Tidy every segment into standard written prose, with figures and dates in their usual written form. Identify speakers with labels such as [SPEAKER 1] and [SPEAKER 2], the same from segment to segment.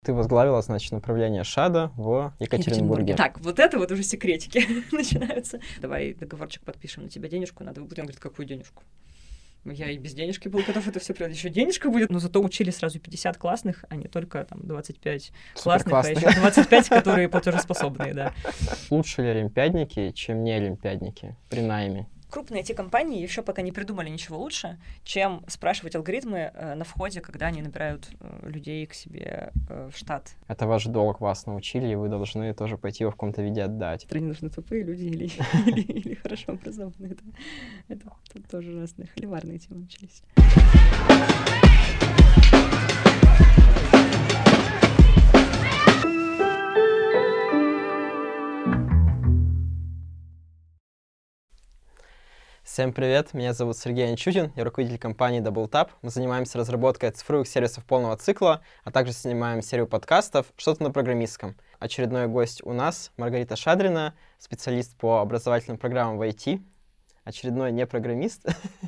[SPEAKER 1] ты возглавила, значит, направление ШАДа в Екатеринбурге.
[SPEAKER 2] Так, вот это вот уже секретики начинаются. Давай договорчик подпишем, на тебя денежку надо выплатить. Он говорит, какую денежку? Я и без денежки был готов это все придать. Еще денежка будет. Но зато учили сразу 50 классных, а не только там 25 классных, а еще 25, которые платежеспособные, да.
[SPEAKER 1] Лучше ли олимпиадники, чем не олимпиадники при найме?
[SPEAKER 2] Крупные IT-компании еще пока не придумали ничего лучше, чем спрашивать алгоритмы на входе, когда они набирают людей к себе в штат.
[SPEAKER 1] Это ваш долг, вас научили, и вы должны тоже пойти его в каком-то виде отдать.
[SPEAKER 2] Они нужны тупые люди или хорошо образованные. Это тоже разные холиварные темы начались.
[SPEAKER 1] Всем привет, меня зовут Сергей Анчутин, я руководитель компании DoubleTap. Мы занимаемся разработкой цифровых сервисов полного цикла, а также снимаем серию подкастов «Что-то на программистском». Очередной гость у нас Маргарита Шадрина, специалист по образовательным программам в IT. Очередной не программист.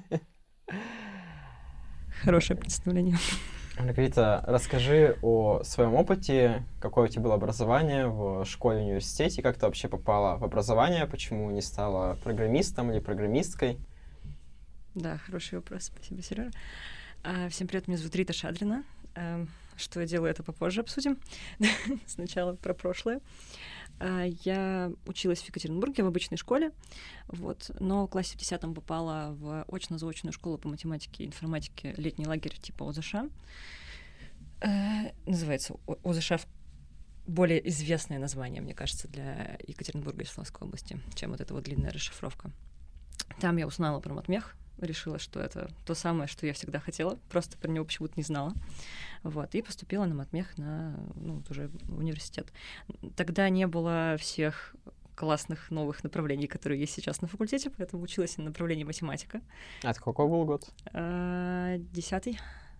[SPEAKER 2] Хорошее представление.
[SPEAKER 1] Маргарита, расскажи о своем опыте, какое у тебя было образование в школе, университете, как ты вообще попала в образование, почему не стала программистом или программисткой?
[SPEAKER 2] Да, хороший вопрос, спасибо, Сережа. Всем привет, меня зовут Рита Шадрина. Что я делаю, это попозже обсудим. Сначала про прошлое. Я училась в Екатеринбурге в обычной школе, но в классе в 10 попала в очно-заочную школу по математике и информатике, летний лагерь типа ОЗШ. Называется ОЗШ, более известное название, мне кажется, для Екатеринбурга и Ярославской области, чем вот эта вот длинная расшифровка. Там я узнала про матмех, решила, что это то самое, что я всегда хотела, просто про него почему-то не знала. И поступила на матмех уже в университет. Тогда не было всех классных новых направлений, которые есть сейчас на факультете, поэтому училась на направлении математика.
[SPEAKER 1] А это какой был год?
[SPEAKER 2] 10-й.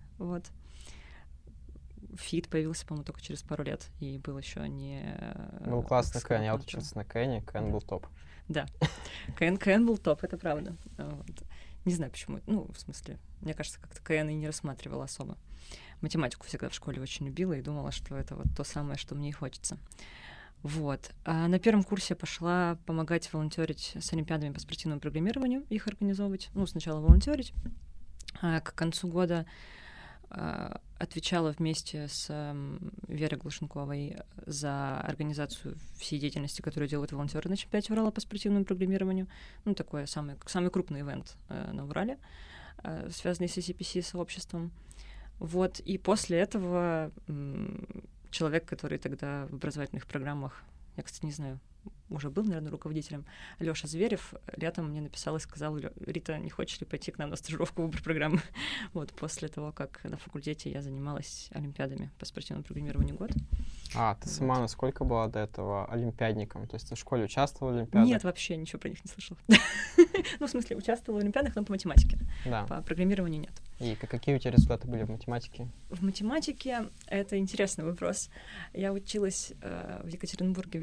[SPEAKER 2] ФИТ появился, по-моему, только через пару лет, и был еще не...
[SPEAKER 1] Был классный КН, я учился на КН, КН был топ.
[SPEAKER 2] Да, КН был топ, это правда. Не знаю, почему. В смысле, мне кажется, как-то КН и не рассматривала особо. Математику всегда в школе очень любила и думала, что это вот то самое, что мне и хочется. А на первом курсе пошла помогать волонтерить с олимпиадами по спортивному программированию, их организовывать. Сначала волонтерить, а к концу года отвечала вместе с Верой Глушенковой за организацию всей деятельности, которую делают волонтеры на чемпионате Урала по спортивному программированию. Такой самый крупный ивент на Урале, связанный с CCPC-сообществом. И после этого человек, который тогда в образовательных программах, я, кстати, не знаю, уже был, наверное, руководителем, Лёша Зверев, летом мне написал и сказал: Рита, не хочешь ли пойти к нам на стажировку в выбор программы? После того, как на факультете я занималась олимпиадами по спортивному программированию год.
[SPEAKER 1] А, ты сама насколько была до этого олимпиадником? То есть ты в школе участвовала в олимпиадах?
[SPEAKER 2] Нет, вообще ничего про них не слышала. В смысле, участвовала в олимпиадах, но по математике.
[SPEAKER 1] Да.
[SPEAKER 2] По программированию нет.
[SPEAKER 1] И какие у тебя результаты были в математике?
[SPEAKER 2] В математике это интересный вопрос. Я училась в Екатеринбурге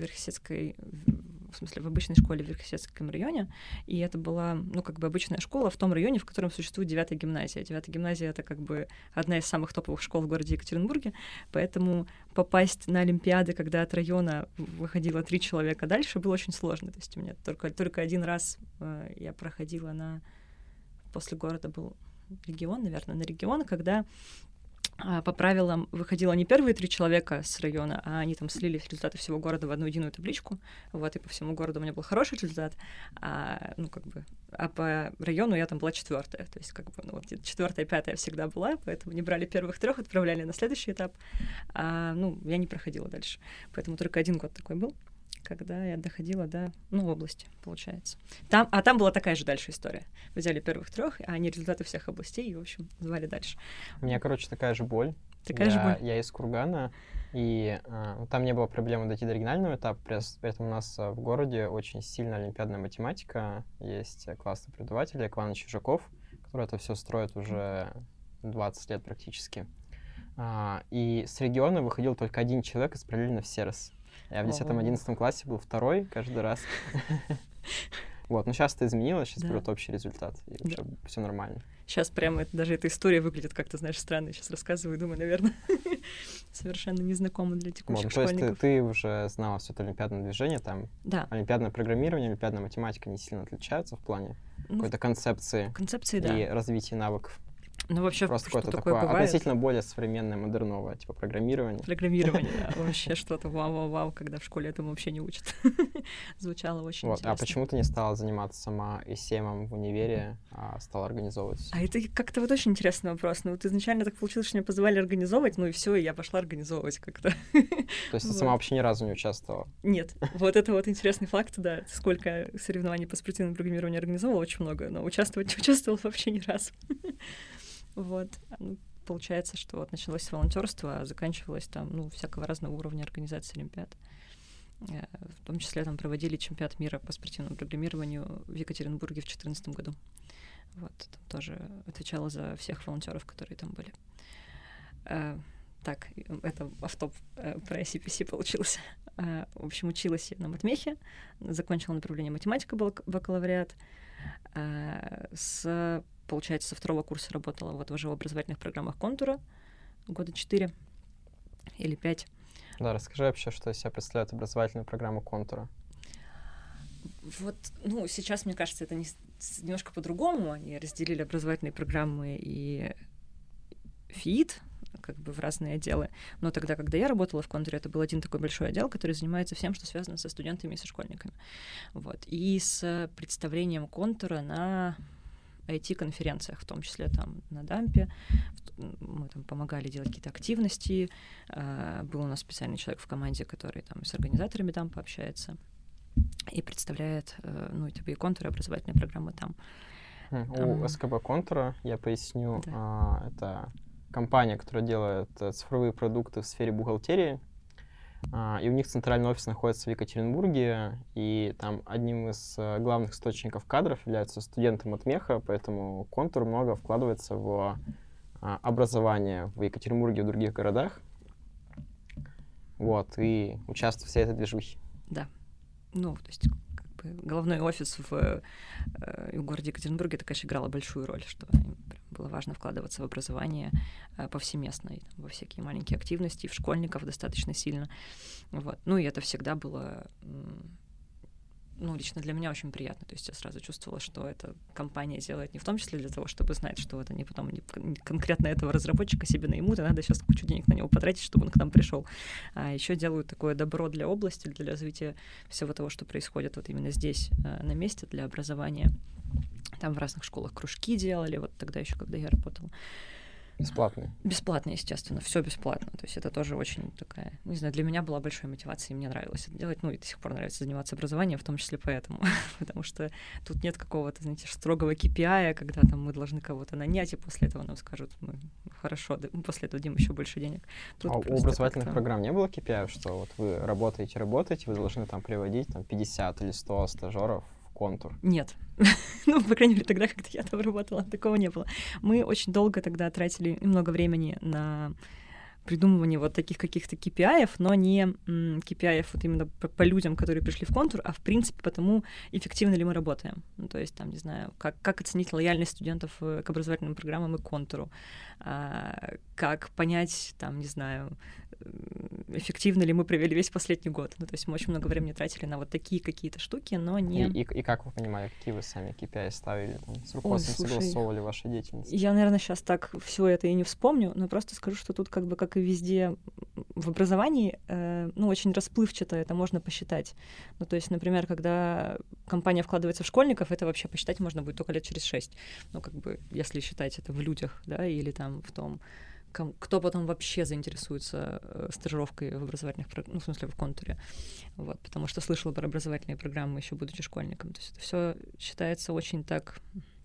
[SPEAKER 2] в обычной школе в Верхесецком районе, и это была, обычная школа в том районе, в котором существует 9-я гимназия. 9-я гимназия — это одна из самых топовых школ в городе Екатеринбурге, поэтому попасть на олимпиады, когда от района выходило 3 человека дальше, было очень сложно. То есть у меня только один раз я проходила после города был регион, наверное, на регион, когда по правилам выходило не первые 3 человека с района, а они там слили результаты всего города в одну единую табличку. И по всему городу у меня был хороший результат, а по району я там была 4-я. То есть 4-я, 5-я всегда была, поэтому не брали первых 3, отправляли на следующий этап. Я не проходила дальше. Поэтому только 1 год такой был, когда я доходила до области, получается. Там была такая же дальше история. Взяли первых 3, а они результаты всех областей, и, в общем, звали дальше.
[SPEAKER 1] У меня, такая же боль. Я из Кургана, и там не было проблемы дойти до регионального этапа, при этом у нас в городе очень сильная олимпиадная математика. Есть классный преподаватель Олег Иванович Чижаков, который это все строит уже 20 лет практически. И с региона выходил только 1 человек из параллельно в Серос. Я в 10-11 классе был 2-й каждый раз. Вот, но сейчас это изменилось, сейчас берут общий результат, и уже все нормально.
[SPEAKER 2] Сейчас прямо даже эта история выглядит как-то, знаешь, странно. Сейчас рассказываю, думаю, наверное, совершенно незнакомо для текущих школьников.
[SPEAKER 1] То есть ты уже знала все это олимпиадное движение, там олимпиадное программирование, олимпиадная математика не сильно отличаются в плане какой-то концепции и развития навыков?
[SPEAKER 2] Ну, вообще,
[SPEAKER 1] просто какое-то такое относительно более современное, модерновое, типа программирование.
[SPEAKER 2] Программирование, да. Вообще что-то вау-вау-вау, когда в школе этому вообще не учат. Звучало очень интересно.
[SPEAKER 1] А почему ты не стала заниматься сама ИСЕМом в универе, а стала организовывать?
[SPEAKER 2] А это как-то вот очень интересный вопрос. Ну, вот изначально так получилось, что меня позвали организовывать, ну и все, и я пошла организовывать как-то.
[SPEAKER 1] То есть ты сама вообще ни разу не участвовала?
[SPEAKER 2] Нет. Вот это вот интересный факт, да. Сколько соревнований по спортивному программированию организовывала, очень много, но участвовала вообще ни разу. Вот. Получается, что вот началось волонтерство, а заканчивалось там, ну, всякого разного уровня организации олимпиад. В том числе там проводили чемпионат мира по спортивному программированию в Екатеринбурге в 2014 году. Вот, там тоже отвечала за всех волонтеров, которые там были. Так, это автоп про ICPC получился. В общем, училась я на матмехе, закончила направление математика, бакалавриат. Получается, со 2-го курса работала вот в образовательных программах «Контура» года 4 или 5.
[SPEAKER 1] Да, расскажи вообще, что из себя представляет образовательная программа «Контура».
[SPEAKER 2] Вот, ну, сейчас, мне кажется, это немножко по-другому. Они разделили образовательные программы и ФИИД, как бы в разные отделы. Но тогда, когда я работала в «Контуре», это был один такой большой отдел, который занимается всем, что связано со студентами и со школьниками. Вот. И с представлением «Контура» на IT-конференциях, в том числе там на Дампе. Мы там помогали делать какие-то активности. Был у нас специальный человек в команде, который там с организаторами Дампа общается и представляет, ну, и «Контур», образовательные программы там.
[SPEAKER 1] У СКБ «Контура», я поясню, это компания, которая делает цифровые продукты в сфере бухгалтерии. И у них центральный офис находится в Екатеринбурге, и там одним из главных источников кадров являются студенты матмеха, поэтому «Контур» много вкладывается в образование в Екатеринбурге и в других городах. Вот, и участвует в всей этой движухе.
[SPEAKER 2] Да. Ну, то есть головной офис в городе Екатеринбурге, это, конечно, играло большую роль, что было важно вкладываться в образование повсеместно, и, во всякие маленькие активности, и в школьников достаточно сильно. Вот. Ну, и это всегда было, ну, лично для меня очень приятно. То есть я сразу чувствовала, что эта компания делает не в том числе для того, чтобы знать, что вот они потом конкретно этого разработчика себе наймут, и надо сейчас кучу денег на него потратить, чтобы он к нам пришел. А еще делают такое добро для области, для развития всего того, что происходит вот именно здесь, на месте, для образования. Там в разных школах кружки делали, вот тогда еще, когда я работала.
[SPEAKER 1] Бесплатные?
[SPEAKER 2] Бесплатно, естественно, все бесплатно. То есть это тоже очень такая, не знаю, для меня была большой мотивацией, мне нравилось это делать, ну и до сих пор нравится заниматься образованием, в том числе поэтому, потому что тут нет какого-то, знаете, строгого KPI, когда там мы должны кого-то нанять, и после этого нам скажут, ну, хорошо, мы после этого дадим еще больше денег.
[SPEAKER 1] Тут у образовательных программ не было KPI, что вот вы работаете, вы должны там приводить там 50 или 100 стажеров в «Контур»?
[SPEAKER 2] Нет. Ну, по крайней мере, тогда, когда я там работала, такого не было. Мы очень долго тогда тратили много времени на придумывание вот таких каких-то KPI-ов, но не KPI-ов вот именно по людям, которые пришли в «Контур», а в принципе по тому, эффективно ли мы работаем. Ну, то есть там, не знаю, как оценить лояльность студентов к образовательным программам и к «Контуру», как понять, там, не знаю, эффективно ли мы провели весь последний год. Ну, то есть мы очень много времени тратили на вот такие какие-то штуки, но не...
[SPEAKER 1] И как вы понимали, какие вы сами KPI ставили, там, с руководством согласовывали вашу деятельность?
[SPEAKER 2] Я, наверное, сейчас так все это и не вспомню, но просто скажу, что тут как бы, как и везде в образовании, ну, очень расплывчато это можно посчитать. Ну, то есть, например, когда компания вкладывается в школьников, это вообще посчитать можно будет только лет через 6. Ну, как бы, если считать это в людях, да, или там в том, кто потом вообще заинтересуется стажировкой в образовательных программах, ну, в смысле, в «Контуре». Вот, потому что слышала про образовательные программы еще будучи школьником. То есть это все считается очень так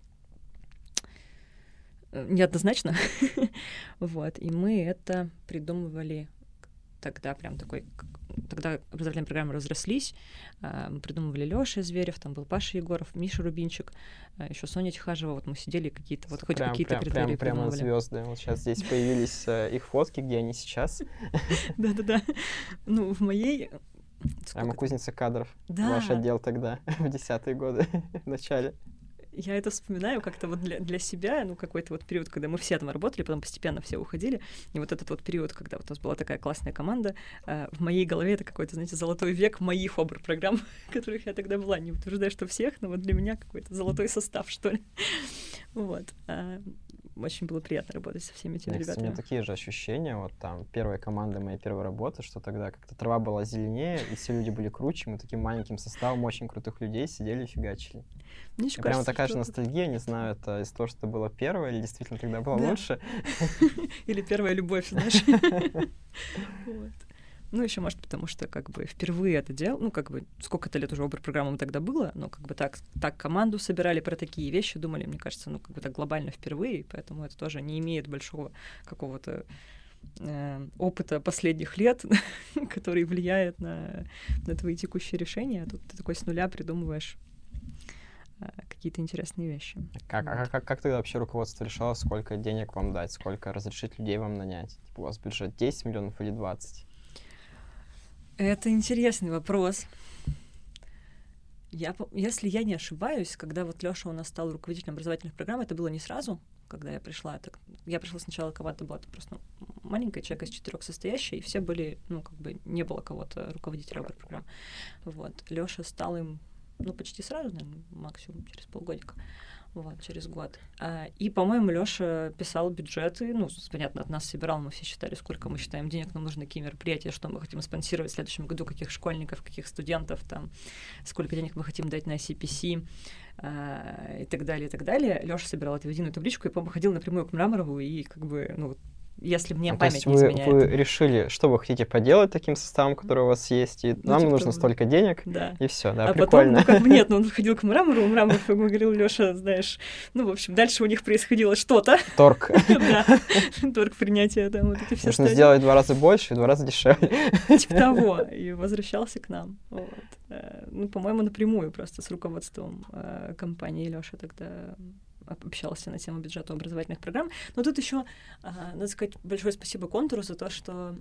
[SPEAKER 2] неоднозначно. Вот, и мы это придумывали тогда прям такой... Тогда образовательные программы разрослись, мы придумывали Лёша Зверев, там был Паша Егоров, Миша Рубинчик, еще Соня Тихажева, вот мы сидели какие-то, вот хоть какие-то критерии
[SPEAKER 1] прямо звезды. Вот сейчас здесь появились их фотки, где они сейчас.
[SPEAKER 2] Да-да-да. Ну, в моей...
[SPEAKER 1] Прямо кузница кадров.
[SPEAKER 2] Да.
[SPEAKER 1] Ваш отдел тогда, в 10-е годы, в начале.
[SPEAKER 2] Я это вспоминаю как-то вот для себя, ну, какой-то вот период, когда мы все там работали, потом постепенно все уходили, и вот этот вот период, когда вот у нас была такая классная команда, в моей голове это какой-то, знаете, золотой век моих обр-программ, в которых я тогда была. Не утверждаю, что всех, но вот для меня какой-то золотой состав, что ли. Вот. Очень было приятно работать со всеми этими ребятами.
[SPEAKER 1] У меня такие же ощущения, вот там, первая команда моей первой работы, что тогда как-то трава была зеленее, и все люди были круче, мы таким маленьким составом очень крутых людей сидели и фигачили.
[SPEAKER 2] Мне
[SPEAKER 1] и прямо такая же ностальгия, не знаю, это из того, что было первое, или действительно тогда было лучше.
[SPEAKER 2] Или первая любовь, знаешь. Ну, еще, может, потому что, как бы, впервые это делал, ну, как бы, сколько-то лет уже обр-программам тогда было, но, как бы, так команду собирали про такие вещи, думали, мне кажется, ну, как бы, так глобально впервые, поэтому это тоже не имеет большого какого-то опыта последних лет, который влияет на твои текущие решения, а тут ты такой с нуля придумываешь какие-то интересные вещи.
[SPEAKER 1] Как тогда вообще руководство решало, сколько денег вам дать, сколько разрешить людей вам нанять? Типа, у вас бюджет 10 миллионов или 20?
[SPEAKER 2] Это интересный вопрос. Если я не ошибаюсь, когда вот Лёша у нас стал руководителем образовательных программ, это было не сразу, когда я пришла. Я пришла сначала, команда была просто маленькая, человек из 4 состоящая, и все были, ну, как бы не было кого-то руководителя программ. Вот. Лёша стал им, ну, почти сразу, наверное, максимум через полгодика. Вот, через год. И, по-моему, Лёша писал бюджеты, ну, понятно, от нас собирал, мы все считали, сколько мы считаем денег нам нужно, какие мероприятия, что мы хотим спонсировать в следующем году, каких школьников, каких студентов, там, сколько денег мы хотим дать на CPC, и так далее, и так далее. Лёша собирал это в единую табличку и, по-моему, ходил напрямую к Мраморову и, как бы, ну, если мне память не изменяет.
[SPEAKER 1] Вы решили, что вы хотите поделать таким составом, который у вас есть, и нам нужно столько денег,
[SPEAKER 2] да.
[SPEAKER 1] И все, да,
[SPEAKER 2] прикольно. Потом, ну, как бы нет, он ходил к Мрамору, Мраморов ему говорил: Лёша, знаешь, ну, в общем, дальше у них происходило что-то.
[SPEAKER 1] Торг.
[SPEAKER 2] Да, торг принятия, там, вот эти все
[SPEAKER 1] нужно сделать в 2 раза больше и в 2 раза дешевле.
[SPEAKER 2] Типа того, и возвращался к нам. Ну, по-моему, напрямую просто с руководством компании Лёша тогда общался на тему бюджета образовательных программ. Но тут еще, надо сказать, большое спасибо Контуру за то, что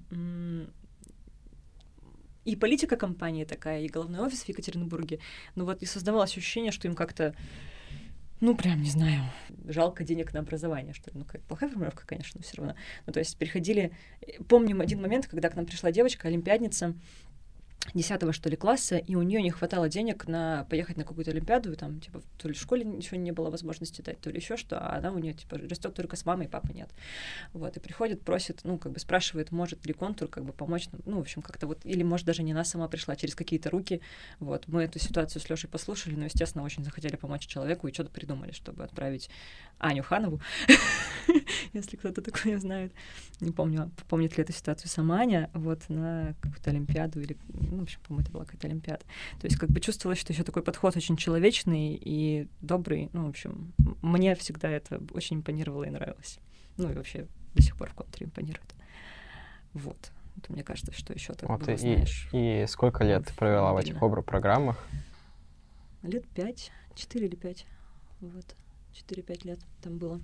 [SPEAKER 2] и политика компании такая, и головной офис в Екатеринбурге, ну вот и создавалось ощущение, что им как-то, ну, прям, не знаю, жалко денег на образование, что ли. Ну, какая плохая формулировка, конечно, но все равно. Ну, то есть переходили... Помним один момент, когда к нам пришла девочка, олимпиадница, 10-го, что ли, класса, и у нее не хватало денег на поехать на какую-то олимпиаду, и там, типа, то ли в школе ничего не было возможности дать, то ли еще что, а она у нее, типа, растет только с мамой, папы нет. Вот, и приходит, просит, ну, как бы спрашивает, может ли Контур, как бы, помочь нам, ну, в общем, как-то вот, или, может, даже не она сама пришла, через какие-то руки. Вот, мы эту ситуацию с Лёшей послушали, но, естественно, очень захотели помочь человеку, и что-то придумали, чтобы отправить Аню Ханову, если кто-то такое знает. Не помню, помнит ли эту ситуацию сама Аня, вот, на какую-то олимпиаду или... Ну, в общем, по-моему, это была какая-то олимпиада. То есть, как бы чувствовалось, что еще такой подход очень человечный и добрый. Ну, в общем, мне всегда это очень импонировало и нравилось. Ну, и вообще до сих пор в Контуре импонирует. Вот. Это, мне кажется, что еще так
[SPEAKER 1] вот
[SPEAKER 2] было, знаешь...
[SPEAKER 1] И сколько лет ты провела в этих обр-программах?
[SPEAKER 2] Лет 5, 4 или 5. Вот. 4-5 лет там было.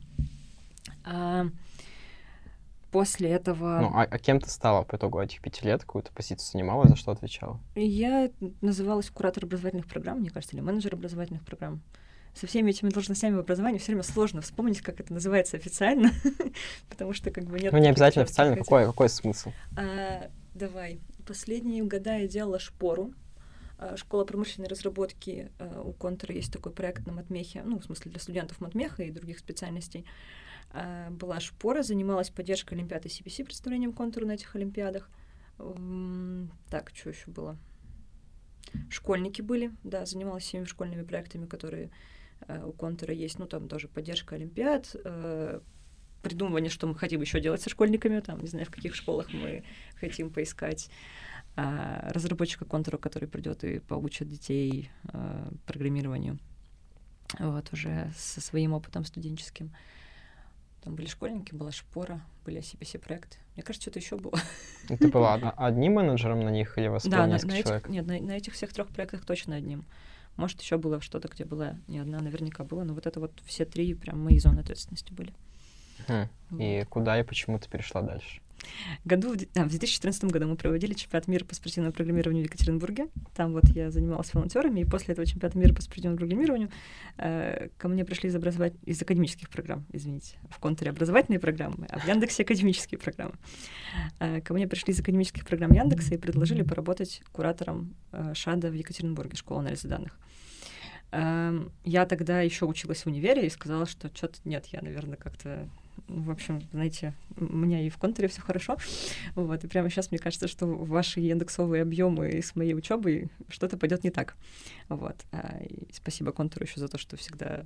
[SPEAKER 2] После этого...
[SPEAKER 1] Ну, а кем ты стала по итогу этих 5 лет? Какую-то позицию занимала, за что отвечала?
[SPEAKER 2] Я называлась куратор образовательных программ, мне кажется, или менеджер образовательных программ. Со всеми этими должностями в образовании все время сложно вспомнить, как это называется официально, потому что как бы нет...
[SPEAKER 1] Ну, не обязательно официально, какой смысл?
[SPEAKER 2] Давай. Последние года я делала шпору. Школа промышленной разработки. У Контура есть такой проект на матмехе, ну, в смысле, для студентов матмеха и других специальностей. Была шпора, занималась поддержкой олимпиады CPC, представлением Контура на этих олимпиадах. Так, что еще было? Школьники были, да, занималась всеми школьными проектами, которые у Контура есть. Ну, там тоже поддержка олимпиад, придумывание, что мы хотим еще делать со школьниками, там, не знаю, в каких школах мы хотим поискать разработчика Контура, который придет и поучит детей программированию, вот, уже со своим опытом студенческим. Там были школьники, была шпора, были CPC-проекты. Мне кажется, что-то еще было.
[SPEAKER 1] И ты была одним менеджером на них или у вас было несколько человек?
[SPEAKER 2] Нет, на этих всех 3 проектах точно одним. Может, еще было что-то, где была не одна, наверняка было, но вот это вот все 3 прям мои зоны ответственности были.
[SPEAKER 1] И куда и почему ты перешла дальше?
[SPEAKER 2] В 2014 году мы проводили чемпионат мира по спортивному программированию в Екатеринбурге. Там вот я занималась волонтерами, и после этого чемпионата мира по спортивному программированию ко мне пришли из академических программ, извините. В Контуре образовательные программы, а в Яндексе академические программы. Ко мне пришли из академических программ Яндекса и предложили поработать куратором ШАДа в Екатеринбурге, школы анализа данных. Я тогда еще училась в универе и сказала, что что-то нет, я, наверное, как-то... В общем, знаете, у меня и в Контуре все хорошо. Вот, и прямо сейчас мне кажется, что ваши индексовые объемы с моей учебой что-то пойдет не так. Вот. И спасибо Контуру еще за то, что всегда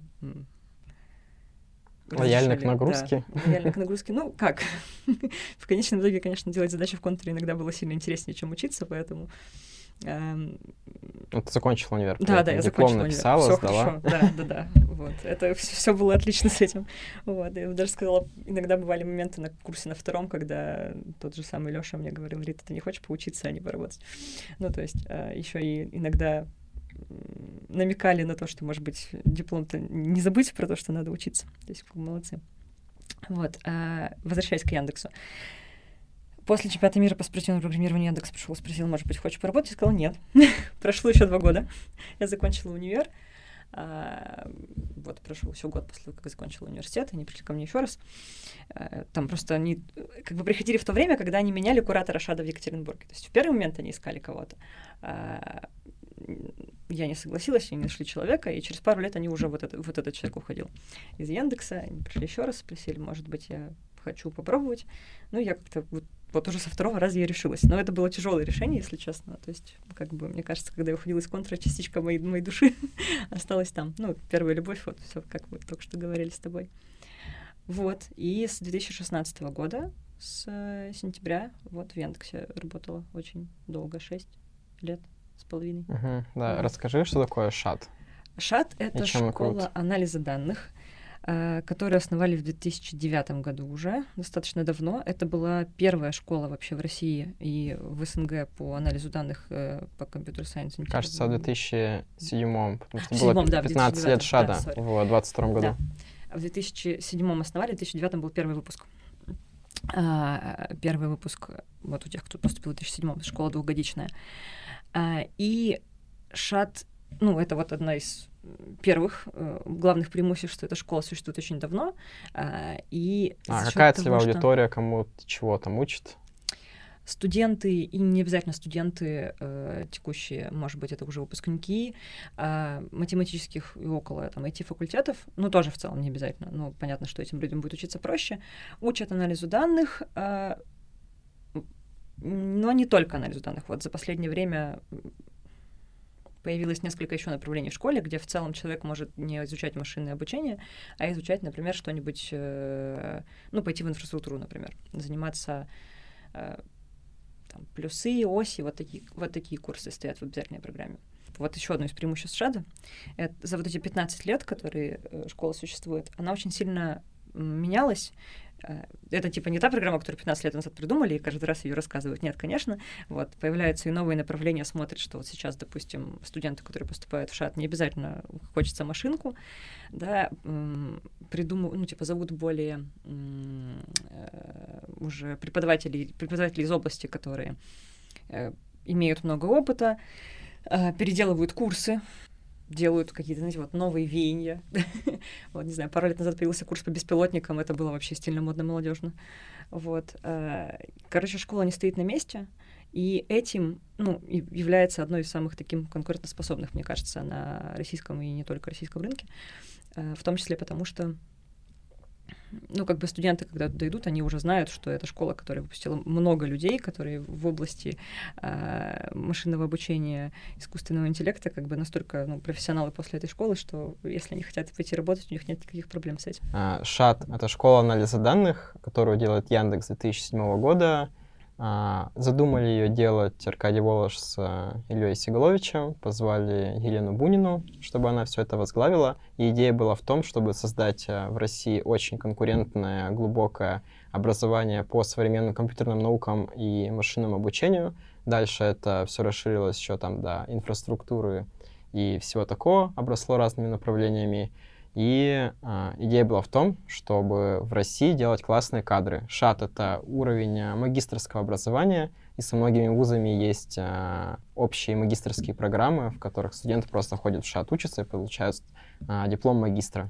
[SPEAKER 1] лояльно к нагрузке.
[SPEAKER 2] Да, лояльно к нагрузке. Ну, как? В конечном итоге, конечно, делать задачи в Контуре иногда было сильно интереснее, чем учиться, поэтому...
[SPEAKER 1] Ты закончила универ?
[SPEAKER 2] Да, я закончила
[SPEAKER 1] написала,
[SPEAKER 2] универ.
[SPEAKER 1] Всё
[SPEAKER 2] сдала. Хорошо. Да. Вот. Это все было отлично с этим. Вот. Я даже сказала, иногда бывали моменты на курсе на втором, когда тот же самый Лёша мне говорил: Рита, ты не хочешь поучиться, а не поработать? Ну, то есть еще и иногда намекали на то, что, может быть, диплом-то не забыть про то, что надо учиться. То есть молодцы. Вот. Возвращаясь к Яндексу. После чемпионата мира по спортивному программированию Яндекс пришел, спросил, может быть, хочешь поработать? Я сказала, нет. Прошло еще 2 года. Я закончила универ. Вот, прошел еще год после того, как я закончила университет. Они пришли ко мне еще раз. Там просто они как бы приходили в то время, когда они меняли куратора ШАДа в Екатеринбурге. То есть в первый момент они искали кого-то. Я не согласилась, они нашли человека, и через пару лет они уже вот этот человек уходил из Яндекса. Они пришли еще раз, спросили, может быть, я хочу попробовать. Ну, я как-то вот уже со 2-го раза я решилась. Но это было тяжелое решение, если честно. То есть, как бы, мне кажется, когда я уходила из Контура, частичка моей души осталась там. Ну, первая любовь, вот все, как мы только что говорили с тобой. Вот. И с 2016 года, с сентября, вот в Яндексе работала очень долго, 6 лет с половиной.
[SPEAKER 1] Да, расскажи, что такое ШАД.
[SPEAKER 2] ШАД — это школа анализа данных, которую основали в 2009 году уже, достаточно давно. Это была первая школа вообще в России и в СНГ по анализу данных по компьютер-сайенсу.
[SPEAKER 1] Кажется, в 2007, потому что было 15 лет ШАДа в 22 году.
[SPEAKER 2] Да. В 2007 основали, в 2009 был первый выпуск. Первый выпуск вот у тех, кто поступил в 2007, школа двухгодичная. И ШАД, ну, это вот одна из первых главных преимуществ, что эта школа существует очень давно. И
[SPEAKER 1] какая целевая аудитория, кому чего там учат?
[SPEAKER 2] Студенты, и не обязательно студенты текущие, может быть, это уже выпускники математических и около там, IT-факультетов, ну, тоже в целом не обязательно, ну, понятно, что этим людям будет учиться проще, учат анализу данных, но не только анализу данных. Вот за последнее время появилось несколько еще направлений в школе, где в целом человек может не изучать машинное обучение, а изучать, например, что-нибудь, ну, пойти в инфраструктуру, например, заниматься там, плюсы, оси, вот такие курсы стоят в обязательной программе. Вот еще одно из преимуществ ШАДа. За вот эти 15 лет, которые школа существует, она очень сильно менялась. Это типа не та программа, которую 15 лет назад придумали, и каждый раз ее рассказывают. Нет, конечно. Вот, появляются и новые направления, смотрят, что вот сейчас, допустим, студенты, которые поступают в ШАД, не обязательно хочется машинку, да, придумывают, ну, типа, зовут более уже преподавателей из области, которые имеют много опыта, переделывают курсы, делают какие-то, знаете, вот новые веяния. Вот, не знаю, пару лет назад появился курс по беспилотникам, это было вообще стильно, модно, молодежно. Вот. Короче, школа не стоит на месте, и этим, ну, является одной из самых таких конкурентоспособных, мне кажется, на российском и не только российском рынке, в том числе потому, что ну, как бы студенты, когда туда идут, они уже знают, что это школа, которая выпустила много людей, которые в области машинного обучения, искусственного интеллекта, как бы настолько профессионалы после этой школы, что если они хотят пойти работать, у них нет никаких проблем с этим.
[SPEAKER 1] ШАД — это школа анализа данных, которую делает Яндекс с 2007 года. Задумали ее делать Аркадий Волош с Ильей Сигаловичем, позвали Елену Бунину, чтобы она все это возглавила. И идея была в том, чтобы создать в России очень конкурентное, глубокое образование по современным компьютерным наукам и машинному обучению. Дальше это все расширилось еще там до инфраструктуры и всего такого, обросло разными направлениями. И идея была в том, чтобы в России делать классные кадры. ШАД — это уровень магистерского образования, и со многими вузами есть общие магистерские программы, в которых студенты просто ходят в ШАД, учатся и получают диплом магистра.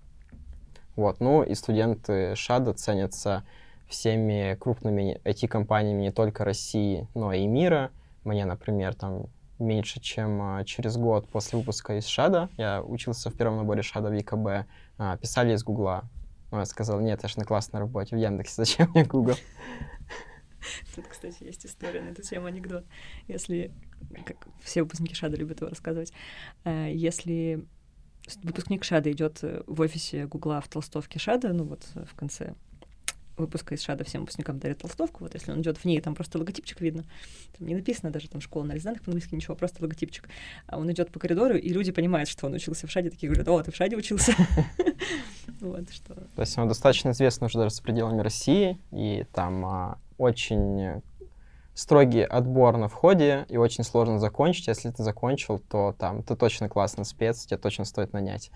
[SPEAKER 1] Вот. Ну и студенты ШАДа ценятся всеми крупными IT-компаниями не только России, но и мира. Мне, например, там меньше чем через год после выпуска из ШАДа, я учился в первом наборе ШАДа в ЕКБ, писали из Гугла. Но я сказал, нет, я же на классной работе в Яндексе, зачем мне Гугл?
[SPEAKER 2] Тут, кстати, есть история на эту тему, анекдот. Если, как все выпускники ШАДа любят его рассказывать, если выпускник ШАДа идет в офисе Гугла в толстовке ШАДа, ну вот в конце выпуска из ШАДа всем выпускникам дарят толстовку, вот если он идет в ней, там просто логотипчик видно, там не написано даже там школа анализ данных по-английски, ничего, просто логотипчик. А он идет по коридору, и люди понимают, что он учился в ШАДе, такие говорят, о, ты в ШАДе учился? Вот что.
[SPEAKER 1] То есть он достаточно известен уже даже за пределами России, и там очень строгий отбор на входе, и очень сложно закончить. Если ты закончил, то там ты точно классный спец, тебе точно стоит нанять.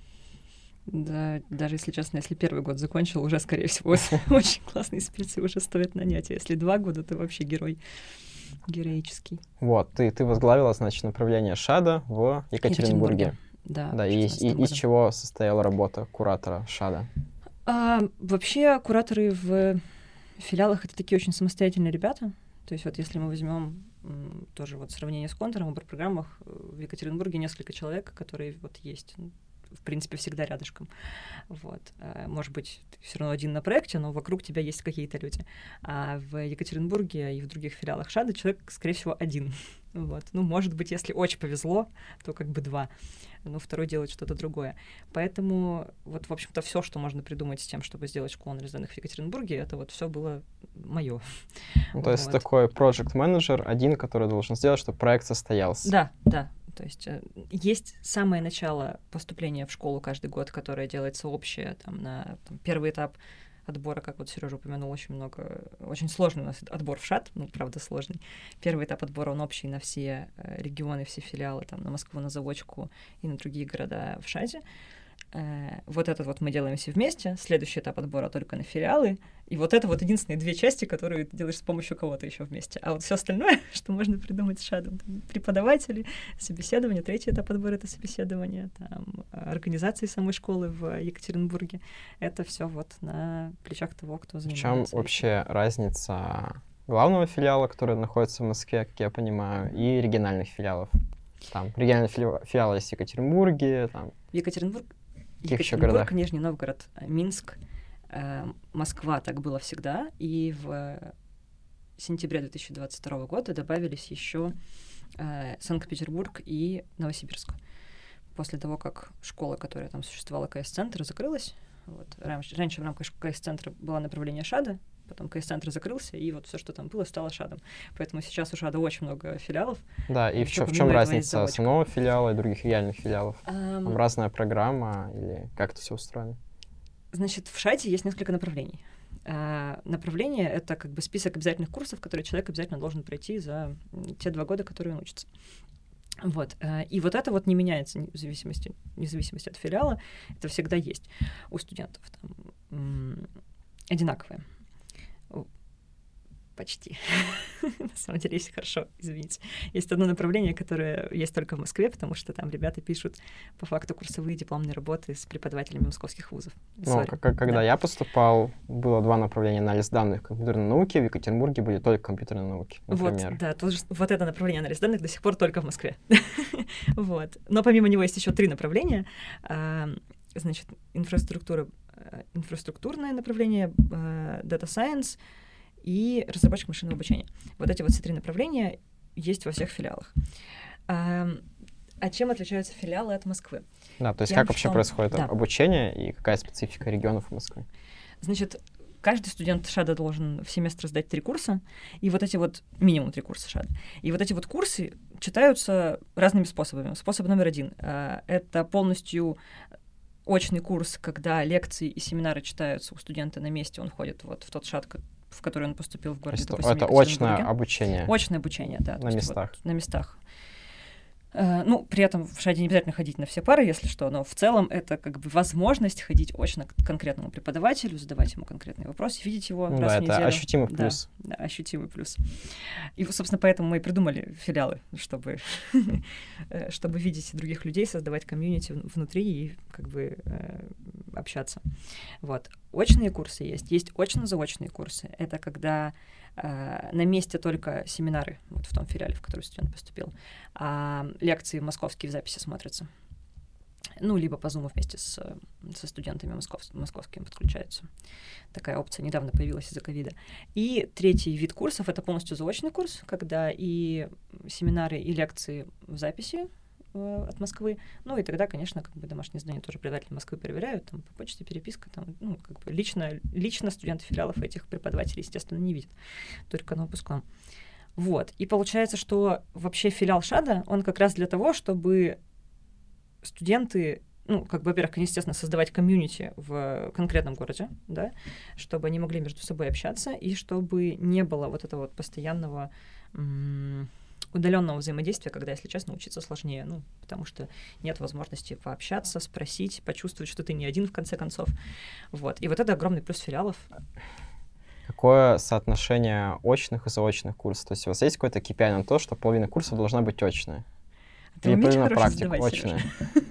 [SPEAKER 2] Да, даже если честно, если первый год закончил, уже, скорее всего, очень классные спецы уже стоит нанять. А если 2 года, ты вообще герой. Героический.
[SPEAKER 1] Вот, ты возглавила, значит, направление ШАДа в Екатеринбурге.
[SPEAKER 2] Да,
[SPEAKER 1] и из чего состояла работа куратора ШАДа?
[SPEAKER 2] Вообще, кураторы в филиалах — это такие очень самостоятельные ребята. То есть вот если мы возьмем тоже вот сравнение с контуром, в программах в Екатеринбурге несколько человек, которые вот есть, в принципе, всегда рядышком. Вот. Может быть, ты все равно один на проекте, но вокруг тебя есть какие-то люди. А в Екатеринбурге и в других филиалах ШАДа человек, скорее всего, один. Вот. Ну, может быть, если очень повезло, то как бы 2. Но второй делает что-то другое. Поэтому вот, в общем-то, все, что можно придумать с тем, чтобы сделать школу анализ данных в Екатеринбурге, это вот все было мое.
[SPEAKER 1] Ну, то есть такой project-менеджер один, который должен сделать, чтобы проект состоялся.
[SPEAKER 2] Да. То есть есть самое начало поступления в школу каждый год, которое делается общее там, на первый этап отбора, как вот Сережа упомянул, очень сложный у нас отбор в ШАД, ну, правда, сложный. Первый этап отбора, он общий на все регионы, все филиалы, там, на Москву, на Заводчику и на другие города в ШАДе. Вот этот вот мы делаем все вместе, следующий этап отбора только на филиалы, и вот это вот единственные 2 части, которые ты делаешь с помощью кого-то еще вместе. А вот все остальное, что можно придумать с ШАДом, там, преподаватели, собеседование, 3-й этап отбора — это собеседование, там, организации самой школы в Екатеринбурге, это все вот на плечах того, кто занимается.
[SPEAKER 1] В чем вообще разница главного филиала, который находится в Москве, как я понимаю, и региональных филиалов? Там региональные филиалы есть в Екатеринбурге, там...
[SPEAKER 2] Екатеринбург, Нижний Новгород, Минск, Москва, так было всегда. И в сентябре 2022 года добавились еще Санкт-Петербург и Новосибирск. После того, как школа, которая там существовала, КС-центр, закрылась, вот, раньше в рамках КС-центра было направление ШАДа, потом КС-центр закрылся, и вот все, что там было, стало ШАДом. Поэтому сейчас у ШАДа очень много филиалов.
[SPEAKER 1] Да, и в чем разница основного филиала и других реальных филиалов? Там разная программа или как это все устроено?
[SPEAKER 2] Значит, в ШАДе есть несколько направлений. Направление — это как бы список обязательных курсов, которые человек обязательно должен пройти за те 2 года, которые он учится. Вот. И вот это вот не меняется вне зависимости от филиала. Это всегда есть у студентов. Там, одинаковые. Почти. На самом деле, есть хорошо, извините. Есть одно направление, которое есть только в Москве, потому что там ребята пишут по факту курсовые дипломные работы с преподавателями московских вузов.
[SPEAKER 1] Ну, когда я поступал, было 2 направления: анализ данных компьютерной науки. В Екатеринбурге были только компьютерные науки, например.
[SPEAKER 2] Вот, да, вот это направление анализ данных до сих пор только в Москве. Вот. Но помимо него есть еще 3 направления. Значит, инфраструктурное направление, Data Science и разработчик машинного обучения. Вот эти вот все 3 направления есть во всех филиалах. А чем отличаются филиалы от Москвы?
[SPEAKER 1] Да, то есть как вообще происходит обучение и какая специфика регионов Москвы?
[SPEAKER 2] Значит, каждый студент ШАДа должен в семестр сдать 3 курса, и вот эти вот, минимум 3 курса ШАДа. И вот эти вот курсы читаются разными способами. Способ номер 1 — это полностью очный курс, когда лекции и семинары читаются у студента на месте, он ходит вот в тот ШАД, в который он поступил в городе.
[SPEAKER 1] Это очное обучение?
[SPEAKER 2] Очное обучение, да.
[SPEAKER 1] На местах?
[SPEAKER 2] Вот, на местах. Ну, при этом в ШАДе не обязательно ходить на все пары, если что, но в целом это как бы возможность ходить очно к конкретному преподавателю, задавать ему конкретные вопросы, видеть его раз в неделю.
[SPEAKER 1] Да, это ощутимый плюс.
[SPEAKER 2] Да, ощутимый плюс. И, собственно, поэтому мы и придумали филиалы, чтобы видеть других людей, создавать комьюнити внутри и как бы общаться. Вот. Очные курсы есть очно-заочные курсы. Это когда на месте только семинары, вот в том филиале, в который студент поступил, а лекции московские в записи смотрятся. Ну, либо по Zoom вместе со студентами московскими подключаются. Такая опция недавно появилась из-за ковида. И третий вид курсов — это полностью заочный курс, когда и семинары, и лекции в записи от Москвы. Ну, и тогда, конечно, как бы домашние задания тоже председатели Москвы проверяют, там, по почте переписка, там, ну, как бы лично студенты филиалов этих преподавателей, естественно, не видят, только на выпускном. Вот. И получается, что вообще филиал ШАДа, он как раз для того, чтобы студенты, ну, как бы, во-первых, естественно, создавать комьюнити в конкретном городе, да, чтобы они могли между собой общаться, и чтобы не было вот этого вот постоянного удаленного взаимодействия, когда, если честно, учиться сложнее, ну, потому что нет возможности пообщаться, спросить, почувствовать, что ты не один, в конце концов. Вот. И вот это огромный плюс филиалов.
[SPEAKER 1] Какое соотношение очных и заочных курсов? То есть у вас есть какой-то KPI на то, что половина курсов должна быть очная?
[SPEAKER 2] Или
[SPEAKER 1] половина практик очная?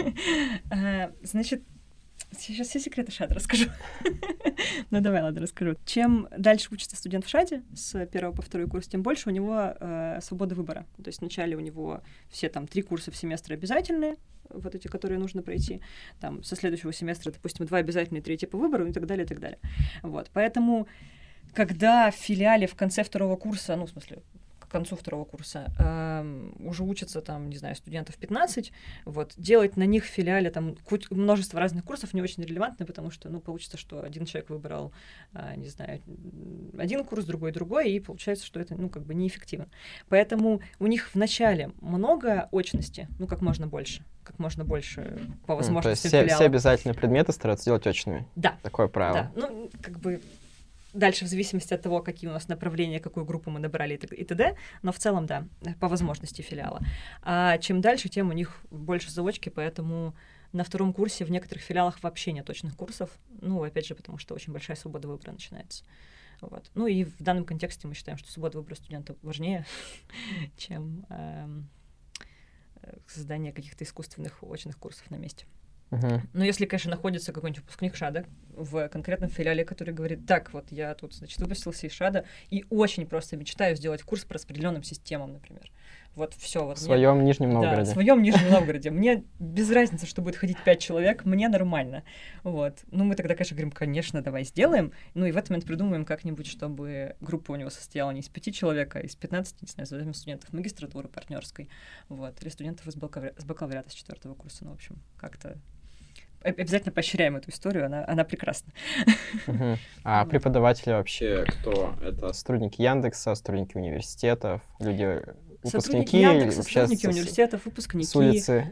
[SPEAKER 2] Значит, сейчас все секреты ШАДа расскажу. Ну, давай, ладно, расскажу. Чем дальше учится студент в ШАДе с 1 по 2 курс, тем больше у него свободы выбора. То есть вначале у него все там 3 курса в семестр обязательные, вот эти, которые нужно пройти. Там со следующего семестра, допустим, 2 обязательные, 3 по выбору и так далее, и так далее. Вот, поэтому, когда в филиале в конце 2 курса, ну, в смысле, к концу 2 курса уже учатся там, не знаю, студентов 15, вот, делать на них в филиале там множество разных курсов не очень релевантно, потому что, ну, получится, что один человек выбрал, не знаю, один курс, другой, и получается, что это, ну, как бы неэффективно. Поэтому у них в начале много очности, ну, как можно больше по возможности
[SPEAKER 1] филиала. То есть все обязательные предметы стараются делать очными?
[SPEAKER 2] Да.
[SPEAKER 1] Такое правило?
[SPEAKER 2] Да, ну, как бы дальше в зависимости от того, какие у нас направления, какую группу мы набрали и т.д., но в целом, да, по возможности филиала. А чем дальше, тем у них больше заочки, поэтому на 2 курсе в некоторых филиалах вообще нет точных курсов, ну, опять же, потому что очень большая свобода выбора начинается. Вот. Ну и в данном контексте мы считаем, что свобода выбора студента важнее, чем создание каких-то искусственных очных курсов на месте. Но если, конечно, находится какой-нибудь выпускник ШАДа в конкретном филиале, который говорит: так, вот я тут, значит, выпустился из ШАДа и очень просто мечтаю сделать курс по распределенным системам, например. Вот все. Вот
[SPEAKER 1] в своем Нижнем Новгороде.
[SPEAKER 2] Да, в своем Нижнем Новгороде. Мне без разницы, что будет ходить 5 человек, мне нормально. Вот. Ну, мы тогда, конечно, говорим: конечно, давай сделаем. Ну, и в этот момент придумаем как-нибудь, чтобы группа у него состояла не из 5 человек, а из 15, не знаю, зовем студентов магистратуры партнерской, вот, или студентов с бакалавриата с 4 курса. Ну, в общем, как-то обязательно поощряем эту историю, она прекрасна.
[SPEAKER 1] А преподаватели вообще кто? Это сотрудники Яндекса, сотрудники университетов, люди, выпускники?
[SPEAKER 2] Яндекса, сотрудники университетов, выпускники.
[SPEAKER 1] С улицы?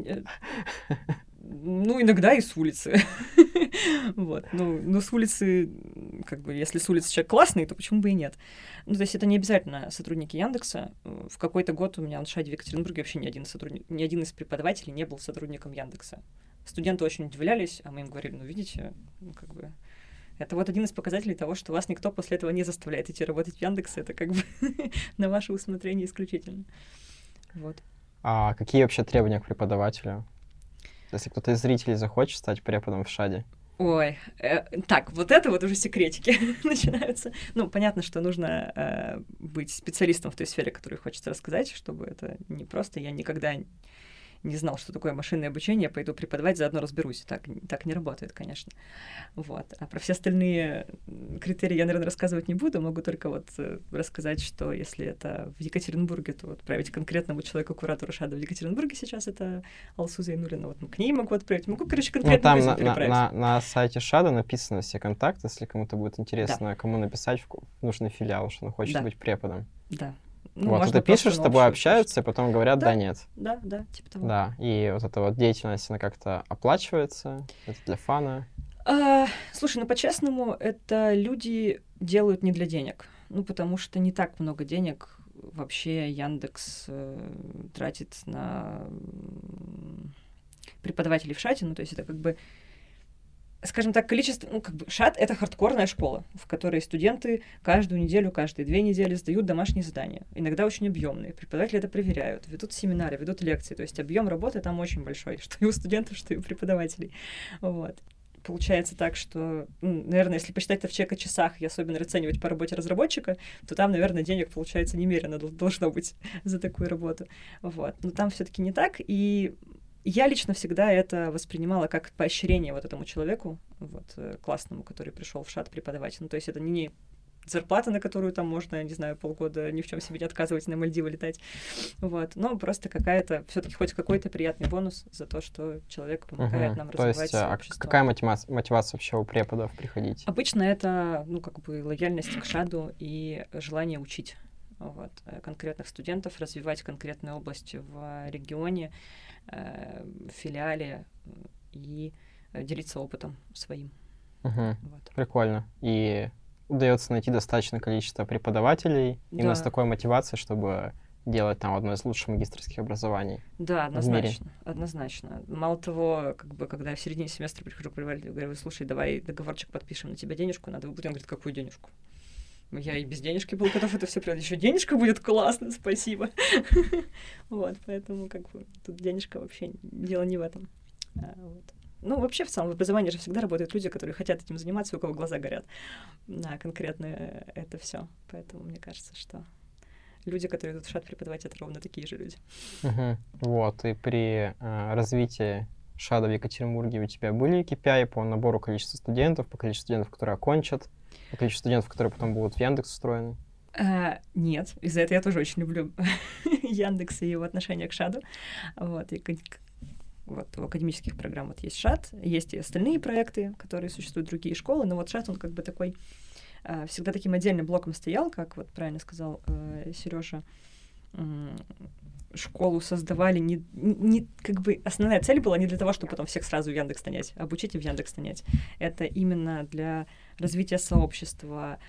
[SPEAKER 2] Ну, иногда и с улицы. Вот. Ну, с улицы, как бы, если с улицы человек классный, то почему бы и нет? Ну, то есть это не обязательно сотрудники Яндекса. В какой-то год у меня в ШАДе в Екатеринбурге вообще ни один из преподавателей не был сотрудником Яндекса. Студенты очень удивлялись, а мы им говорили: ну, видите, ну, как бы, это вот один из показателей того, что вас никто после этого не заставляет идти работать в Яндексе, это как бы на ваше усмотрение исключительно. Вот.
[SPEAKER 1] А какие вообще требования к преподавателю? Если кто-то из зрителей захочет стать преподом в ШАДе?
[SPEAKER 2] Ой, так, вот это вот уже секретики начинаются. Ну, понятно, что нужно быть специалистом в той сфере, которую хочется рассказать, чтобы это не просто я никогда не знал, что такое машинное обучение, пойду преподавать, заодно разберусь. Так не работает, конечно. Вот. А про все остальные критерии я, наверное, рассказывать не буду, могу только вот рассказать, что если это в Екатеринбурге, то отправить конкретному человеку, куратору ШАДа в Екатеринбурге сейчас это Алсу Зайнуллина, вот к ней могу отправить, короче, конкретно
[SPEAKER 1] на сайте ШАДа написаны все контакты, если кому-то будет интересно, кому написать в нужный филиал, что он хочет быть преподом.
[SPEAKER 2] Да.
[SPEAKER 1] Ну, вот ты пишешь, с тобой общаются, и потом говорят: да, нет.
[SPEAKER 2] Да, типа того.
[SPEAKER 1] Да, и вот эта вот деятельность, она как-то оплачивается, это для фана.
[SPEAKER 2] Слушай, ну, по-честному, это люди делают не для денег. Ну, потому что не так много денег вообще Яндекс тратит на преподавателей в ШАТе, ну, то есть это как бы, скажем так, количество, ну, как бы ШАТ — это хардкорная школа, в которой студенты каждую неделю, каждые 2 недели сдают домашние задания, иногда очень объемные. Преподаватели это проверяют, ведут семинары, ведут лекции, то есть объем работы там очень большой, что и у студентов, что и у преподавателей. Вот. Получается так, что, наверное, если посчитать это в часах и особенно расценивать по работе разработчика, то там, наверное, денег, получается, немерено должно быть за такую работу. Вот. Но там все-таки не так, и я лично всегда это воспринимала как поощрение вот этому человеку, вот, классному, который пришел в ШАТ преподавать. Ну, то есть это не зарплата, на которую там можно, не знаю, полгода ни в чем себе не отказывать, на Мальдивы летать. Вот. Но просто какая-то, все-таки хоть какой-то приятный бонус за то, что человек помогает нам развивать общество.
[SPEAKER 1] Какая мотивация вообще у преподов приходить?
[SPEAKER 2] Обычно это, ну, как бы лояльность к ШАДу и желание учить вот, конкретных студентов, развивать конкретные области в регионе, в филиале и делиться опытом своим. Вот.
[SPEAKER 1] Прикольно. И удается найти достаточное количество преподавателей именно с такой мотивацией, чтобы делать там одно из лучших магистерских образований.
[SPEAKER 2] Да, однозначно, однозначно. Мало того, как бы, когда я в середине семестра прихожу к преподавателю, говорю: слушай, давай договорчик подпишем, на тебя денежку надо. Он говорит: какую денежку? Я и без денежки был готов это все придать. Еще денежка будет, классно, спасибо. Вот, поэтому как бы тут денежка вообще дело не в этом. Ну, вообще, в целом, в образовании же всегда работают люди, которые хотят этим заниматься, у кого глаза горят на конкретно это все. Поэтому мне кажется, что люди, которые идут в ШАТ преподавать, это ровно такие же люди.
[SPEAKER 1] Вот, и при развитии ШАДа в Екатеринбурге у тебя были KPI по набору количества студентов, по количеству студентов, которые окончат, по количеству студентов, которые потом будут в Яндекс устроены?
[SPEAKER 2] Нет, из-за этого я тоже очень люблю Яндекс и его отношение к ШАДу. Вот, и вот у академических программ вот есть ШАД, есть и остальные проекты, которые существуют, другие школы, но вот ШАД, он как бы такой, всегда таким отдельным блоком стоял, как вот правильно сказал Сережа, школу создавали не как бы основная цель была не для того, чтобы потом всех сразу в Яндекс нанять, обучить и в Яндекс нанять. Это именно для развития сообщества,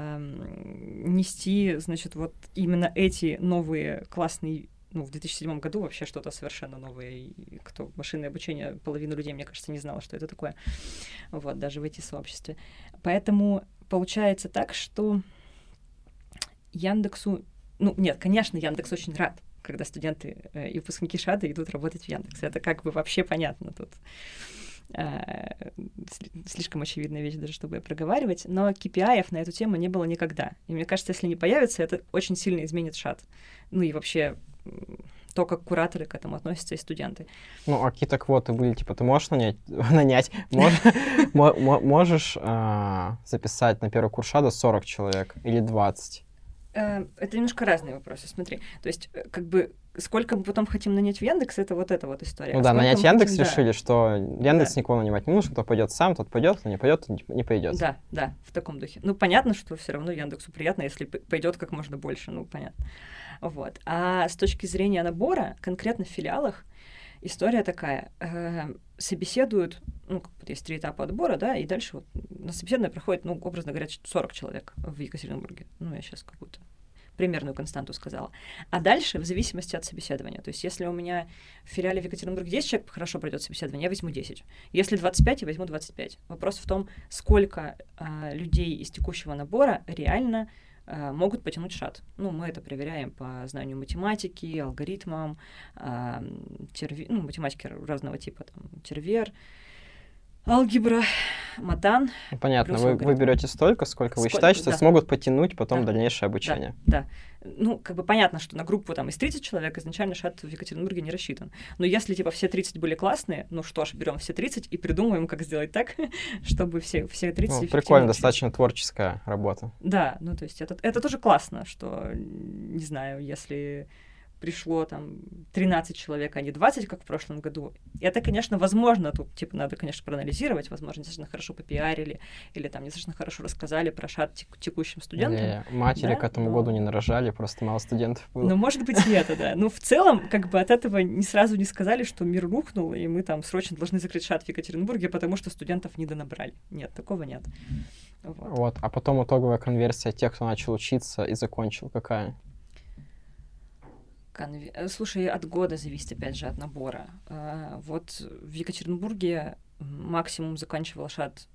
[SPEAKER 2] нести, значит, вот именно эти новые классные. Ну, в 2007 году вообще что-то совершенно новое. И кто машинное обучение, половина людей, мне кажется, не знала, что это такое. Вот, даже в IT-сообществе. Поэтому получается так, что Яндексу... Ну, нет, конечно, Яндекс очень рад, когда студенты и выпускники ШАДа идут работать в Яндекс. Это как бы вообще понятно тут. Слишком очевидная вещь даже, чтобы проговаривать. Но KPI-ов на эту тему не было никогда. И мне кажется, если не появится, это очень сильно изменит ШАД. Ну и вообще то, как кураторы к этому относятся и студенты.
[SPEAKER 1] Ну, а какие-то квоты были, типа, ты можешь нанять, можешь записать на первый курс ШАДа 40 человек или 20?
[SPEAKER 2] Это немножко разные вопросы, смотри. То есть, как бы, сколько мы потом хотим нанять в Яндекс, это вот эта вот история.
[SPEAKER 1] Ну да, нанять Яндекс решили, что Яндекс никого нанимать не нужно, кто пойдет сам, тот пойдет, кто не пойдет, не пойдет.
[SPEAKER 2] Да, в таком духе. Ну, понятно, что все равно Яндексу приятно, если пойдет как можно больше, ну, понятно. Вот. А с точки зрения набора, конкретно в филиалах, история такая. Собеседуют, ну, есть 3 этапа отбора, да, и дальше вот на собеседование проходит, ну, образно говоря, 40 человек в Екатеринбурге. Ну, я сейчас какую-то примерную константу сказала. А дальше, в зависимости от собеседования, то есть если у меня в филиале в Екатеринбурге 10 человек хорошо пройдет собеседование, я возьму 10. Если 25, я возьму 25. Вопрос в том, сколько людей из текущего набора реально могут потянуть ШАД. Ну, мы это проверяем по знанию математики, алгоритмам, математики разного типа, там, Тервер, алгебра, матан.
[SPEAKER 1] Понятно, вы берете столько, сколько вы считаете, что смогут потянуть потом дальнейшее обучение.
[SPEAKER 2] Да. Ну, как бы понятно, что на группу там из 30 человек изначально ШАД в Екатеринбурге не рассчитан. Но если, типа, все 30 были классные, ну что ж, берем все 30 и придумаем, как сделать так, чтобы все 30...
[SPEAKER 1] Ну, прикольно, достаточно творческая работа.
[SPEAKER 2] Да, ну, то есть это тоже классно, что, не знаю, если пришло там 13 человек, а не 20, как в прошлом году. И это, конечно, возможно, тут, типа, надо, конечно, проанализировать, возможно, достаточно хорошо попиарили, или там достаточно хорошо рассказали про ШАД текущим студентам.
[SPEAKER 1] Матери к этому году не нарожали, просто мало студентов было.
[SPEAKER 2] Ну, может быть, и это, да. Но в целом, как бы от этого сразу не сказали, что мир рухнул, и мы там срочно должны закрыть ШАД в Екатеринбурге, потому что студентов не донабрали. Нет, такого нет.
[SPEAKER 1] Вот. А потом итоговая конверсия тех, кто начал учиться и закончил, какая?
[SPEAKER 2] Слушай, от года зависит, опять же, от набора. Вот в Екатеринбурге максимум заканчивал ШАД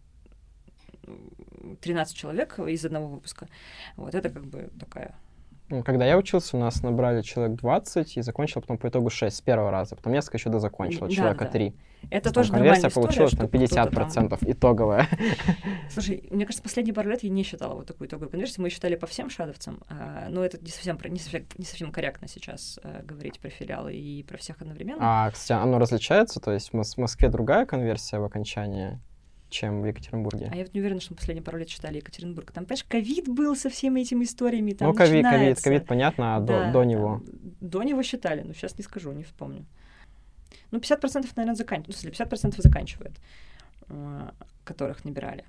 [SPEAKER 2] 13 человек из одного выпуска. Вот это как бы такая...
[SPEAKER 1] Когда я учился, у нас набрали человек 20 и закончил потом по итогу 6 с первого раза. Потом несколько еще закончило, человека 3.
[SPEAKER 2] Это тоже нормальная история.
[SPEAKER 1] Конверсия получилась там 50% итоговая.
[SPEAKER 2] Слушай, мне кажется, последние пару лет я не считала вот такую итоговую конверсию. Мы считали по всем шадовцам, но это не совсем корректно сейчас говорить про филиалы и про всех одновременно.
[SPEAKER 1] Кстати, оно различается? То есть в Москве другая конверсия в окончании, чем в Екатеринбурге?
[SPEAKER 2] А я вот не уверена, что мы последние пару лет читали Екатеринбург. Там, понимаешь, ковид был со всеми этими историями. Там
[SPEAKER 1] ковид, понятно, а до него?
[SPEAKER 2] До него считали, но сейчас не скажу, не вспомню. 50%, наверное, заканчивают. 50% заканчивают, которых набирали.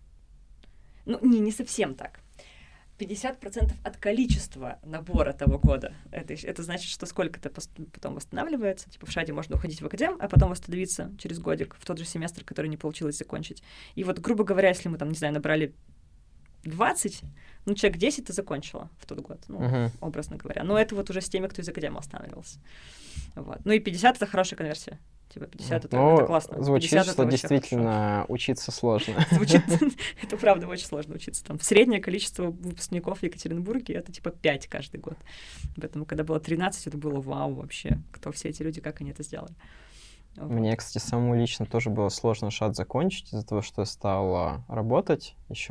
[SPEAKER 2] Не совсем так. 50% от количества набора того года. Это значит, что сколько-то потом восстанавливается. Типа в ШАДе можно уходить в академ, а потом восстановиться через годик в тот же семестр, который не получилось закончить. И вот, грубо говоря, если мы там, не знаю, набрали 20, человек 10 ты закончила в тот год, образно говоря. Но это вот уже с теми, кто из академии останавливался. Вот. И 50 — это хорошая конверсия. Типа 50 это классно.
[SPEAKER 1] Звучит, 50 что действительно учиться сложно.
[SPEAKER 2] Звучит, это правда очень сложно учиться. Там среднее количество выпускников в Екатеринбурге — это типа 5 каждый год. Поэтому, когда было 13, это было вау вообще. Кто все эти люди, как они это сделали. Вот.
[SPEAKER 1] Мне, кстати, самому лично тоже было сложно ШАД закончить из-за того, что я стал работать. Еще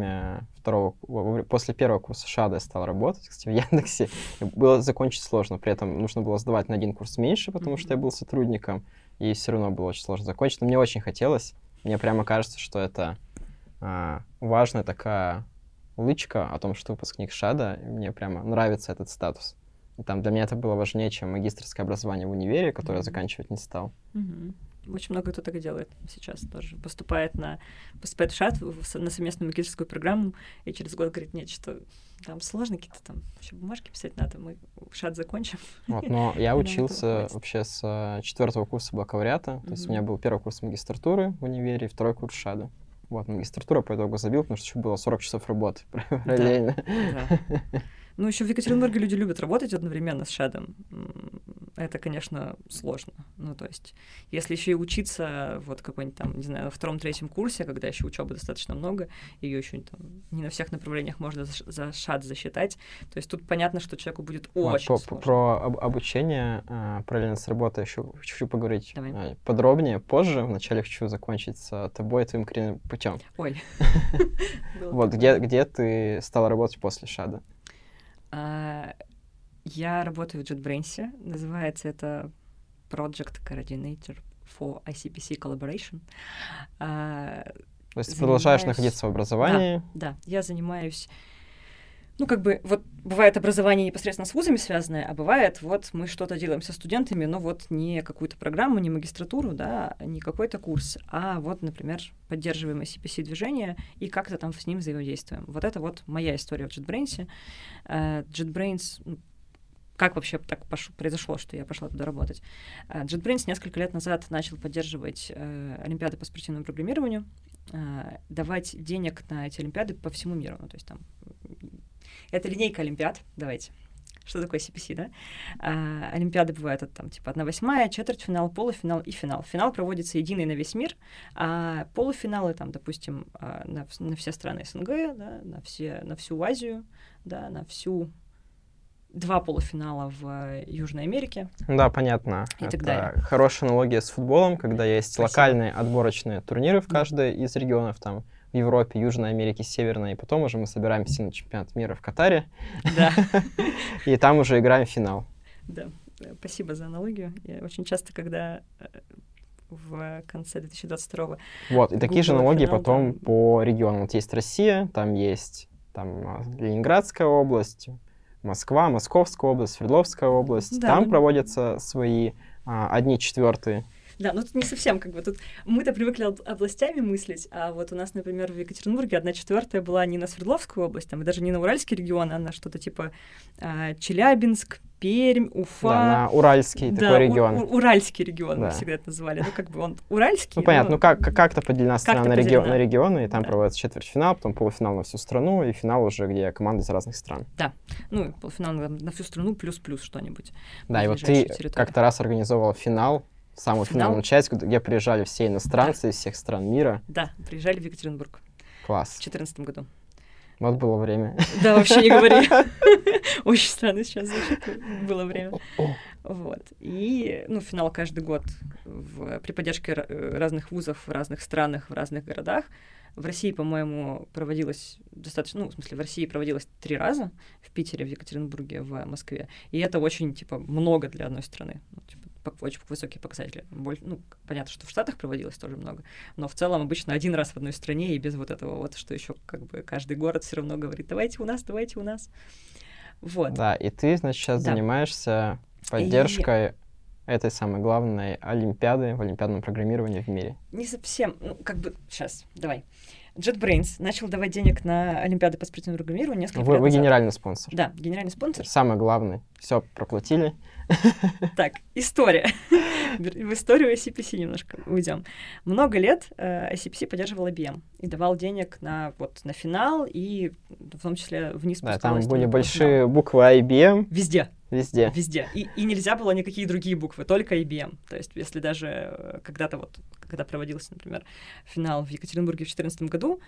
[SPEAKER 1] после первого курса ШАДа я стал работать, кстати, в Яндексе. Было закончить сложно. При этом нужно было сдавать на один курс меньше, потому что я был сотрудником. И все равно было очень сложно закончить. Но мне очень хотелось. Мне прямо кажется, что это важная такая лычка о том, что выпускник ШАДа. Мне прямо нравится этот статус. И там для меня это было важнее, чем магистерское образование в универе, которое я заканчивать не стал.
[SPEAKER 2] Очень много кто так и делает сейчас тоже. Поступает в ШАД на совместную магистерскую программу, и через год говорит, нет, что там сложно, какие-то там еще бумажки писать надо, мы ШАД закончим.
[SPEAKER 1] Но я учился вообще с 4-го курса бакалавриата, то есть у меня был первый курс магистратуры в универе и второй курс ШАДа. Магистратуру по итогу забил, потому что еще было 40 часов работы параллельно.
[SPEAKER 2] Да. Еще в Екатеринбурге люди любят работать одновременно с ШАДом. Это, конечно, сложно. То есть, если еще и учиться вот какой-нибудь там, не знаю, на 2-3 курсе, когда еще учебы достаточно много, ее еще там не на всех направлениях можно за ШАД засчитать, то есть тут понятно, что человеку будет очень сложно.
[SPEAKER 1] Про обучение параллельно с работой еще хочу поговорить подробнее позже. Вначале хочу закончить с тобой и твоим карьерным путем.
[SPEAKER 2] Ой.
[SPEAKER 1] Вот, где ты стала работать после ШАДа?
[SPEAKER 2] Я работаю в JetBrains. Называется это Project Coordinator for ICPC Collaboration.
[SPEAKER 1] То есть ты продолжаешь находиться в образовании?
[SPEAKER 2] Да, я занимаюсь... вот бывает образование непосредственно с вузами связанное, а бывает, вот мы что-то делаем со студентами, но вот не какую-то программу, не магистратуру, да, не какой-то курс, а вот, например, поддерживаем ICPC-движение и как-то там с ним взаимодействуем. Вот это вот моя история в JetBrains. JetBrains... Как вообще так произошло, что я пошла туда работать? JetBrains несколько лет назад начал поддерживать олимпиады по спортивному программированию, давать денег на эти олимпиады по всему миру. То есть там... Это линейка олимпиад, давайте. Что такое CPC, да? Олимпиады бывают там типа 1/8, четвертьфинал, полуфинал и финал. Финал проводится единый на весь мир, а полуфиналы там, допустим, на все страны СНГ, да, на всю Азию, да, на всю... 2 полуфинала в Южной Америке.
[SPEAKER 1] Да, понятно.
[SPEAKER 2] И так далее.
[SPEAKER 1] Хорошая аналогия с футболом, когда есть локальные отборочные турниры в каждой из регионов, там, в Европе, Южной Америке, Северной, и потом уже мы собираемся на чемпионат мира в Катаре.
[SPEAKER 2] Да.
[SPEAKER 1] И там уже играем в финал.
[SPEAKER 2] Да, спасибо за аналогию. Я очень часто, когда в конце 2022-го...
[SPEAKER 1] Вот, и такие же аналогии потом по регионам. Вот есть Россия, там есть Ленинградская область, Москва, Московская область, Свердловская область. Да, там проводятся свои 1/4.
[SPEAKER 2] Да, но тут не совсем тут мы-то привыкли областями мыслить, а вот у нас, например, в Екатеринбурге 1/4 была не на Свердловскую область, там, и даже не на Уральский регион, а на что-то типа Челябинск, Пермь, Уфа.
[SPEAKER 1] Да, на Уральский такой регион.
[SPEAKER 2] Уральский регион мы всегда это называли. Ну, как бы он уральский.
[SPEAKER 1] Ну, понятно, ну как-то поделена страна на регионы, и там проводится четвертьфинал, потом полуфинал на всю страну, и финал уже, где команды из разных стран.
[SPEAKER 2] Да, ну, полуфинал на всю страну плюс-плюс что-нибудь.
[SPEAKER 1] Да, и вот ты как-то раз организовывал финал, самую финальную часть, где приезжали все иностранцы из всех стран мира.
[SPEAKER 2] Да, приезжали в Екатеринбург.
[SPEAKER 1] Класс.
[SPEAKER 2] В 2014 году.
[SPEAKER 1] Вот было время.
[SPEAKER 2] Да, вообще не говори. Очень странно сейчас звучит, было время. Вот. И, ну, финал каждый год при поддержке разных вузов в разных странах, в разных городах. В России, по-моему, проводилось достаточно, ну, в смысле, в России проводилось 3 раза, в Питере, в Екатеринбурге, в Москве. И это очень, типа, много для одной страны. Ну, типа, очень высокие показатели. Ну, понятно, что в Штатах проводилось тоже много, но в целом обычно 1 раз в одной стране и без вот этого вот, что еще как бы каждый город все равно говорит: давайте у нас, давайте у нас. Вот.
[SPEAKER 1] Да, и ты, значит, сейчас занимаешься поддержкой этой самой главной олимпиады в олимпиадном программировании в мире.
[SPEAKER 2] Не совсем, ну, как бы, сейчас, давай. JetBrains начал давать денег на олимпиады по спортивному программированию несколько лет назад.
[SPEAKER 1] Вы генеральный спонсор.
[SPEAKER 2] Да, генеральный спонсор.
[SPEAKER 1] Самый главный. Все проплатили.
[SPEAKER 2] Так, история. В историю ICPC немножко уйдем. Много лет ICPC поддерживал IBM и давал денег на финал и в том числе вниз спускалось.
[SPEAKER 1] Да, там были большие буквы IBM.
[SPEAKER 2] Везде.
[SPEAKER 1] Везде.
[SPEAKER 2] И нельзя было никакие другие буквы, только IBM. То есть если даже когда-то когда проводился, например, финал в Екатеринбурге в 2014 году,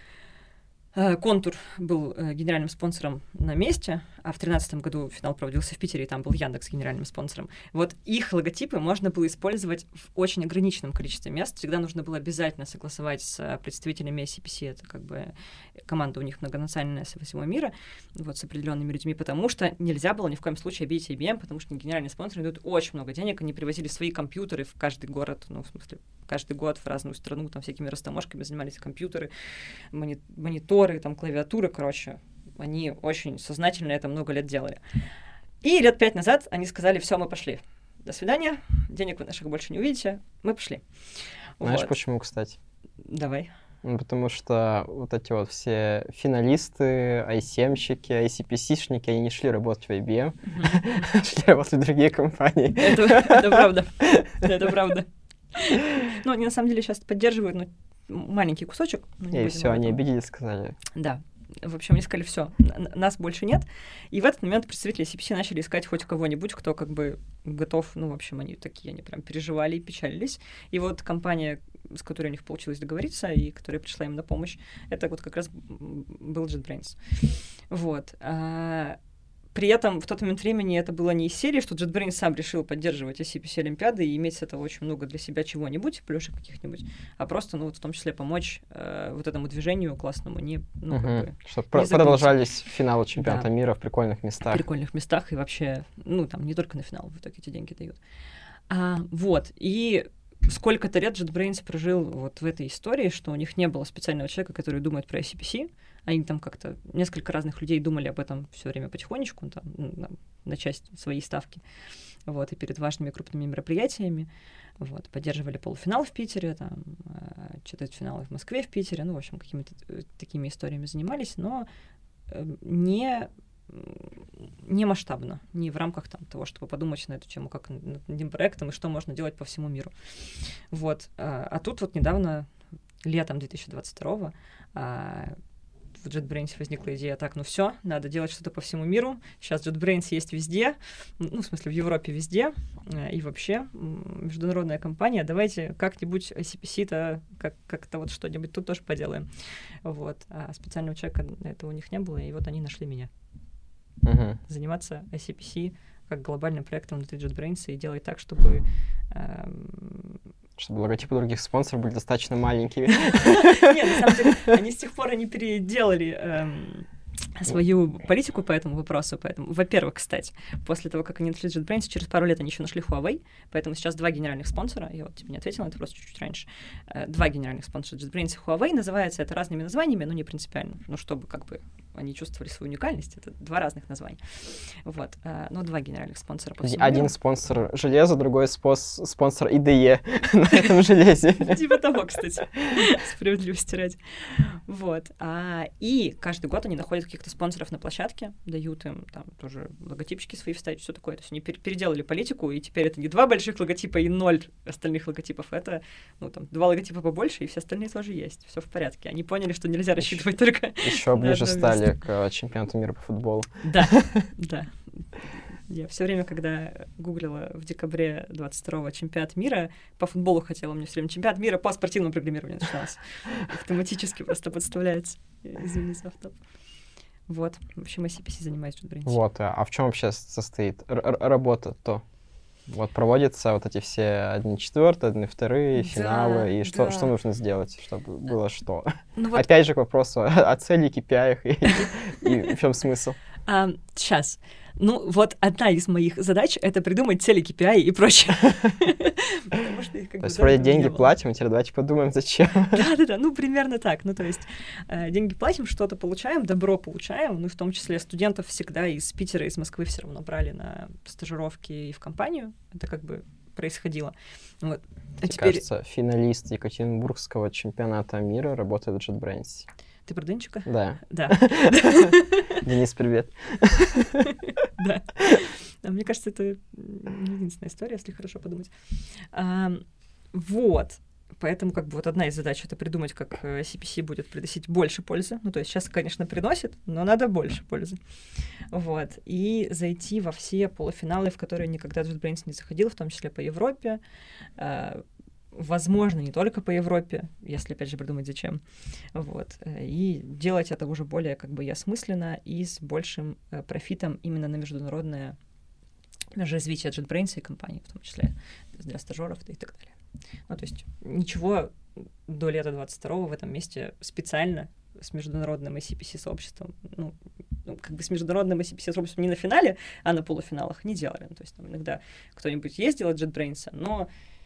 [SPEAKER 2] Контур был генеральным спонсором на месте, а в 2013 году финал проводился в Питере, и там был Яндекс генеральным спонсором. Вот их логотипы можно было использовать в очень ограниченном количестве мест. Всегда нужно было обязательно согласовать с представителями ICPC, это как бы команда у них многонациональная со всего мира, вот, с определенными людьми, потому что нельзя было ни в коем случае обидеть IBM, потому что генеральные спонсоры дают очень много денег, они привозили свои компьютеры в каждый город, ну, в смысле, каждый год в разную страну, там всякими растаможками занимались компьютеры, мониторы, там клавиатуры, короче, они очень сознательно это много лет делали. И лет 5 назад они сказали: все, мы пошли. До свидания, денег вы наших больше не увидите, мы пошли.
[SPEAKER 1] Знаешь, почему, кстати?
[SPEAKER 2] Давай.
[SPEAKER 1] Ну, потому что вот эти вот все финалисты, ICM-щики, ICPC-шники, они не шли работать в IBM, шли работать в другие компании.
[SPEAKER 2] Это правда. Это правда. Ну, они на самом деле сейчас поддерживают, маленький кусочек.
[SPEAKER 1] И все, они обиделись, сказали.
[SPEAKER 2] Да. В общем, они сказали: все, нас больше нет. И в этот момент представители ICPC начали искать хоть кого-нибудь, кто как бы готов, ну, в общем, они прям переживали и печалились. И вот компания, с которой у них получилось договориться, и которая пришла им на помощь, это вот как раз был JetBrains. Вот. При этом в тот момент времени это было не из серии, что JetBrains сам решил поддерживать ICPC Олимпиады и иметь с этого очень много для себя чего-нибудь, плюшек каких-нибудь, а просто, ну, вот в том числе помочь вот этому движению классному
[SPEAKER 1] чтобы продолжались финалы чемпионата мира в прикольных местах.
[SPEAKER 2] В прикольных местах и вообще, ну, там не только на финал в итоге эти деньги дают. Вот, и сколько-то лет JetBrains прожил вот в этой истории, что у них не было специального человека, который думает про ICPC. Они там как-то, несколько разных людей думали об этом все время потихонечку, там, на часть своей ставки. Вот, и перед важными крупными мероприятиями. Вот, поддерживали полуфинал в Питере, там, четвертьфиналы в Москве, в Питере. Ну, в общем, какими-то такими историями занимались, но не масштабно, не в рамках там, того, чтобы подумать на эту тему, как над одним проектом и что можно делать по всему миру. Вот. А тут вот недавно, летом 2022-го, в JetBrains возникла идея: так, ну все, надо делать что-то по всему миру. Сейчас JetBrains есть везде, ну, в смысле, в Европе везде, и вообще международная компания. Давайте как-нибудь ICPC-то, как-то вот что-нибудь тут тоже поделаем. Вот. А специального человека этого у них не было, и вот они нашли меня. Заниматься ICPC как глобальным проектом внутри JetBrains и делать так, чтобы
[SPEAKER 1] логотипы других спонсоров были достаточно маленькими.
[SPEAKER 2] Нет, на самом деле, они с тех пор переделали свою политику по этому вопросу. Поэтому, во-первых, кстати, после того, как они нашли JetBrains, через пару лет они еще нашли Huawei, поэтому сейчас 2 генеральных спонсора, я вот тебе не ответила, это просто чуть-чуть раньше, 2 генеральных спонсора JetBrains и Huawei, называется это разными названиями, но не принципиально, ну, чтобы как бы они чувствовали свою уникальность. Это два разных названия. Вот. Но два генеральных спонсора.
[SPEAKER 1] Один спонсор железа, другой спонсор ИДЕ на этом железе.
[SPEAKER 2] Типа того, кстати. Справедливости ради. Вот. И каждый год они находят каких-то спонсоров на площадке, дают им там тоже логотипчики свои вставить, все такое. То есть они переделали политику, и теперь это не 2 больших логотипа и 0 остальных логотипов. Это, ну, там, 2 логотипа побольше, и все остальные тоже есть. Все в порядке. Они поняли, что нельзя рассчитывать только
[SPEAKER 1] еще ближе стали к чемпионату мира по футболу.
[SPEAKER 2] Да, да. Я все время, когда гуглила в декабре 22-го чемпионат мира, по футболу хотела, мне все время чемпионат мира по спортивному программированию начинался. Автоматически просто подставляется. Извини за автоп. Вот. В общем, ICPC занимается JetBrains.
[SPEAKER 1] Вот. А в чем вообще состоит работа-то? Вот проводятся вот эти все 1/4, 1/2 финалы, и что нужно сделать, чтобы было что? Ну, вот... Опять же к вопросу о цели, KPI и в чем смысл?
[SPEAKER 2] Сейчас. Ну, вот одна из моих задач — это придумать цели KPI и прочее.
[SPEAKER 1] То есть вроде деньги платим, теперь давайте подумаем, зачем.
[SPEAKER 2] Да-да-да, ну, примерно так. Ну, то есть деньги платим, что-то получаем, добро получаем, ну, в том числе студентов всегда из Питера, из Москвы все равно брали на стажировки и в компанию. Это как бы происходило. Вот.
[SPEAKER 1] Мне кажется, финалист Екатеринбургского чемпионата мира работает в JetBrains.
[SPEAKER 2] Ты про Денчика?
[SPEAKER 1] Да.
[SPEAKER 2] Да.
[SPEAKER 1] Денис, привет.
[SPEAKER 2] Да. Мне кажется, это не единственная история, если хорошо подумать. Вот. Поэтому как бы вот одна из задач — это придумать, как CPC будет приносить больше пользы. Ну, то есть сейчас, конечно, приносит, но надо больше пользы. Вот. И зайти во все полуфиналы, в которые никогда JetBrains не заходил, в том числе по Европе. Возможно, не только по Европе, если, опять же, придумать зачем. Вот. И делать это уже более как бы осмысленно и с большим профитом именно на международное развитие JetBrains и компании, в том числе для стажеров и так далее. Ну, то есть ничего до лета 22-го в этом месте специально с международным ICPC-сообществом, ну, как бы с международным ICPC-сообществом не на финале, а на полуфиналах не делали. То есть там иногда кто-нибудь ездил от JetBrains, но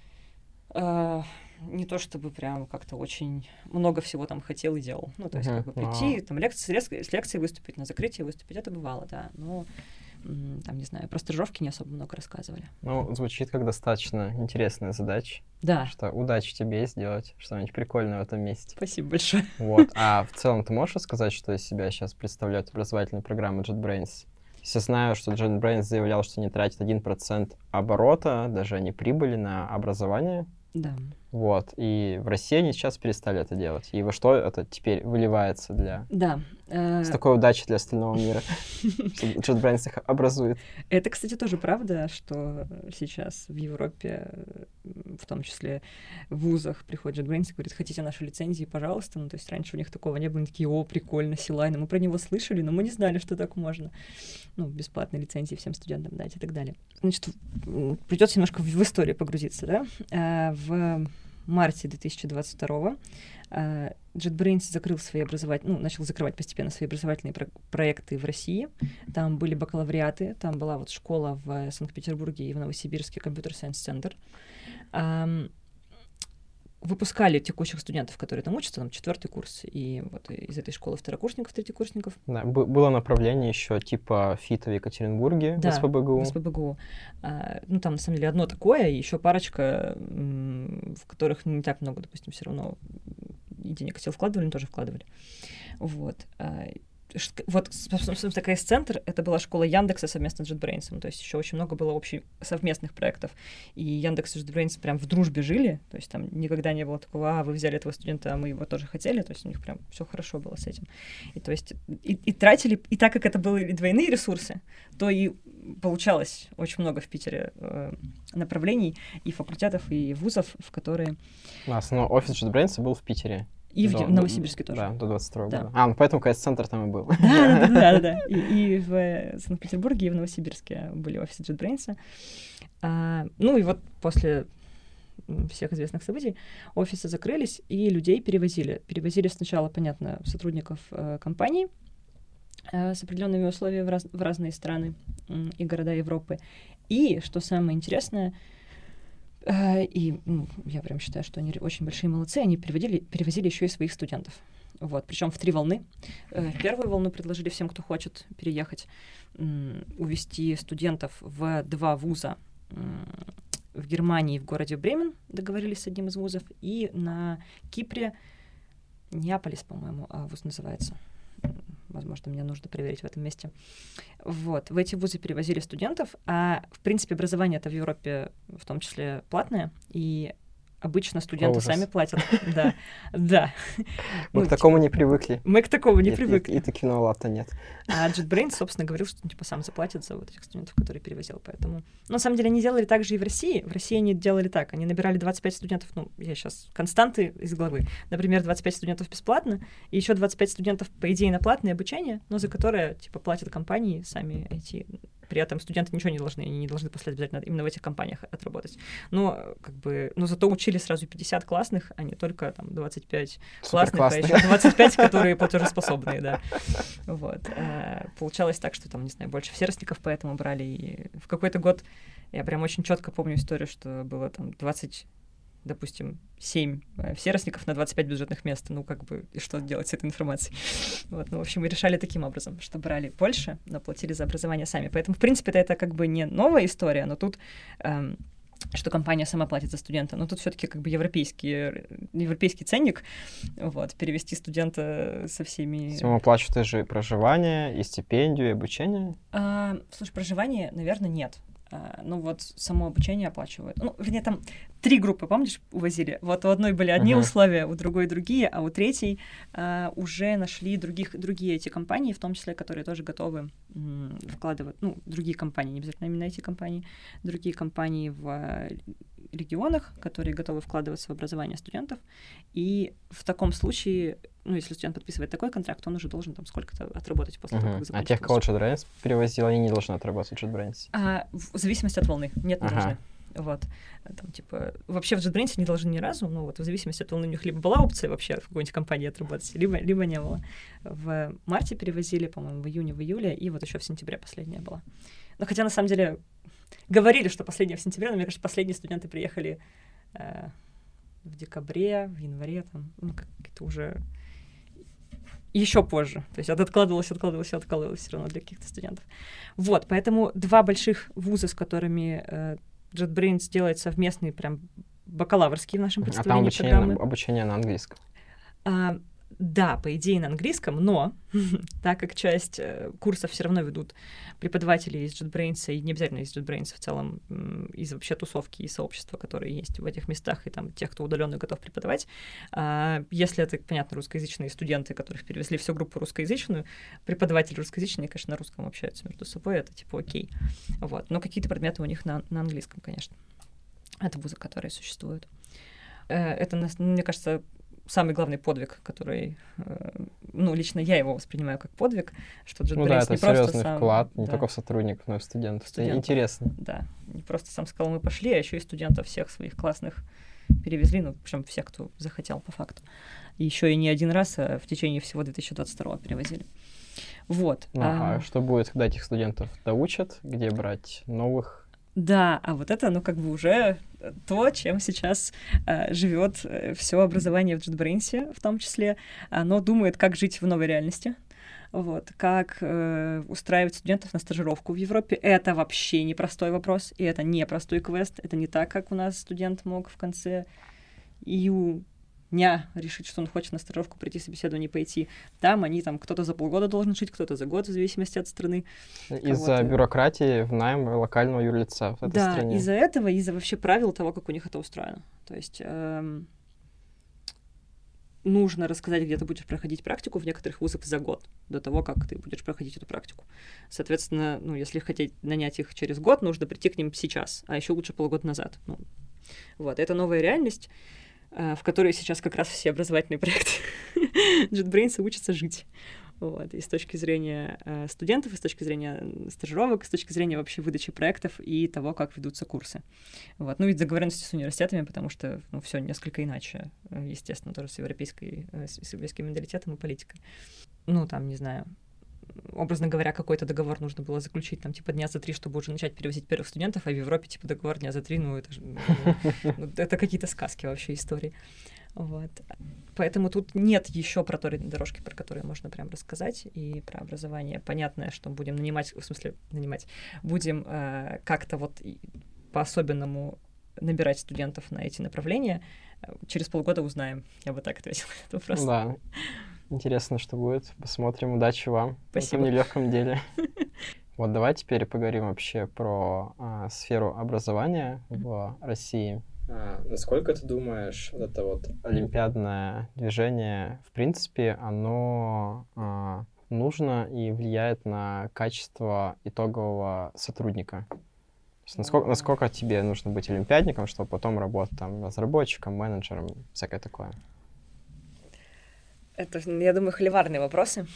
[SPEAKER 2] не то чтобы прям как-то очень много всего там хотел и делал. Ну, то есть как бы прийти, там с лекцией выступить, на закрытии выступить, это бывало, да. Но там, не знаю, про стажировки не особо много рассказывали.
[SPEAKER 1] Ну, звучит как достаточно интересная задача.
[SPEAKER 2] Да.
[SPEAKER 1] Что удачи тебе сделать что-нибудь прикольное в этом месте.
[SPEAKER 2] Спасибо большое.
[SPEAKER 1] Вот. А в целом ты можешь рассказать, что из себя сейчас представляют образовательные программы JetBrains? Я знаю, что JetBrains заявлял, что не тратит 1% оборота, даже не прибыли на образование.
[SPEAKER 2] Да.
[SPEAKER 1] Вот. И в России они сейчас перестали это делать. И во что это теперь выливается для...
[SPEAKER 2] Да.
[SPEAKER 1] С такой удачей для остального мира, что JetBrains их образует.
[SPEAKER 2] Это, кстати, тоже правда, что сейчас в Европе, в том числе в вузах, приходит JetBrains и говорит: хотите наши лицензии, пожалуйста. Ну, то есть раньше у них такого не было, они такие: о, прикольно, Силайна, мы про него слышали, но мы не знали, что так можно. Ну, бесплатные лицензии всем студентам дать и так далее. Значит, придется немножко в историю погрузиться, да? В марте 2022 JetBrains начал закрывать постепенно свои образовательные проекты в России. Там были бакалавриаты, там была вот школа в Санкт-Петербурге и в Новосибирске, Computer Science Center. Выпускали текущих студентов, которые там учатся, там 4-й курс, и вот из этой школы второкурсников, третьекурсников.
[SPEAKER 1] Да, было направление еще типа ФИТа в Екатеринбурге,
[SPEAKER 2] да,
[SPEAKER 1] в СПбГУ.
[SPEAKER 2] В СПбГУ. Ну, там, на самом деле, одно такое, и еще парочка, в которых не так много, допустим, все равно и денег сил вкладывали, но тоже вкладывали. Вот. Вот, собственно, такая центр, это была школа Яндекса совместно с JetBrains, то есть еще очень много было совместных проектов, и Яндекс и JetBrains прям в дружбе жили, то есть там никогда не было такого: вы взяли этого студента, а мы его тоже хотели, то есть у них прям все хорошо было с этим. И то есть и тратили, и так как это были двойные ресурсы, то и получалось очень много в Питере направлений и факультетов, и вузов, в которые...
[SPEAKER 1] Но офис JetBrains был в Питере.
[SPEAKER 2] И в Новосибирске тоже.
[SPEAKER 1] Да, до 22 года. Ну поэтому CS-центр там и был.
[SPEAKER 2] Да. И в Санкт-Петербурге, и в Новосибирске были офисы JetBrains. Ну и вот после всех известных событий офисы закрылись, и людей перевозили. Перевозили сначала, понятно, сотрудников компаний с определенными условиями в разные страны и города Европы. И, что самое интересное, и я прям считаю, что они очень большие молодцы, они перевозили еще и своих студентов. Вот, причем в 3 волны. Первую волну предложили всем, кто хочет переехать, увезти студентов в 2 вуза в Германии, в городе Бремен, договорились с одним из вузов, и на Кипре, Неаполис, по-моему, вуз называется. Возможно, мне нужно проверить в этом месте. Вот, в эти вузы перевозили студентов, а, в принципе, образование это в Европе в том числе платное, и обычно студенты сами платят. Да, да.
[SPEAKER 1] Мы к такому не привыкли.
[SPEAKER 2] Мы к такому не привыкли.
[SPEAKER 1] И таки лата нет.
[SPEAKER 2] А JetBrains, собственно, говорил, что он типа сам заплатит за вот этих студентов, которые перевозил, поэтому... Но, на самом деле, они делали так же и в России. В России они делали так. Они набирали 25 студентов, ну, я сейчас константы из головы. Например, 25 студентов бесплатно, и еще 25 студентов, по идее, на платное обучение, но за которое, типа, платят компании сами эти... При этом студенты ничего не должны, они не должны после обязательно именно в этих компаниях отработать. Но, как бы, ну, зато учили сразу 50 классных, а не только там 25 классных, а еще 25, которые платежеспособные, да. Вот. Получалось так, что там, не знаю, больше сверстников поэтому брали. И в какой-то год я прям очень четко помню историю, что было там 20, допустим, 7 сверстников на 25 бюджетных мест. Ну, как бы, и что делать с этой информацией? Вот, ну, в общем, мы решали таким образом, что брали больше, но платили за образование сами. Поэтому, в принципе, это как бы не новая история, но тут... что компания сама платит за студента. Но тут все-таки как бы европейский ценник, вот, перевести студента со всеми...
[SPEAKER 1] Ему оплачивают же и проживание, и стипендию, и обучение?
[SPEAKER 2] Слушай, проживание, наверное, нет. Ну вот само обучение оплачивают. Ну, вернее, там 3 группы, помнишь, увозили? Вот у одной были одни условия, у другой другие, а у третьей уже нашли другие эти компании, в том числе, которые тоже готовы вкладывать, ну, другие компании, не обязательно именно эти компании, другие компании в регионах, которые готовы вкладываться в образование студентов. И в таком случае, ну, если студент подписывает такой контракт, он уже должен там сколько-то отработать после того, как закончит.
[SPEAKER 1] А тех, кого JetBrains перевозил, они не должны отрабатывать в JetBrains?
[SPEAKER 2] В зависимости от волны. Нет, не должны. Вот. Там, типа, вообще в JetBrains не должны ни разу, но вот в зависимости от волны у них либо была опция вообще в какой-нибудь компании отработать, либо не было. В марте перевозили, по-моему, в июне, в июле, и вот еще в сентябре последняя была. Но хотя, на самом деле, говорили, что последняя в сентябре, но, мне кажется, последние студенты приехали в декабре, в январе, там, ну, как-то уже еще позже. То есть откладывалось все равно для каких-то студентов. Вот, поэтому 2 больших вуза, с которыми JetBrains делает совместные прям бакалаврские в нашем представлении программы.
[SPEAKER 1] А там обучение на английском?
[SPEAKER 2] Да, по идее на английском, но так как часть курсов все равно ведут преподаватели из JetBrains, и не обязательно из JetBrains в целом, из вообще тусовки и сообщества, которые есть в этих местах, и там тех, кто удаленно готов преподавать, если это, понятно, русскоязычные студенты, которых перевезли всю группу русскоязычную, преподаватели русскоязычные, конечно, на русском общаются между собой, это типа окей. Вот. Но какие-то предметы у них на английском, конечно. Это вузы, которые существуют. Это, мне кажется, самый главный подвиг, который, ну, лично я его воспринимаю как подвиг, что JetBrains
[SPEAKER 1] это
[SPEAKER 2] не просто
[SPEAKER 1] серьезный вклад, не только в сотрудников, но и в студентов. Это интересно.
[SPEAKER 2] Да, не просто сам сказал, мы пошли, а еще и студентов всех своих классных перевезли, ну, причем всех, кто захотел, по факту. И еще и не один раз, а в течение всего 2022 перевозили. Вот.
[SPEAKER 1] А что будет, когда этих студентов доучат, где брать новых?
[SPEAKER 2] Да, а вот это, ну, как бы уже то, чем сейчас живет все образование в JetBrains, в том числе. Оно думает, как жить в новой реальности, вот, как устраивать студентов на стажировку в Европе. Это вообще непростой вопрос, и это не простой квест. Это не так, как у нас студент мог в конце июня решить, что он хочет на стажировку прийти, собеседование пойти. Там они, там, кто-то за полгода должен жить, кто-то за год, в зависимости от страны.
[SPEAKER 1] Из-за бюрократии в найм локального юрлица в этой стране.
[SPEAKER 2] Да, из-за этого, из-за вообще правил того, как у них это устроено. То есть нужно рассказать, где ты будешь проходить практику в некоторых вузах за год до того, как ты будешь проходить эту практику. Соответственно, ну, если хотеть нанять их через год, нужно прийти к ним сейчас, а еще лучше полгода назад. Ну, вот, это новая реальность, в которой сейчас как раз все образовательные проекты JetBrains учатся жить. Вот. И с точки зрения студентов, и с точки зрения стажировок, и с точки зрения вообще выдачи проектов и того, как ведутся курсы. Вот. Ну и договоренности с университетами, потому что ну, все несколько иначе, естественно, тоже с европейским менталитетом и политикой. Ну, там, не знаю, образно говоря, какой-то договор нужно было заключить там типа дня за 3, чтобы уже начать перевозить первых студентов, а в Европе типа договор дня за 3, ну это же это какие-то сказки вообще, истории. Вот. Поэтому тут нет еще проторенной дорожки, про которую можно прям рассказать, и про образование. Понятно, что будем будем как-то вот по-особенному набирать студентов на эти направления. Через полгода узнаем. Я бы так ответила на этот вопрос.
[SPEAKER 1] Да. Интересно, что будет. Посмотрим. Удачи вам.
[SPEAKER 2] Спасибо.
[SPEAKER 1] В этом нелегком деле. Вот давай теперь поговорим вообще про сферу образования в России. Насколько ты думаешь, вот это вот олимпиадное движение, в принципе, оно нужно и влияет на качество итогового сотрудника? То есть насколько тебе нужно быть олимпиадником, чтобы потом работать там разработчиком, менеджером, всякое такое?
[SPEAKER 2] Это, я думаю, холиварные вопросы.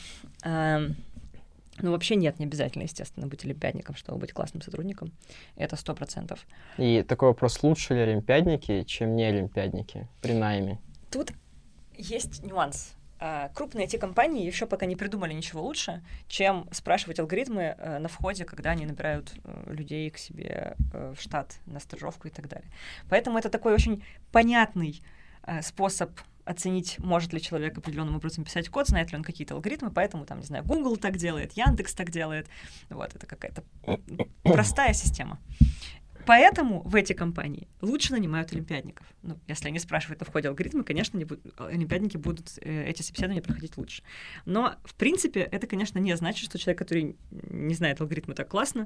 [SPEAKER 2] Ну, вообще нет, не обязательно, естественно, быть олимпиадником, чтобы быть классным сотрудником. Это 100%.
[SPEAKER 1] И такой вопрос, лучше ли олимпиадники, чем не олимпиадники при найме?
[SPEAKER 2] Тут есть нюанс. Крупные IT-компании еще пока не придумали ничего лучше, чем спрашивать алгоритмы на входе, когда они набирают людей к себе в штат на стажировку и так далее. Поэтому это такой очень понятный способ оценить, может ли человек определенным образом писать код, знает ли он какие-то алгоритмы, поэтому, там, не знаю, Google так делает, Яндекс так делает. Вот, это какая-то простая система. Поэтому в эти компании лучше нанимают олимпиадников. Ну, если они спрашивают на входе алгоритмы, конечно, олимпиадники будут эти собеседования проходить лучше. Но, в принципе, это, конечно, не значит, что человек, который не знает алгоритмы так классно,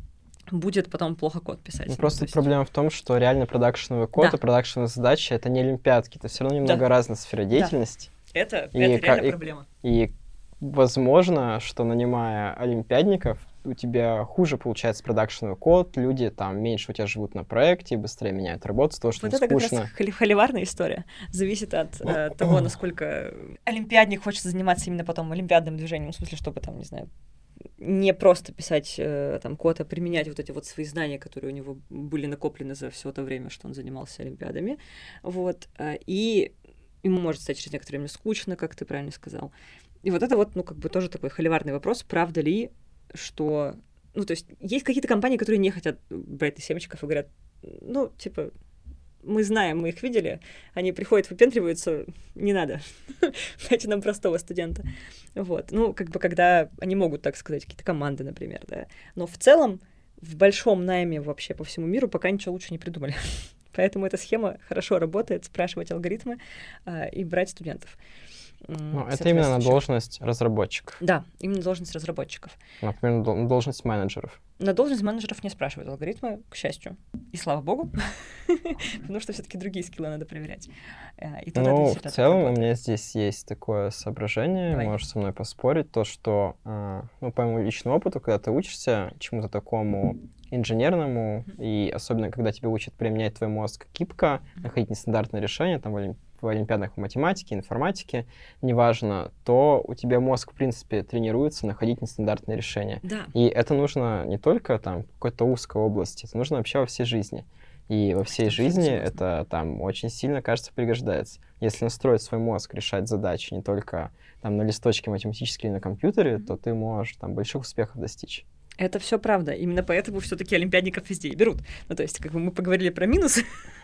[SPEAKER 2] будет потом плохо код писать.
[SPEAKER 1] Ну, просто проблема в том, что реально продакшеновый код и продакшеновые задачи — это не олимпиадки, это все равно немного разная сфера деятельности.
[SPEAKER 2] Да. Это реально проблема.
[SPEAKER 1] И возможно, что, нанимая олимпиадников, у тебя хуже получается продакшеновый код, люди там меньше у тебя живут на проекте, быстрее меняют работу, то, что
[SPEAKER 2] вот
[SPEAKER 1] им скучно.
[SPEAKER 2] Это как раз холиварная история. Зависит от того, насколько олимпиадник хочет заниматься именно потом олимпиадным движением, в смысле, чтобы там, не знаю, не просто писать там код, а применять вот эти вот свои знания, которые у него были накоплены за все то время, что он занимался олимпиадами. Вот. И ему может стать через некоторое время скучно, как ты правильно сказал. И вот это вот, ну, как бы тоже такой холиварный вопрос, правда ли, что... Ну, то есть есть какие-то компании, которые не хотят брать семечков и говорят, ну, типа, мы знаем, мы их видели, они приходят, выпендриваются, не надо, дайте нам простого студента. Вот, ну, как бы, когда они могут так сказать, какие-то команды, например, да. Но в целом, в большом найме вообще по всему миру пока ничего лучше не придумали. Поэтому эта схема хорошо работает, спрашивать алгоритмы и брать студентов.
[SPEAKER 1] Ну, это именно на должность разработчиков.
[SPEAKER 2] Да, именно должность разработчиков.
[SPEAKER 1] Например, на должность менеджеров.
[SPEAKER 2] На должность менеджеров не спрашивают алгоритмы, к счастью. И слава богу, потому что все-таки другие скиллы надо проверять.
[SPEAKER 1] Ну, в целом у меня здесь есть такое соображение, можешь со мной поспорить, то, что, ну, по моему личному опыту, когда ты учишься чему-то такому инженерному, и особенно, когда тебя учат применять твой мозг гибко, находить нестандартные решения, там, в олимпиадах по математике, информатике, неважно, то у тебя мозг, в принципе, тренируется находить нестандартные решения.
[SPEAKER 2] Да.
[SPEAKER 1] И это нужно не только там в какой-то узкой области, это нужно вообще во всей жизни. И во всей жизни это там очень сильно, кажется, пригождается. Если настроить свой мозг, решать задачи не только там на листочке математически или на компьютере, то ты можешь там больших успехов достичь.
[SPEAKER 2] Это все правда. Именно поэтому все-таки олимпиадников везде и берут. Ну, то есть, как бы мы поговорили про минусы,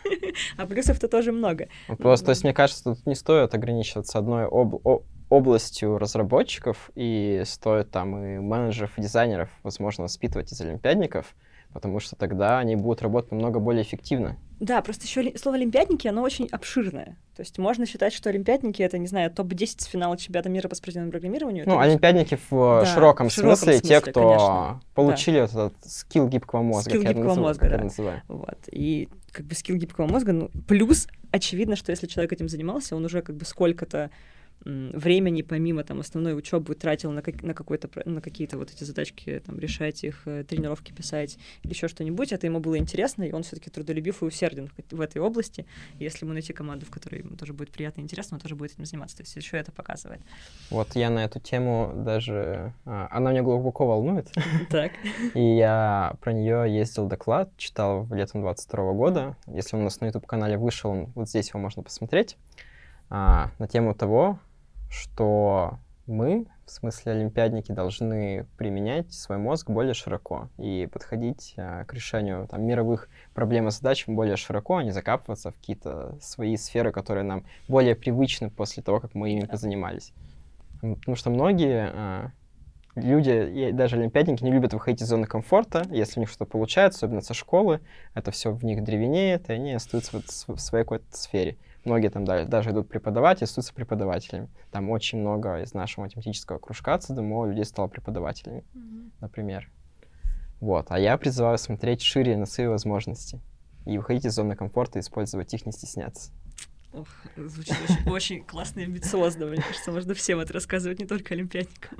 [SPEAKER 2] а плюсов-то тоже много.
[SPEAKER 1] Просто, то есть, мне кажется, тут не стоит ограничиваться одной областью разработчиков, и стоит там и менеджеров, и дизайнеров, возможно, воспитывать из олимпиадников, потому что тогда они будут работать намного более эффективно.
[SPEAKER 2] Да, просто еще слово олимпиадники, оно очень обширное. То есть можно считать, что олимпиадники — это, не знаю, топ-10 с финала чемпионата мира по спортивному программированию.
[SPEAKER 1] Ну, олимпиадники в широком смысле, те, кто конечно. Получили вот этот скилл гибкого мозга.
[SPEAKER 2] Скилл гибкого мозга, да.
[SPEAKER 1] Называю.
[SPEAKER 2] Вот. И как бы скилл гибкого мозга, ну, плюс очевидно, что если человек этим занимался, он уже как бы сколько-то времени помимо там основной учебы тратил на какие-то вот эти задачки, там, решать их, тренировки писать или еще что-нибудь, это ему было интересно, и он все-таки трудолюбив и усерден в этой области. И если ему найти команду, в которой ему тоже будет приятно и интересно, он тоже будет этим заниматься. То есть еще это показывает.
[SPEAKER 1] Вот я на эту тему даже... Она меня глубоко волнует.
[SPEAKER 2] Так.
[SPEAKER 1] И я про нее ездил доклад, читал летом 22 года. Если он у нас на YouTube-канале вышел, вот здесь его можно посмотреть. На тему того, что мы, в смысле олимпиадники, должны применять свой мозг более широко и подходить к решению там, мировых проблем и задач более широко, а не закапываться в какие-то свои сферы, которые нам более привычны после того, как мы ими позанимались. Потому что многие люди, и даже олимпиадники, не любят выходить из зоны комфорта. Если у них что-то получается, особенно со школы, это все в них древенеет, и они остаются в своей какой-то сфере. Многие там даже идут преподавать и остаются преподавателями. Там очень много из нашего математического кружка ЦДМО людей стало преподавателями, например. Вот. А я призываю смотреть шире на свои возможности и выходить из зоны комфорта, использовать их, не стесняться.
[SPEAKER 2] Ох, звучит очень классно и амбициозно. Мне кажется, можно всем это рассказывать, не только олимпиадникам.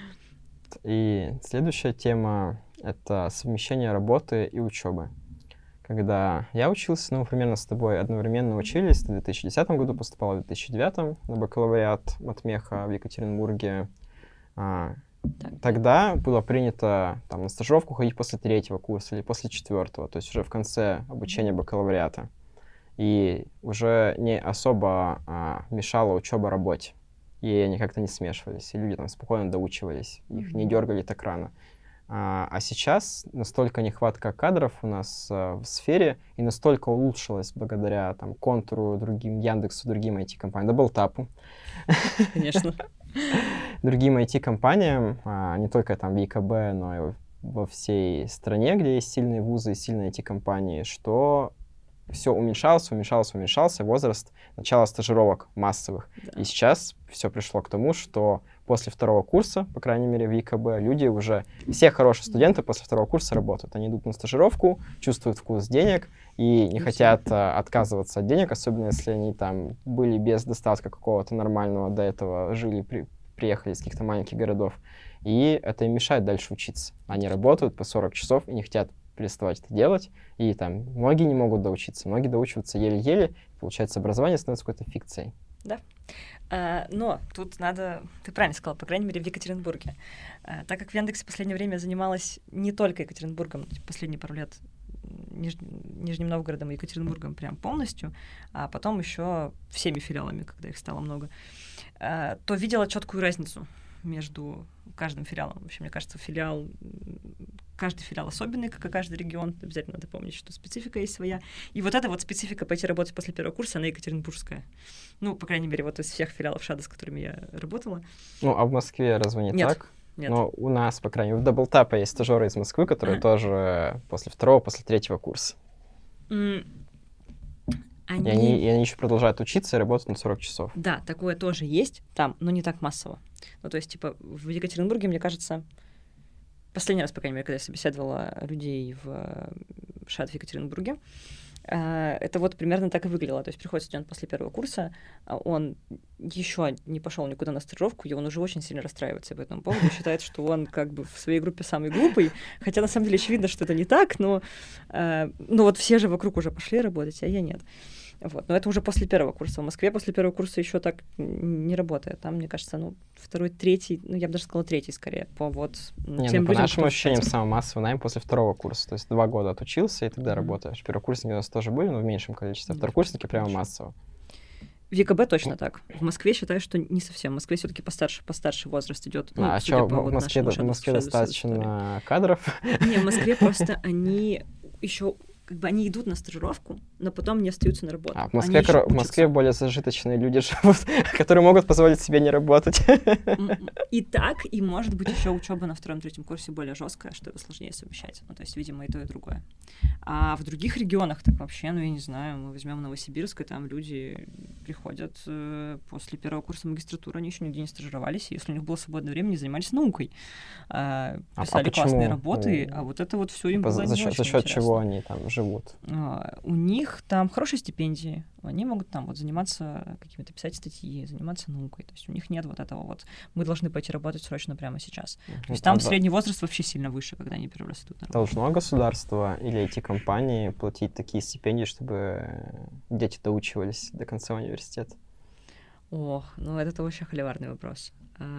[SPEAKER 1] И следующая тема — это совмещение работы и учебы. Когда я учился, мы примерно с тобой одновременно учились. Ты в 2010 году поступала, в 2009 на бакалавриат матмеха в Екатеринбурге. Тогда было принято там, на стажировку ходить после 3-го курса или после 4-го, то есть уже в конце обучения бакалавриата. И уже не особо мешала учеба работе. И они как-то не смешивались, и люди там спокойно доучивались, их не дергали так рано. А сейчас настолько нехватка кадров у нас в сфере, и настолько улучшилось благодаря там, Контуру, другим Яндексу, другим IT-компаниям, Даблтапу.
[SPEAKER 2] Конечно.
[SPEAKER 1] Другим IT-компаниям, не только там в ЕКБ, но и во всей стране, где есть сильные вузы и сильные IT-компании, что все уменьшался возраст начала стажировок массовых. Да. И сейчас все пришло к тому, что после 2-го курса, по крайней мере, в ЕКБ, люди уже, все хорошие студенты после 2-го курса работают. Они идут на стажировку, чувствуют вкус денег и не хотят отказываться от денег, особенно если они там были без достатка какого-то нормального, до этого жили, приехали из каких-то маленьких городов. И это им мешает дальше учиться. Они работают по 40 часов и не хотят переставать это делать, и там многие не могут доучиться, многие доучиваются еле-еле, получается, образование становится какой-то фикцией.
[SPEAKER 2] Да. Но тут надо, ты правильно сказала, по крайней мере, в Екатеринбурге. Так как в Яндексе в последнее время занималась не только Екатеринбургом, последние пару лет Нижним Новгородом и Екатеринбургом прям полностью, а потом еще всеми филиалами, когда их стало много, то видела четкую разницу между каждым филиалом. Вообще, мне кажется, каждый филиал особенный, как и каждый регион. Обязательно надо помнить, что специфика есть своя. И вот эта вот специфика пойти работать после 1-го курса, она екатеринбургская. Ну, по крайней мере, вот из всех филиалов ШАДа, с которыми я работала.
[SPEAKER 1] Ну, а в Москве разве не
[SPEAKER 2] Нет.
[SPEAKER 1] так?
[SPEAKER 2] Нет.
[SPEAKER 1] Но у нас, по крайней мере, в Даблтапе есть стажеры из Москвы, которые тоже после 2-го, после 3-го курса. Они еще продолжают учиться и работать на 40 часов.
[SPEAKER 2] Да, такое тоже есть там, но не так массово. Ну, то есть, типа, в Екатеринбурге, мне кажется, последний раз, по крайней мере, когда я собеседовала людей в ШАД в Екатеринбурге, это вот примерно так и выглядело. То есть приходит студент после 1-го курса, он еще не пошел никуда на стажировку, и он уже очень сильно расстраивается по этому поводу, считает, что он как бы в своей группе самый глупый, хотя на самом деле очевидно, что это не так, но вот все же вокруг уже пошли работать, а я нет. Вот. Но это уже после 1-го курса. В Москве после 1-го курса еще так не работает. Там, мне кажется, 2-й, 3-й, я бы даже сказала 3-й скорее, по вот тем людям,
[SPEAKER 1] по нашим ощущениям, самый массовый найм после 2-го курса. То есть 2 года отучился, и тогда работаешь. Первокурсники у нас тоже были, но в меньшем количестве. Второкурсники прямо массово.
[SPEAKER 2] В ЕКБ точно так. В Москве считаю, что не совсем. В Москве все-таки постарше возраст идет.
[SPEAKER 1] А что, в Москве достаточно кадров?
[SPEAKER 2] Не, в Москве просто они еще как бы они идут на стажировку, но потом не остаются на работу.
[SPEAKER 1] А в Москве более зажиточные люди живут, которые могут позволить себе не работать.
[SPEAKER 2] И так, и может быть еще учеба на 2-3 курсе более жесткая, что его сложнее совмещать. Ну, то есть, видимо, и то, и другое. А в других регионах так вообще, я не знаю, мы возьмем Новосибирск, и там люди приходят после 1-го курса магистратуры, они еще нигде не стажировались, и если у них было свободное время, они занимались наукой. Писали классные работы, а вот это вот все им было не очень интересно.
[SPEAKER 1] За счет чего они там живут?
[SPEAKER 2] У них там хорошие стипендии, они могут там вот заниматься какими-то, писать статьи, заниматься наукой, то есть у них нет вот этого вот, мы должны пойти работать срочно прямо сейчас. То есть там средний возраст вообще сильно выше, когда они первый раз идут на работу.
[SPEAKER 1] Должно государство или эти компании платить такие стипендии, чтобы дети доучивались до конца университета?
[SPEAKER 2] Ох, это вообще холиварный вопрос.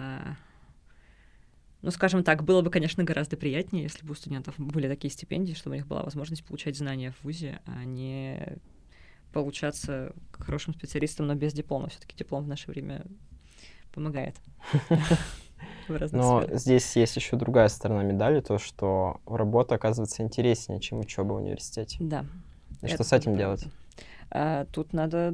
[SPEAKER 2] Скажем так, было бы, конечно, гораздо приятнее, если бы у студентов были такие стипендии, чтобы у них была возможность получать знания в вузе, а не получаться хорошим специалистом, но без диплома. Все-таки диплом в наше время помогает.
[SPEAKER 1] Но здесь есть еще другая сторона медали, то, что работа оказывается интереснее, чем учеба в университете.
[SPEAKER 2] Да.
[SPEAKER 1] И что с этим делать?
[SPEAKER 2] Тут надо...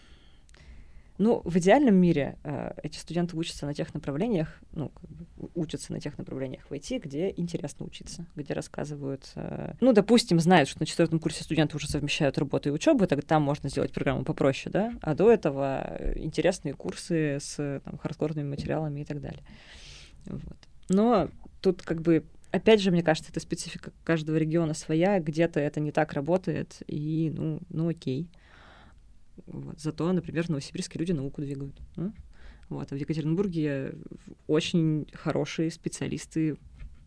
[SPEAKER 2] Ну, в идеальном мире эти студенты учатся на тех направлениях, учатся на тех направлениях в IT, где интересно учиться, где рассказывают... допустим, знают, что на 4-м курсе студенты уже совмещают работу и учебу, тогда там можно сделать программу попроще, да? А до этого интересные курсы с хардкорными материалами и так далее. Вот. Но тут опять же, мне кажется, это специфика каждого региона своя, где-то это не так работает, и, окей. Вот. Зато, например, в Новосибирске люди науку двигают. Вот. А в Екатеринбурге очень хорошие специалисты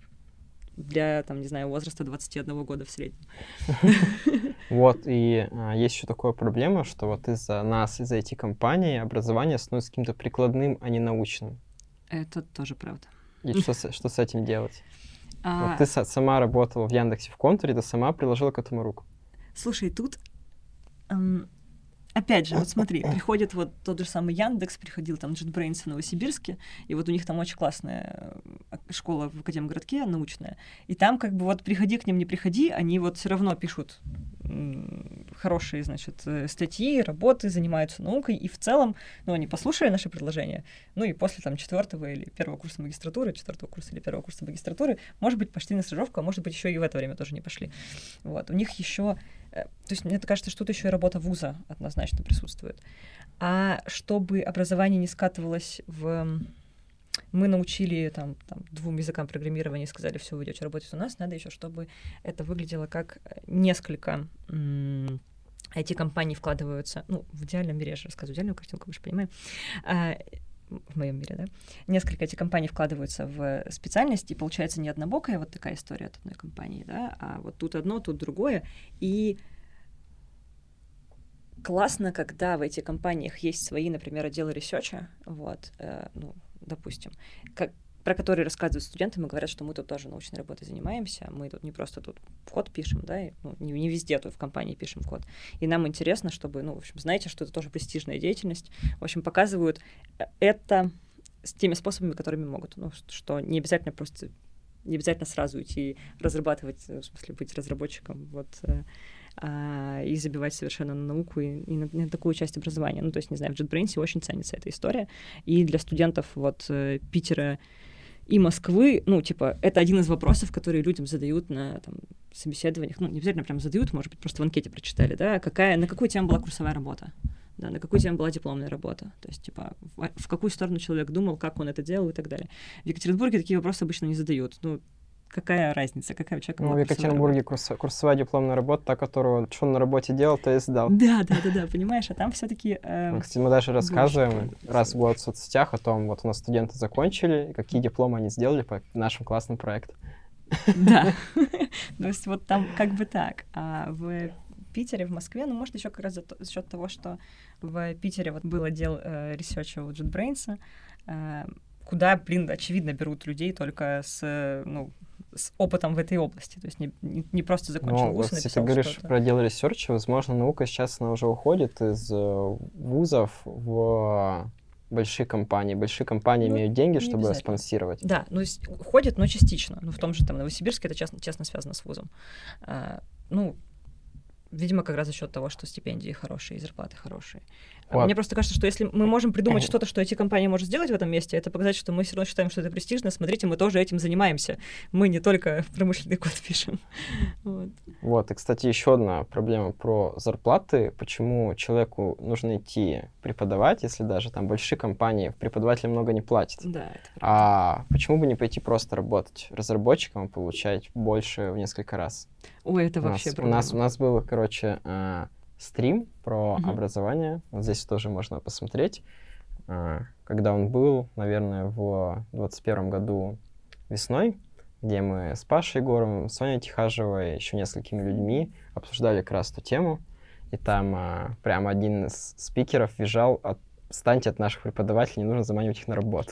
[SPEAKER 2] для, возраста 21 года в среднем.
[SPEAKER 1] Вот, и есть еще такая проблема, что вот из-за нас, из-за IT-компаний образование становится каким-то прикладным, а не научным.
[SPEAKER 2] Это тоже правда.
[SPEAKER 1] И что с этим делать? Вот ты сама работала в Яндексе в контуре, ты сама приложила к этому руку.
[SPEAKER 2] Слушай, тут... Опять же, вот смотри, приходит вот тот же самый Яндекс, приходил там JetBrains в Новосибирске, и вот у них там очень классная школа в Академгородке, научная, и там приходи к ним, не приходи, они вот все равно пишут хорошие, статьи, работы, занимаются наукой, и в целом, они послушали наши предложения, и после 4-го или 1-го курса магистратуры, 4-го курса или 1-го курса магистратуры, может быть, пошли на стажировку, а может быть, еще и в это время тоже не пошли. Вот, у них еще... То есть мне кажется, что тут еще и работа вуза однозначно присутствует. А чтобы образование не скатывалось в... Мы научили 2 языкам программирования и сказали, все, вы идете работать у нас, надо еще, чтобы это выглядело как несколько IT-компаний вкладываются, в идеальном мире, я же рассказываю идеальную картинку, мы же понимаем, в моем мире, да, несколько IT-компаний вкладываются в специальность, и получается не однобокая вот такая история от одной компании, да, а вот тут одно, тут другое, и классно, когда в этих компаниях есть свои, например, отделы ресерча, вот, допустим, про которые рассказывают студентам и говорят, что мы тут тоже научной работой занимаемся, мы тут не просто тут код пишем, да, и, не везде тут в компании пишем код. И нам интересно, чтобы, в общем, знаете, что это тоже престижная деятельность. В общем, показывают это с теми способами, которыми могут. Что не обязательно сразу идти разрабатывать, в смысле, быть разработчиком, вот, и забивать совершенно на науку и на такую часть образования. То есть, не знаю, в JetBrains очень ценится эта история. И для студентов вот Питера и Москвы, это один из вопросов, которые людям задают на собеседованиях. Не обязательно прям задают, может быть, просто в анкете прочитали, да, на какую тему была курсовая работа, да, на какую тему была дипломная работа. То есть, в какую сторону человек думал, как он это делал и так далее. В Екатеринбурге такие вопросы обычно не задают. Какая разница, какая у человека была
[SPEAKER 1] в Екатеринбурге курсовая дипломная работа, та, которую что он на работе делал, то и сдал.
[SPEAKER 2] Да, понимаешь, а там все-таки...
[SPEAKER 1] Кстати, мы даже рассказываем раз в год в соцсетях о том, вот у нас студенты закончили, какие дипломы они сделали по нашим классным проектам.
[SPEAKER 2] Да, то есть вот там так. А в Питере, в Москве, может, еще как раз за счет того, что в Питере вот был отдел ресерча у JetBrains, куда, очевидно, берут людей только с опытом в этой области. То есть не просто закончил вуз и написал.
[SPEAKER 1] Если ты говоришь про отдел ресерча, возможно, наука сейчас она уже уходит из вузов в большие компании. Большие компании имеют деньги, чтобы спонсировать.
[SPEAKER 2] Да, уходит, но частично. В том же Новосибирске это тесно связано с вузом. Видимо, как раз за счет того, что стипендии хорошие и зарплаты хорошие. Вот. Мне просто кажется, что если мы можем придумать что-то, что эти компании может сделать в этом месте, это показать, что мы все равно считаем, что это престижно. Смотрите, мы тоже этим занимаемся. Мы не только промышленный код пишем.
[SPEAKER 1] Вот, и, кстати, еще одна проблема про зарплаты. Почему человеку нужно идти преподавать, если даже там большие компании преподавателям много не платят?
[SPEAKER 2] Да,
[SPEAKER 1] а почему бы не пойти просто работать разработчиком и получать больше в несколько раз?
[SPEAKER 2] Ой, это вообще проблема.
[SPEAKER 1] У нас был, стрим про образование. Вот здесь тоже можно посмотреть. Когда он был, наверное, в 2021 году весной, где мы с Пашей Егоровым, Соней Тихажевой, еще несколькими людьми обсуждали как раз эту тему. И там прямо один из спикеров визжал: «Отстаньте от наших преподавателей, не нужно заманивать их на работу».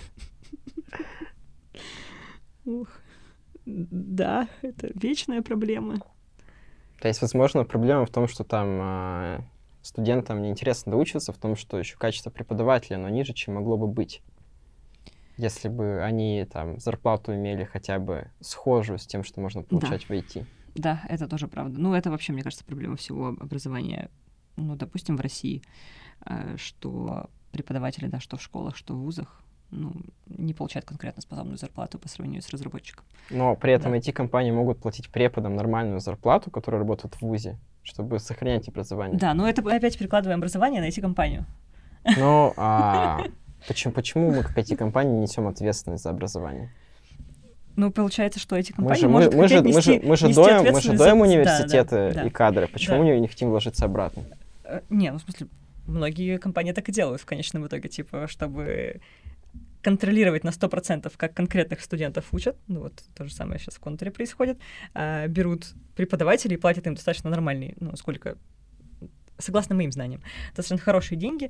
[SPEAKER 2] Да, это вечная проблема.
[SPEAKER 1] То есть, возможно, проблема в том, что там студентам неинтересно доучиваться в том, что еще качество преподавателя, но ниже, чем могло бы быть. Если бы они там зарплату имели хотя бы схожую с тем, что можно получать в IT.
[SPEAKER 2] Да, это тоже правда. Ну, это вообще, мне кажется, проблема всего образования, ну, допустим, в России, что преподаватели, да, что в школах, что в вузах, ну, не получают конкурентоспособную зарплату по сравнению с разработчиком.
[SPEAKER 1] Но при этом IT-компании могут платить преподам нормальную зарплату, которые работают в вузе, чтобы сохранять образование.
[SPEAKER 2] Да, но это опять перекладываем образование на IT-компанию.
[SPEAKER 1] Ну, почему мы, как IT-компания, несем ответственность за образование?
[SPEAKER 2] Ну, получается, что эти компании
[SPEAKER 1] мы же доим университеты и кадры. Почему мы не хотим вложиться обратно?
[SPEAKER 2] Не, ну, в смысле, многие компании так и делают в конечном итоге, типа, чтобы контролировать на 100%, как конкретных студентов учат, ну вот то же самое сейчас в Контуре происходит, берут преподавателей и платят им достаточно нормальные, ну, сколько, согласно моим знаниям, достаточно хорошие деньги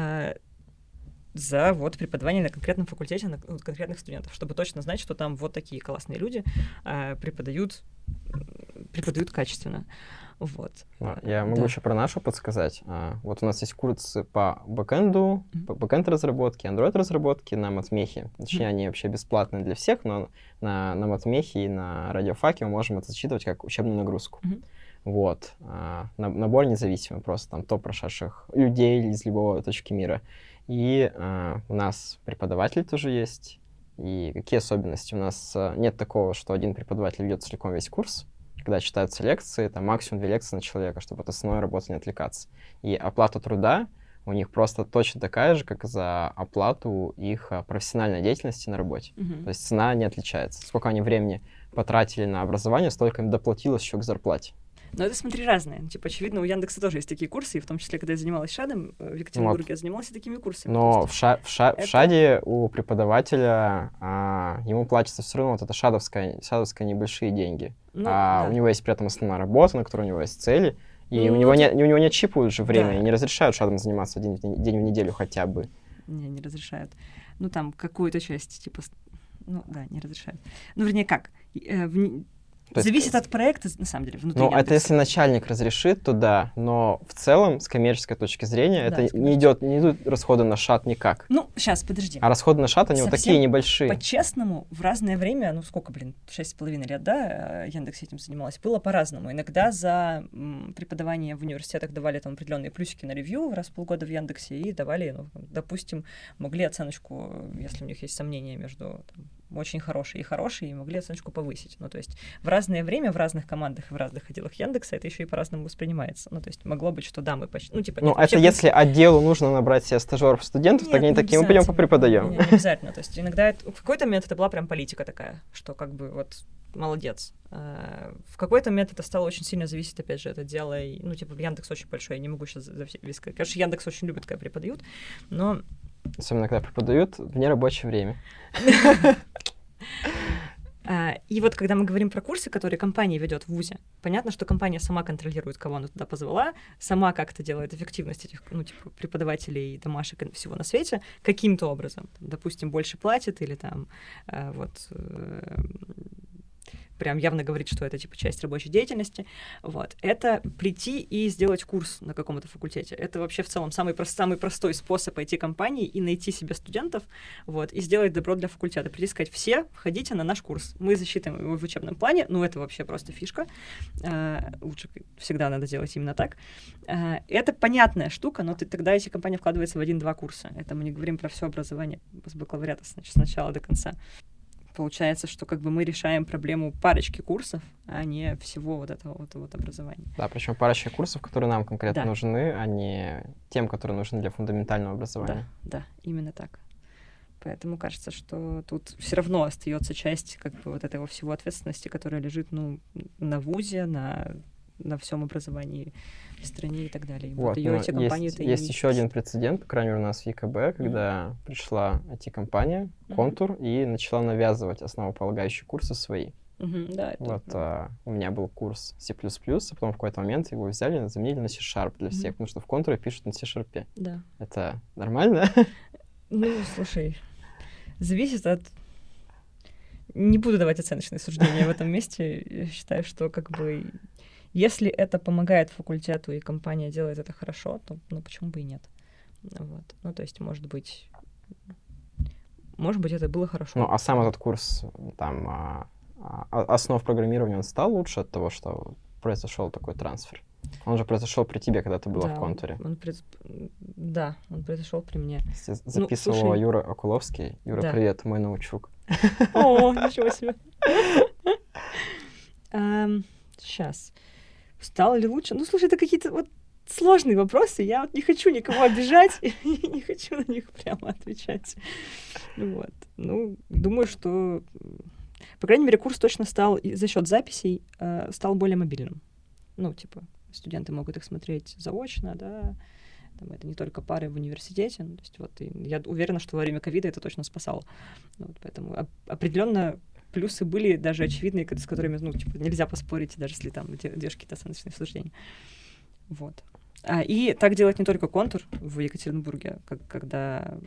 [SPEAKER 2] за вот преподавание на конкретном факультете, на конкретных студентов, чтобы точно знать, что там вот такие классные люди преподают качественно. Вот.
[SPEAKER 1] Я могу еще про наш опыт сказать. Вот у нас есть курсы по бэкэнду, по бэкэнд-разработке, Android-разработке на матмехе. Точнее, они вообще бесплатные для всех, но на матмехе и на радиофаке мы можем это зачитывать как учебную нагрузку. Вот. Набор независимый, просто там топ прошедших людей из любого точки мира. И у нас преподаватели тоже есть. И какие особенности? У нас нет такого, что один преподаватель ведет целиком весь курс. Когда читаются лекции, там максимум 2 лекции на человека, чтобы от основной работы не отвлекаться. И оплата труда у них просто точно такая же, как за оплату их профессиональной деятельности на работе. То есть цена не отличается. Сколько они времени потратили на образование, столько им доплатилось еще к зарплате.
[SPEAKER 2] Но это, смотри, разное. Типа, очевидно, у Яндекса тоже есть такие курсы, и в том числе, когда я занималась ШАДом в Екатеринбурге, я занималась и такими курсами.
[SPEAKER 1] Но в ШАДе у преподавателя ему платится все равно вот это шадовское небольшие деньги. У него есть при этом основная работа, на которой у него есть цели, и у него не отщипывают же время, и не разрешают шадом заниматься день в неделю хотя бы.
[SPEAKER 2] Не разрешают. Ну, там, какую-то часть, типа, не разрешают. Ну, вернее, как? Зависит от проекта, на самом деле, внутри Яндекса.
[SPEAKER 1] Это если начальник разрешит, то да, но в целом, с коммерческой точки зрения, это не идут расходы на шат никак.
[SPEAKER 2] Ну, сейчас, подожди.
[SPEAKER 1] А расходы на шат, они вот такие небольшие.
[SPEAKER 2] По-честному, в разное время, 6,5 лет, да, Яндекс этим занималась, было по-разному. Иногда за преподавание в университетах давали там определенные плюсики на ревью раз в полгода в Яндексе и давали, допустим, могли оценочку, если у них есть сомнения между очень хорошие и могли оценочку повысить. Ну, то есть в разное время, в разных командах и в разных отделах Яндекса это еще и по-разному воспринимается. Ну, то есть могло быть, что да, мы почти...
[SPEAKER 1] это если отделу нужно набрать себе стажеров-студентов, так они такие, мы пойдем попреподаем.
[SPEAKER 2] Не обязательно. То есть иногда в какой-то момент это была прям политика такая, что как бы вот молодец. В какой-то момент это стало очень сильно зависеть, опять же, от отдела. Яндекс очень большой, я не могу сейчас за все сказать. Конечно, Яндекс очень любит, когда преподают, но...
[SPEAKER 1] Особенно, когда преподают в нерабочее время.
[SPEAKER 2] И вот когда мы говорим про курсы, которые компания ведет в вузе, понятно, что компания сама контролирует, кого она туда позвала, сама как-то делает эффективность этих, преподавателей, домашек и всего на свете каким-то образом. Допустим, больше платит или там прям явно говорит, что это типа часть рабочей деятельности. Вот. Это прийти и сделать курс на каком-то факультете. Это вообще в целом самый простой способ пойти компании и найти себе студентов, вот, и сделать добро для факультета. Прийти и сказать: все, входите на наш курс. Мы засчитываем его в учебном плане. Это вообще просто фишка. Лучше всегда надо делать именно так. Это понятная штука, но тогда эти компании вкладываются в 1-2 курса. Это мы не говорим про все образование с бакалавриата, значит, с начала до конца. Получается, что как бы мы решаем проблему парочки курсов, а не всего вот этого вот образования.
[SPEAKER 1] Да, причем парочки курсов, которые нам конкретно нужны, а не тем, которые нужны для фундаментального образования.
[SPEAKER 2] Да, именно так. Поэтому кажется, что тут все равно остается часть как бы вот этого всего ответственности, которая лежит, на вузе, на всем образовании в стране и так далее.
[SPEAKER 1] Вот, есть еще один прецедент, по крайней мере, у нас в ЕКБ, когда пришла IT-компания, Контур, и начала навязывать основополагающие курсы свои. У меня был курс C++, а потом в какой-то момент его взяли и заменили на C# для всех, потому что в Контуре пишут на C#.
[SPEAKER 2] Да.
[SPEAKER 1] Это нормально?
[SPEAKER 2] Слушай, зависит от... Не буду давать оценочные суждения в этом месте. Я считаю, что как бы Если это помогает факультету и компания делает это хорошо, то ну, почему бы и нет? Вот. Ну, то есть, может быть, это было хорошо.
[SPEAKER 1] Ну, а сам этот курс, там, основ программирования, он стал лучше от того, что произошел такой трансфер? Он же произошел при тебе, когда ты была в контуре.
[SPEAKER 2] Да, он произошел при мне.
[SPEAKER 1] Записывала Юра Окуловский. Юра, да. Привет, мой научук.
[SPEAKER 2] О, ничего себе. Сейчас. Стало ли лучше? Ну, слушай, это какие-то вот сложные вопросы. Я вот не хочу никого обижать, и не хочу на них прямо отвечать. Вот. Ну, думаю, что, по крайней мере, курс точно стал за счет записей стал более мобильным. Ну, типа, студенты могут их смотреть заочно, да, там, это не только пары в университете, ну, то есть вот я уверена, что во время ковида это точно спасало. Вот, поэтому определенно плюсы были даже очевидные, с которыми, ну, типа, нельзя поспорить, даже если там делаешь какие-то оценочные суждения. Вот. И так делать не только контур в Екатеринбурге, когда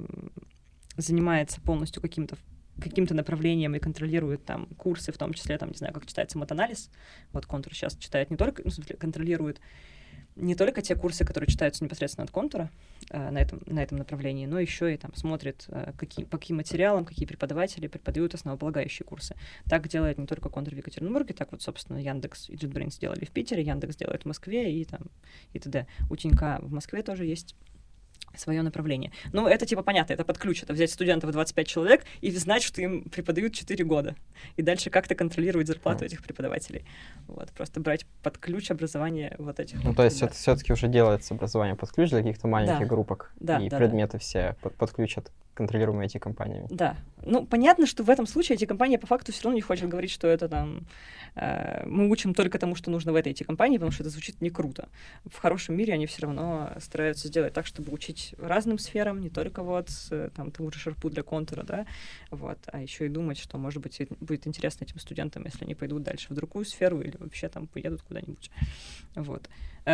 [SPEAKER 2] занимается полностью каким-то направлением и контролирует там курсы, в том числе, там, не знаю, как читается матанализ. Вот контур сейчас читает не только, ну, в смысле, контролирует не только те курсы, которые читаются непосредственно от контура на этом направлении, но еще и там смотрит, по каким материалам, какие преподаватели преподают основополагающие курсы. Так делает не только контур в Екатеринбурге, так вот, собственно, Яндекс и JetBrains сделали в Питере, Яндекс делает в Москве и там и т.д. У Тинька в Москве тоже есть свое направление. Ну, это типа понятно, это под ключ. Это взять студентов 25 человек и знать, что им преподают 4 года. И дальше как-то контролировать зарплату этих преподавателей. Вот, просто брать под ключ образование вот этих.
[SPEAKER 1] Ну, то есть это все-таки уже делается образование под ключ для каких-то маленьких группок. И предметы все под ключ от контролируемые IT-компаниями.
[SPEAKER 2] Да. Ну, понятно, что в этом случае IT-компания по факту все равно не хочет говорить, что это там мы учим только тому, что нужно в этой IT-компании, потому что это звучит не круто. В хорошем мире они все равно стараются сделать так, чтобы учить разным сферам, не только вот там тому же шарпу для контура, да, вот, а еще и думать, что, может быть, будет интересно этим студентам, если они пойдут дальше в другую сферу или вообще там поедут куда-нибудь. Вот.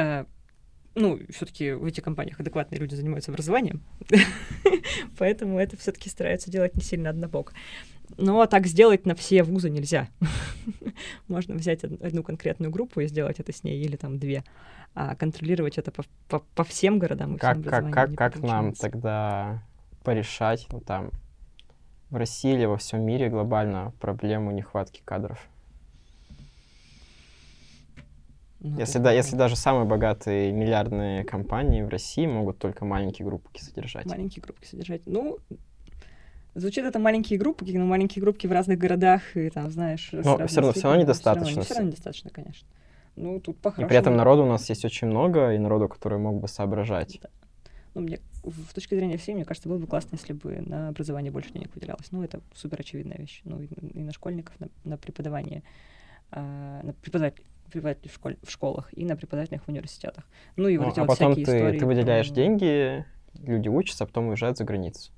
[SPEAKER 2] Ну, все-таки в этих компаниях адекватные люди занимаются образованием, поэтому это все-таки стараются делать не сильно однобоко. Но так сделать на все вузы нельзя. Можно взять одну конкретную группу и сделать это с ней, или там две, а контролировать это по всем городам и всем образованиям.
[SPEAKER 1] Как нам тогда порешать, ну, там, в России или во всем мире глобально проблему нехватки кадров? Ну, если даже самые богатые миллиардные компании в России могут только маленькие группки содержать.
[SPEAKER 2] Маленькие группки содержать. Ну, звучит это маленькие группки, но маленькие группки в разных городах, и там, знаешь...
[SPEAKER 1] Но все равно недостаточно.
[SPEAKER 2] Все равно недостаточно, конечно. Ну, тут по-хорошему...
[SPEAKER 1] И при этом народу у нас есть очень много, и народу, который мог бы соображать.
[SPEAKER 2] Да. Ну, мне, с точки зрения всей, мне кажется, было бы классно, если бы на образование больше денег выделялось. Ну, это супер очевидная вещь. Ну, и на школьников, на преподавание, на преподавателей в школах и на преподавателях в университетах. Ну, и вот эти вот всякие истории. А потом
[SPEAKER 1] ты выделяешь деньги, люди учатся, а потом уезжают за границу.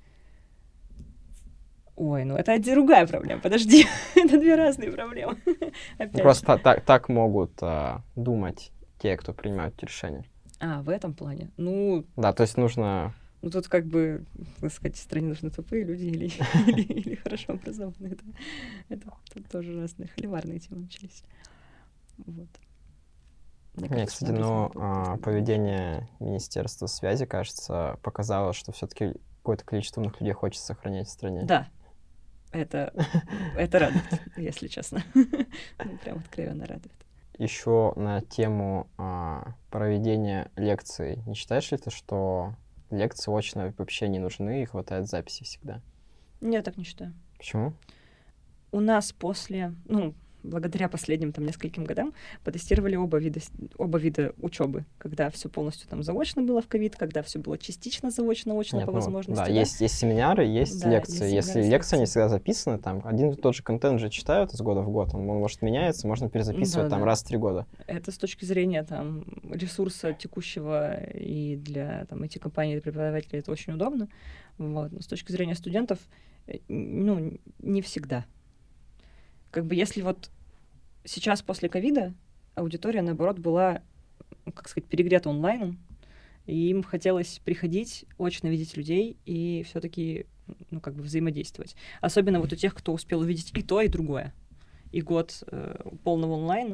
[SPEAKER 2] Ой, ну это другая проблема, подожди. Это две разные проблемы.
[SPEAKER 1] Просто так могут думать те, кто принимают эти решения.
[SPEAKER 2] В этом плане? Ну...
[SPEAKER 1] Да, то есть нужно...
[SPEAKER 2] Ну, тут как бы, так сказать, в стране нужны тупые люди или хорошо образованные. Это тут тоже разные холиварные темы начались. Вот.
[SPEAKER 1] Мне, кстати, поведение Министерства связи, кажется, показало, что все-таки какое-то количество умных людей хочет сохранять в стране.
[SPEAKER 2] Да. Это радует, если честно. Прям откровенно радует.
[SPEAKER 1] Еще на тему проведения лекций. Не считаешь ли ты, что лекции очно вообще не нужны и хватает записи всегда?
[SPEAKER 2] Нет, так не считаю.
[SPEAKER 1] Почему?
[SPEAKER 2] У нас благодаря последним там нескольким годам потестировали оба вида учебы, когда все полностью там заочно было в ковид, когда все было частично заочно, очно по возможности.
[SPEAKER 1] Да, есть семинары, есть лекции. Если лекция не всегда записана, там один и тот же контент же читают из года в год, он может меняться, можно перезаписывать раз в 3 года.
[SPEAKER 2] Это с точки зрения там ресурса текущего и для там этих компаний, для преподавателей это очень удобно. Вот. Но с точки зрения студентов, не всегда. Как бы если вот сейчас после ковида аудитория, наоборот, была, как сказать, перегрета онлайном, и им хотелось приходить, очно видеть людей и все-таки, взаимодействовать. Особенно вот у тех, кто успел увидеть и то, и другое. И год полного онлайна,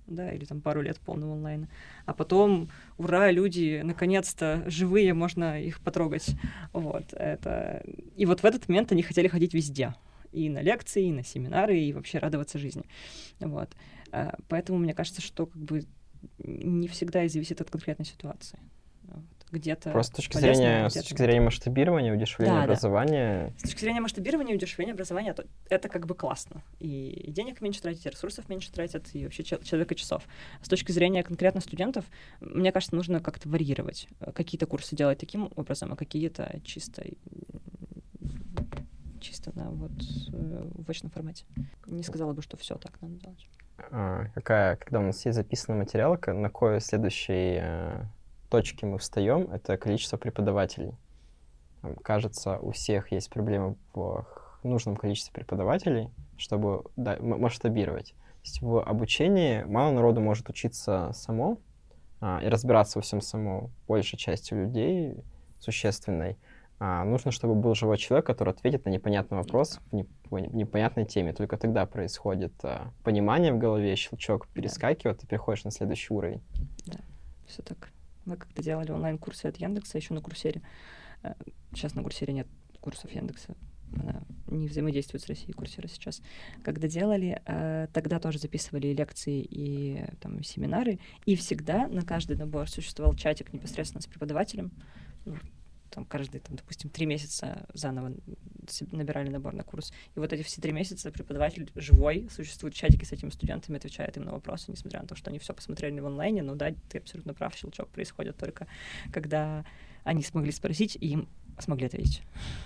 [SPEAKER 2] да, или там пару лет полного онлайна. А потом, ура, люди, наконец-то живые, можно их потрогать. Вот, это... И вот в этот момент они хотели ходить везде. И на лекции, и на семинары, и вообще радоваться жизни. Вот. Поэтому мне кажется, что как бы не всегда и зависит от конкретной ситуации. Вот. Где-то
[SPEAKER 1] просто с точки зрения масштабирования, удешевления образования.
[SPEAKER 2] С точки зрения масштабирования и удешевления образования это как бы классно. И денег меньше тратить, и ресурсов меньше тратят, и вообще человека часов. С точки зрения конкретно студентов, мне кажется, нужно как-то варьировать. Какие-то курсы делать таким образом, а какие-то чисто на в очном формате. Не сказала бы, что все так надо делать.
[SPEAKER 1] Когда у нас есть записанный материал, на какой следующей точке мы встаем, это количество преподавателей. Кажется, у всех есть проблемы в нужном количестве преподавателей, чтобы масштабировать. То есть в обучении мало народу может учиться само и разбираться во всем само. Большей частью людей существенной. Нужно, чтобы был живой человек, который ответит на непонятный вопрос в непонятной теме. Только тогда происходит понимание в голове, щелчок перескакивает, и переходишь на следующий уровень.
[SPEAKER 2] Да, все так. Мы как-то делали онлайн-курсы от Яндекса, еще на Курсере. Сейчас на Курсере нет курсов Яндекса. Она не взаимодействует с Россией, Курсера сейчас. Когда делали, тогда тоже записывали лекции и там, семинары. И всегда на каждый набор существовал чатик непосредственно с преподавателем. Там каждые, там, допустим, 3 месяца заново набирали набор на курс. И вот эти все 3 месяца преподаватель живой, существуют чатики с этими студентами, отвечает им на вопросы, несмотря на то, что они все посмотрели в онлайне. Но да, ты абсолютно прав, щелчок происходит только когда они смогли спросить, и им смогли ответить.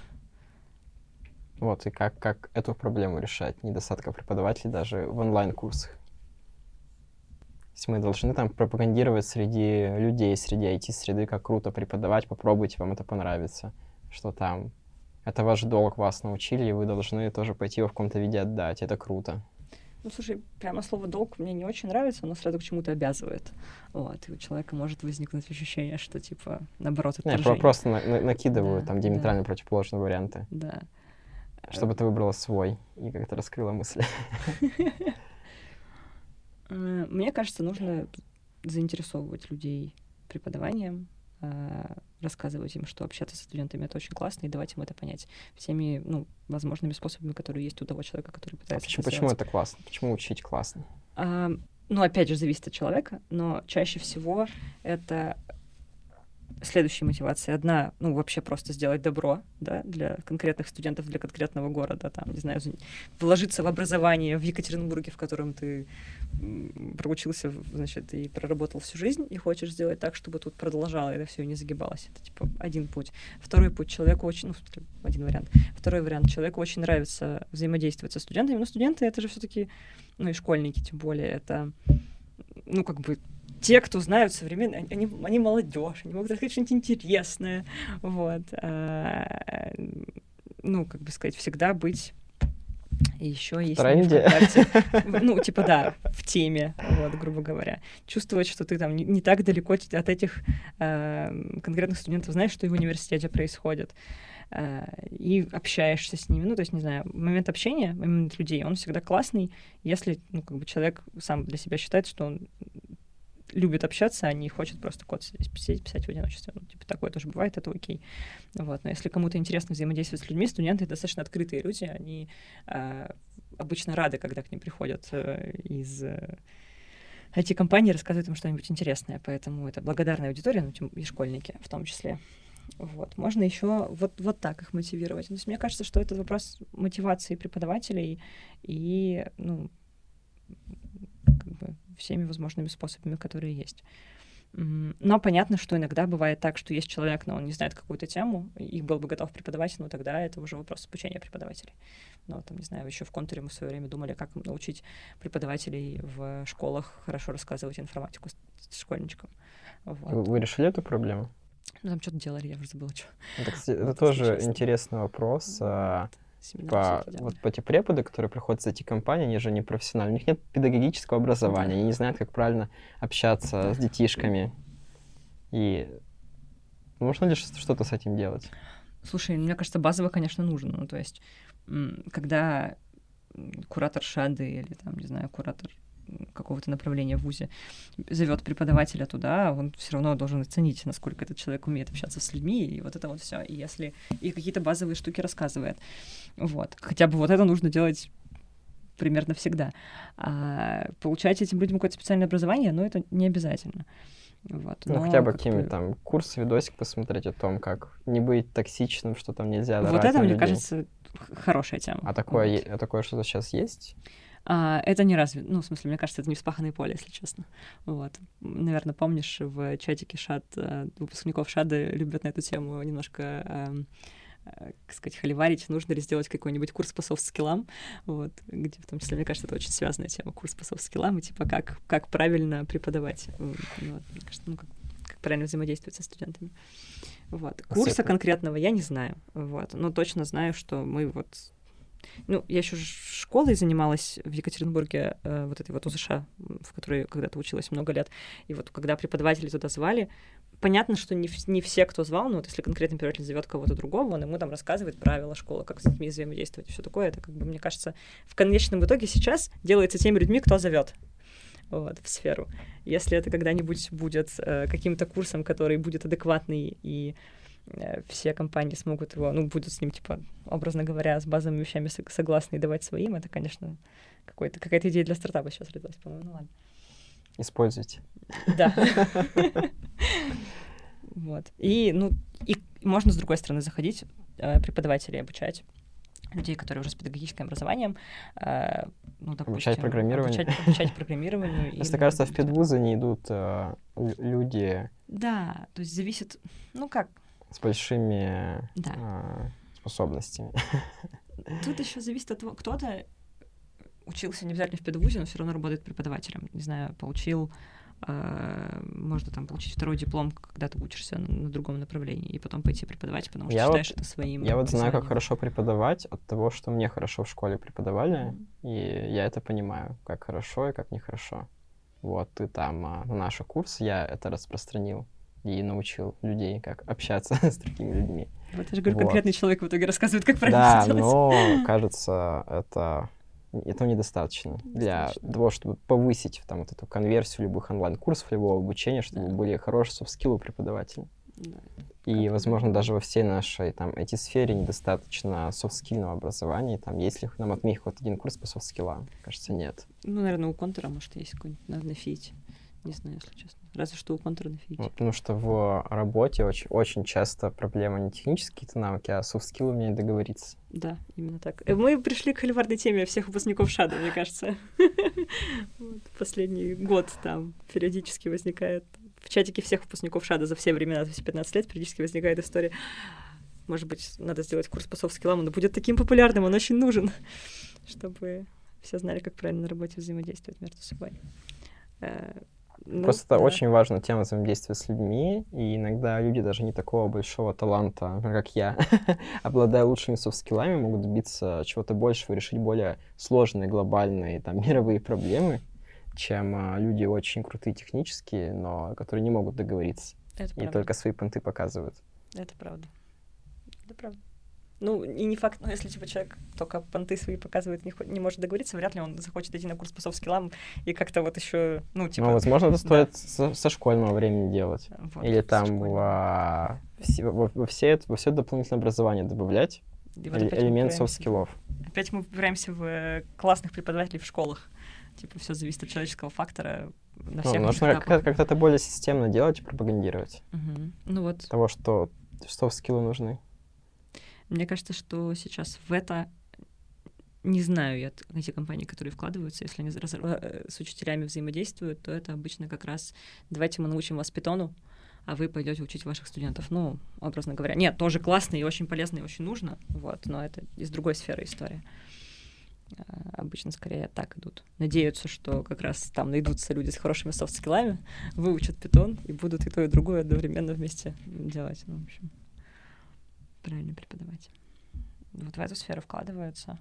[SPEAKER 1] Вот, и как эту проблему решать? Недостатка преподавателей даже в онлайн-курсах. То есть мы должны там пропагандировать среди людей, среди IT-среды, как круто преподавать, попробуйте, вам это понравится. Что там, это ваш долг, вас научили, и вы должны тоже пойти его в каком-то виде отдать, это круто.
[SPEAKER 2] Ну, слушай, прямо слово «долг» мне не очень нравится, оно сразу к чему-то обязывает. Вот, и у человека может возникнуть ощущение, что, типа, наоборот, отторжение.
[SPEAKER 1] Просто накидывают там диаметрально противоположные варианты.
[SPEAKER 2] Да.
[SPEAKER 1] Чтобы ты выбрала свой и как-то раскрыла мысли.
[SPEAKER 2] Мне кажется, нужно заинтересовывать людей преподаванием, рассказывать им, что общаться со студентами — это очень классно, и давать им это понять всеми возможными способами, которые есть у того человека, который пытается
[SPEAKER 1] почему это классно? Почему учить классно?
[SPEAKER 2] Опять же, зависит от человека, но чаще всего это следующая мотивация. Одна, вообще просто сделать добро, да, для конкретных студентов, для конкретного города, там, не знаю, вложиться в образование в Екатеринбурге, в котором ты проучился, значит, и проработал всю жизнь, и хочешь сделать так, чтобы тут продолжало это все и не загибалось. Это, типа, один путь. Второй путь. Человеку очень, один вариант. Второй вариант. Человеку очень нравится взаимодействовать со студентами, но студенты — это же все-таки, и школьники тем более, это, те, кто знают современные, они молодежь, они могут рассказать что-нибудь интересное, вот. Всегда быть еще есть в теме, вот, грубо говоря. Чувствовать, что ты там не так далеко от этих конкретных студентов, знаешь, что и в университете происходит, и общаешься с ними. То есть, не знаю, момент общения, момент людей, он всегда классный, если, человек сам для себя считает, что он любит общаться, а не хочет просто код сидеть, писать в одиночестве. Такое тоже бывает, это окей. Вот. Но если кому-то интересно взаимодействовать с людьми, студенты — достаточно открытые люди, они обычно рады, когда к ним приходят из IT-компании, рассказывают им что-нибудь интересное, поэтому это благодарная аудитория, и школьники в том числе. Вот. Можно еще вот так их мотивировать. То есть мне кажется, что это вопрос мотивации преподавателей и, всеми возможными способами, которые есть. Но понятно, что иногда бывает так, что есть человек, но он не знает какую-то тему, и был бы готов преподавать, но тогда это уже вопрос обучения преподавателей. Не знаю, еще в контуре мы в свое время думали, как научить преподавателей в школах хорошо рассказывать информатику школьничкам. Вот.
[SPEAKER 1] Вы решили эту проблему?
[SPEAKER 2] Там что-то делали, я уже забыла, что.
[SPEAKER 1] Это тоже интересный вопрос. Эти преподы, которые приходят с IT-компании, они же не профессиональны. У них нет педагогического образования, они не знают, как правильно общаться с детишками. И можно ли что-то с этим делать?
[SPEAKER 2] Слушай, мне кажется, базово, конечно, нужно. То есть, когда куратор ШАДы или, там, не знаю, куратор какого-то направления в вузе зовет преподавателя туда, он все равно должен оценить, насколько этот человек умеет общаться с людьми, и вот это вот все. И какие-то базовые штуки рассказывает. Вот. Хотя бы вот это нужно делать примерно всегда. А получать этим людям какое-то специальное образование, но это не обязательно. Вот.
[SPEAKER 1] Ну, хотя бы какие-нибудь там курсы, видосик посмотреть о том, как не быть токсичным, что там нельзя
[SPEAKER 2] вот это, мне кажется, хорошая тема.
[SPEAKER 1] А такое, вот. Такое что-то сейчас есть?
[SPEAKER 2] Это не развито. Ну, в смысле, мне кажется, это не вспаханное поле, если честно. Вот. Наверное, помнишь, в чатике ШАД, выпускников ШАДа любят на эту тему немножко, как сказать, холиварить, нужно ли сделать какой-нибудь курс по софт-скиллам, вот, где, в том числе, мне кажется, это очень связанная тема, курс по софт-скиллам, и типа как правильно преподавать, вот, мне кажется, ну, как правильно взаимодействовать со студентами. Вот. Курса конкретного я не знаю, вот, но точно знаю, что мы вот... Ну, я еще школой занималась в Екатеринбурге, вот этой вот УЗШ, в которой когда-то училась много лет. И вот когда преподаватели туда звали, понятно, что не все, кто звал, но вот если конкретный преподаватель зовет кого-то другого, он ему там рассказывает правила школы, как с детьми взаимодействовать и все такое. Это, как бы, мне кажется, в конечном итоге сейчас делается теми людьми, кто зовет вот, в сферу. Если это когда-нибудь будет каким-то курсом, который будет адекватный и все компании смогут его, ну, будут с ним, типа, образно говоря, с базовыми вещами согласны и давать своим, это, конечно, какая-то идея для стартапа сейчас родилась, по-моему, ну ладно.
[SPEAKER 1] Используйте.
[SPEAKER 2] Да. Вот. И можно, с другой стороны, заходить, преподавателей обучать, людей, которые уже с педагогическим образованием, ну, допустим...
[SPEAKER 1] Обучать программированию.
[SPEAKER 2] Обучать программированию.
[SPEAKER 1] Мне кажется, в педвузы не идут люди...
[SPEAKER 2] Да, то есть зависит, ну как...
[SPEAKER 1] С большими способностями.
[SPEAKER 2] Тут еще зависит от того, кто-то учился не обязательно в педвузе, но все равно работает преподавателем. Не знаю, получил, можно там получить второй диплом, когда ты учишься на другом направлении, и потом пойти преподавать, потому что считаешь это своим.
[SPEAKER 1] Я вот знаю, как хорошо преподавать от того, что мне хорошо в школе преподавали, и я это понимаю, как хорошо и как нехорошо. Вот, и там на наши курсы я это распространил и научил людей, как общаться с другими людьми.
[SPEAKER 2] Вот я же говорю, конкретный человек в итоге рассказывает, как правильно делать.
[SPEAKER 1] Да, но, кажется, этого недостаточно для того, чтобы повысить там вот эту конверсию любых онлайн-курсов, любого обучения, чтобы были хорошие софт-скиллы у преподавателей. Да. И, возможно, даже во всей нашей там IT-сфере недостаточно софт-скилльного образования. Там есть ли нам отметить хоть один курс по софт-скиллам? Кажется, нет.
[SPEAKER 2] Ну, наверное, у Контура, может, есть какой-нибудь на фите. Не знаю, если честно. Разве что у Контура на фите.
[SPEAKER 1] Вот, потому что в работе очень часто проблема не технические какие-то навыки, а софт-скиллы умеют договориться.
[SPEAKER 2] Да, именно так. Мы пришли к холиварной теме всех выпускников ШАДа, мне кажется. Последний год там периодически возникает... В чатике всех выпускников ШАДа за все времена, за все 15 лет периодически возникает история. Может быть, надо сделать курс по софт-скиллам, он будет таким популярным, он очень нужен, чтобы все знали, как правильно на работе взаимодействовать между собой.
[SPEAKER 1] Просто это очень важная тема взаимодействия с людьми, и иногда люди даже не такого большого таланта, например, как я, обладая лучшими софт-скиллами, могут добиться чего-то большего, решить более сложные, глобальные, там, мировые проблемы, чем люди очень крутые технические, но которые не могут договориться. И только свои понты показывают.
[SPEAKER 2] Это правда. Это правда. Ну, и не факт, но если типа человек только понты свои показывает, не может договориться, вряд ли он захочет идти на курс по софт-скиллам и как-то вот еще, ну, типа...
[SPEAKER 1] Ну, возможно, это стоит со школьного времени делать. Вот, или там во все дополнительное образование добавлять элемент софт-скиллов.
[SPEAKER 2] Опять мы упираемся в классных преподавателей в школах. Типа, все зависит от человеческого фактора на всех
[SPEAKER 1] нужно как-то это более системно делать и пропагандировать.
[SPEAKER 2] Ну вот.
[SPEAKER 1] Того, что софт-скиллы нужны.
[SPEAKER 2] Мне кажется, что сейчас в это... Не знаю я эти компании, которые вкладываются, если они с учителями взаимодействуют, то это обычно как раз «давайте мы научим вас питону, а вы пойдете учить ваших студентов». Ну, образно говоря. Нет, тоже классно и очень полезно, и очень нужно, вот, но это из другой сферы история. Обычно скорее так идут. Надеются, что как раз там найдутся люди с хорошими софт-скиллами, выучат питон и будут и то, и другое одновременно вместе делать. Ну, в общем, правильно преподавать. Вот в эту сферу вкладываются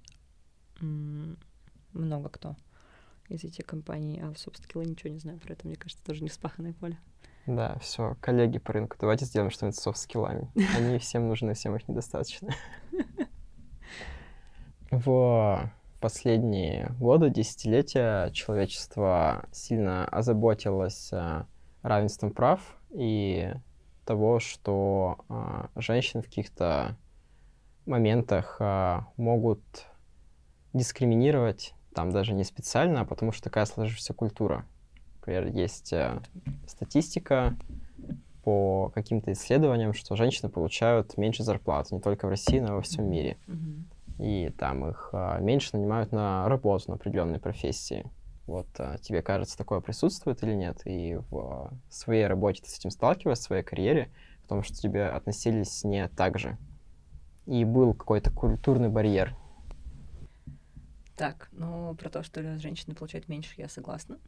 [SPEAKER 2] много кто из этих компаний, а в софт-скиллы ничего не знаю про это. Мне кажется, тоже не вспаханное поле.
[SPEAKER 1] Да, все, коллеги по рынку, давайте сделаем что-нибудь с софт-скиллами. Они всем нужны, всем их недостаточно. В последние годы, десятилетия человечество сильно озаботилось равенством прав и того, что женщины в каких-то моментах могут дискриминировать, там даже не специально, а потому что такая сложившаяся культура. Например, есть статистика по каким-то исследованиям, что женщины получают меньше зарплат, не только в России, но и во всем мире. И там их меньше нанимают на работу, на определенные профессии. Вот тебе кажется, такое присутствует или нет? И в своей работе ты с этим сталкиваешься, в своей карьере, в том, что тебе относились не так же. И был какой-то культурный барьер.
[SPEAKER 2] Так, ну, про то, что женщины получают меньше, я согласна.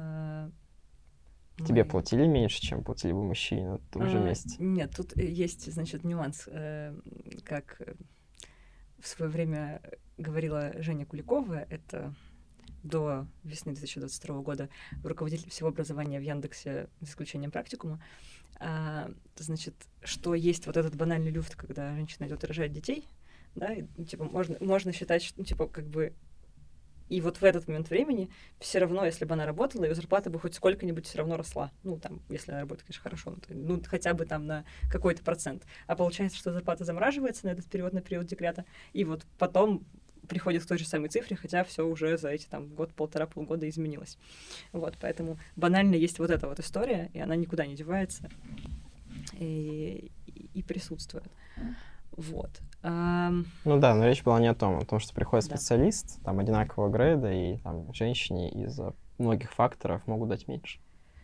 [SPEAKER 1] Тебе платили меньше, чем платили бы мужчине на том же месте?
[SPEAKER 2] Нет, тут есть, значит, нюанс. Как в свое время говорила Женя Куликова, это до весны 2022 года руководитель всего образования в Яндексе, за исключением практикума, значит, что есть вот этот банальный люфт, когда женщина идет и рожает детей, да, и, типа, можно считать, что, как бы, и вот в этот момент времени все равно, если бы она работала, ее зарплата бы хоть сколько-нибудь все равно росла. Ну, там, если она работает, конечно, хорошо, ну, хотя бы там на какой-то процент. А получается, что зарплата замораживается на этот период, на период декрета, и вот потом приходит к той же самой цифре, хотя все уже за эти там год, полтора, полгода изменилось. Вот, поэтому банально есть вот эта вот история, и она никуда не девается и присутствует. Вот.
[SPEAKER 1] Ну да, но речь была не о том, что приходит специалист, там, одинакового грейда, и там женщине из-за многих факторов могут дать меньше.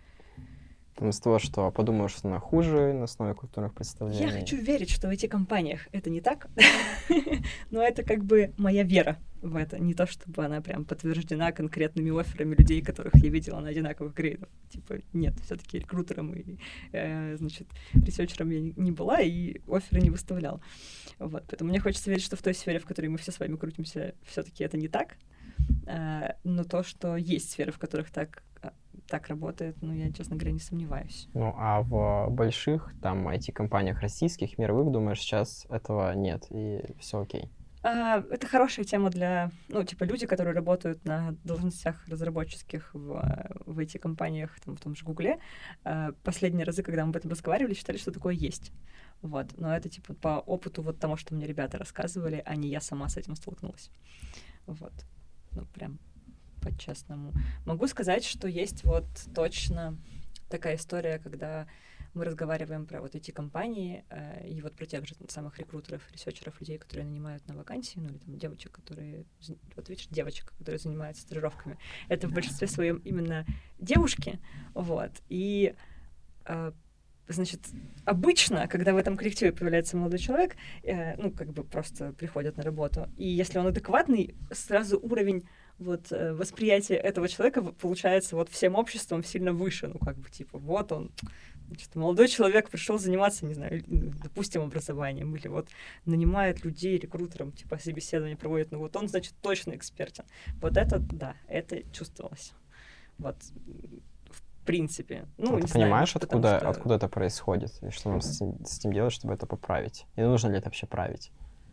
[SPEAKER 1] Из того, что подумаю, что она хуже на основе культурных представлений.
[SPEAKER 2] Я хочу верить, что в этих компаниях это не так, но это как бы моя вера в это. Не то, чтобы она прям подтверждена конкретными офферами людей, которых я видела на одинаковых грейдах. Типа, нет, все-таки рекрутером и, значит, ресерчером я не была и офферы не выставляла. Вот, поэтому мне хочется верить, что в той сфере, в которой мы все с вами крутимся, все-таки это не так. Но то, что есть сферы, в которых так работает, ну, я, честно говоря, не сомневаюсь.
[SPEAKER 1] Ну, а в больших, там, IT-компаниях российских, мировых, думаешь, сейчас этого нет, и все окей?
[SPEAKER 2] Это хорошая тема для, ну, типа, люди, которые работают на должностях разработческих в IT-компаниях, там, в том же Гугле. Последние разы, когда мы об этом разговаривали, считали, что такое есть. Вот. Но это, типа, по опыту вот тому, что мне ребята рассказывали, а не я сама с этим столкнулась. Вот. Ну, прям по-честному. Могу сказать, что есть вот точно такая история, когда мы разговариваем про вот эти компании и вот про тех же самых рекрутеров, ресерчеров, людей, которые нанимают на вакансии, ну или там девочек, которые... Вот видишь, девочек, которые занимаются стажировками. Это в большинстве своем именно девушки, вот. И значит, обычно, когда в этом коллективе появляется молодой человек, ну, как бы просто приходят на работу, и если он адекватный, сразу уровень вот восприятие этого человека получается вот всем обществом сильно выше. Ну, как бы, типа, вот он, значит, молодой человек пришел заниматься, не знаю, допустим, образованием, или вот нанимает людей рекрутером, типа, собеседование проводит, ну, вот он, значит, точно экспертен. Вот это, да, это чувствовалось. Вот, в принципе. Ну,
[SPEAKER 1] ты понимаешь, откуда это происходит? И что нам с этим делать, чтобы это поправить? И нужно ли это вообще править?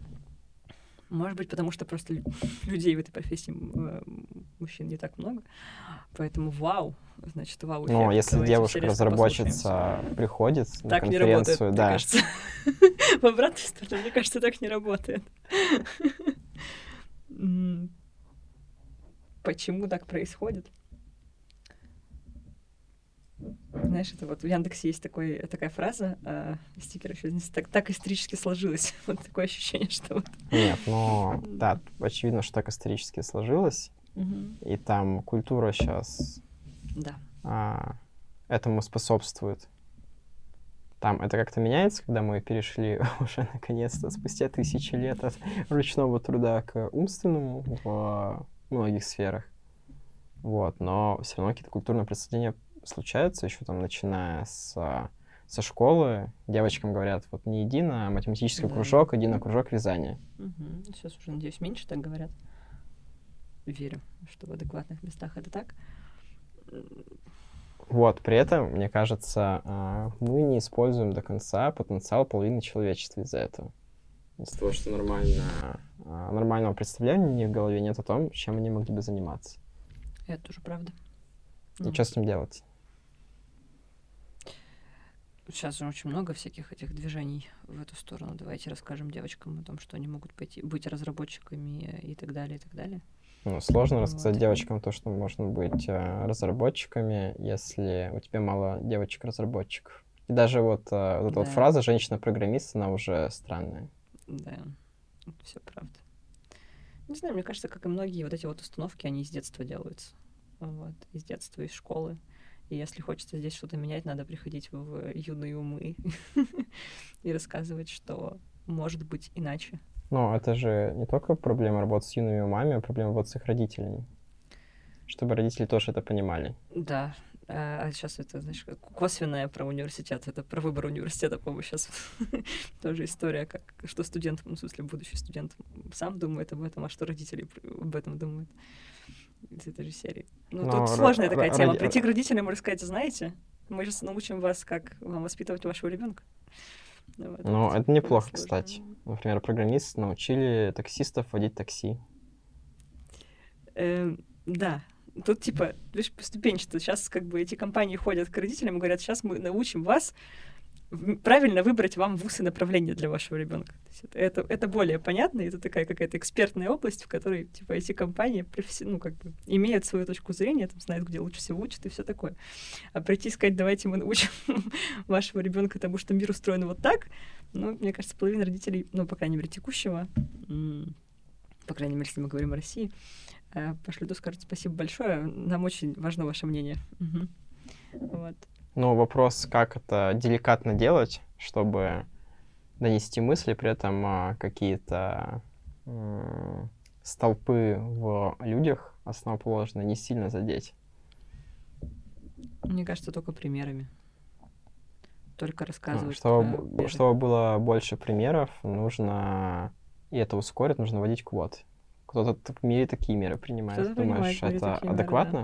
[SPEAKER 2] Может быть, потому что просто людей в этой профессии мужчин не так много. Поэтому вау, значит, вау.
[SPEAKER 1] Ну, если девушка-разработчица приходит на конференцию,
[SPEAKER 2] да. Мне кажется. В обратную сторону, мне кажется, так не работает. Почему так происходит? Знаешь, это вот в Яндексе есть такая фраза, стикер еще здесь, так исторически сложилось. Вот такое ощущение, что вот...
[SPEAKER 1] Нет, но да, очевидно, что так исторически сложилось, и там культура сейчас этому способствует. Там это как-то меняется, когда мы перешли уже наконец-то спустя 1000 лет от ручного труда к умственному в многих сферах. Вот, но все равно какие-то культурные присоединения случаются еще там, начиная со школы. Девочкам говорят, вот не иди на математический кружок, иди на кружок вязания.
[SPEAKER 2] Сейчас уже, надеюсь, меньше так говорят. Верю, что в адекватных местах это так.
[SPEAKER 1] Вот, при этом, мне кажется, мы не используем до конца потенциал половины человечества из-за этого. из-за того, что нормального представления у них в голове нет о том, чем они могли бы заниматься.
[SPEAKER 2] Это тоже правда.
[SPEAKER 1] И что с ним делать?
[SPEAKER 2] Сейчас же очень много всяких этих движений в эту сторону. Давайте расскажем девочкам о том, что они могут быть разработчиками и так далее, и так далее.
[SPEAKER 1] Сложно рассказать девочкам то, что можно быть разработчиками, если у тебя мало девочек-разработчиков. И даже вот эта вот фраза «женщина-программист», она уже странная.
[SPEAKER 2] Да, это все правда. Не знаю, мне кажется, как и многие вот эти вот установки, они из детства делаются. Вот, из детства, из школы. И если хочется здесь что-то менять, надо приходить в юные умы и рассказывать, что может быть иначе.
[SPEAKER 1] Но это же не только проблема работы с юными умами, а проблема работы с их родителями. Чтобы родители тоже это понимали.
[SPEAKER 2] Да. А сейчас это, знаешь, косвенное про университет. Это про выбор университета, по-моему, сейчас тоже история, что студент, в смысле, будущий студент сам думает об этом, а что родители об этом думают. Из этой же серии. Тут сложная такая тема. Прийти к родителям и рассказать, знаете, мы сейчас научим вас, как вам воспитывать вашего ребенка.
[SPEAKER 1] Это неплохо, кстати. Например, программисты научили таксистов водить такси.
[SPEAKER 2] Да. Тут, видишь, поступенчато. Сейчас эти компании ходят к родителям и говорят, сейчас мы научим вас правильно выбрать вам вуз и направление для вашего ребенка. Это более понятно, это такая какая-то экспертная область, в которой эти компании имеют свою точку зрения, знают, где лучше всего учат и все такое. А прийти и сказать, давайте мы научим вашего ребенка тому, что мир устроен вот так, мне кажется, половина родителей, по крайней мере, текущего, по крайней мере, если мы говорим о России, пошлют и скажут спасибо большое, нам очень важно ваше мнение. Вот.
[SPEAKER 1] Вопрос, как это деликатно делать, чтобы донести мысли, при этом какие-то столпы в людях основоположно не сильно задеть.
[SPEAKER 2] Мне кажется, только примерами. Только рассказывать.
[SPEAKER 1] Чтобы было больше примеров, нужно, и это ускорит, нужно вводить квоты. Кто-то в мире такие меры принимает. Ты думаешь, это адекватно?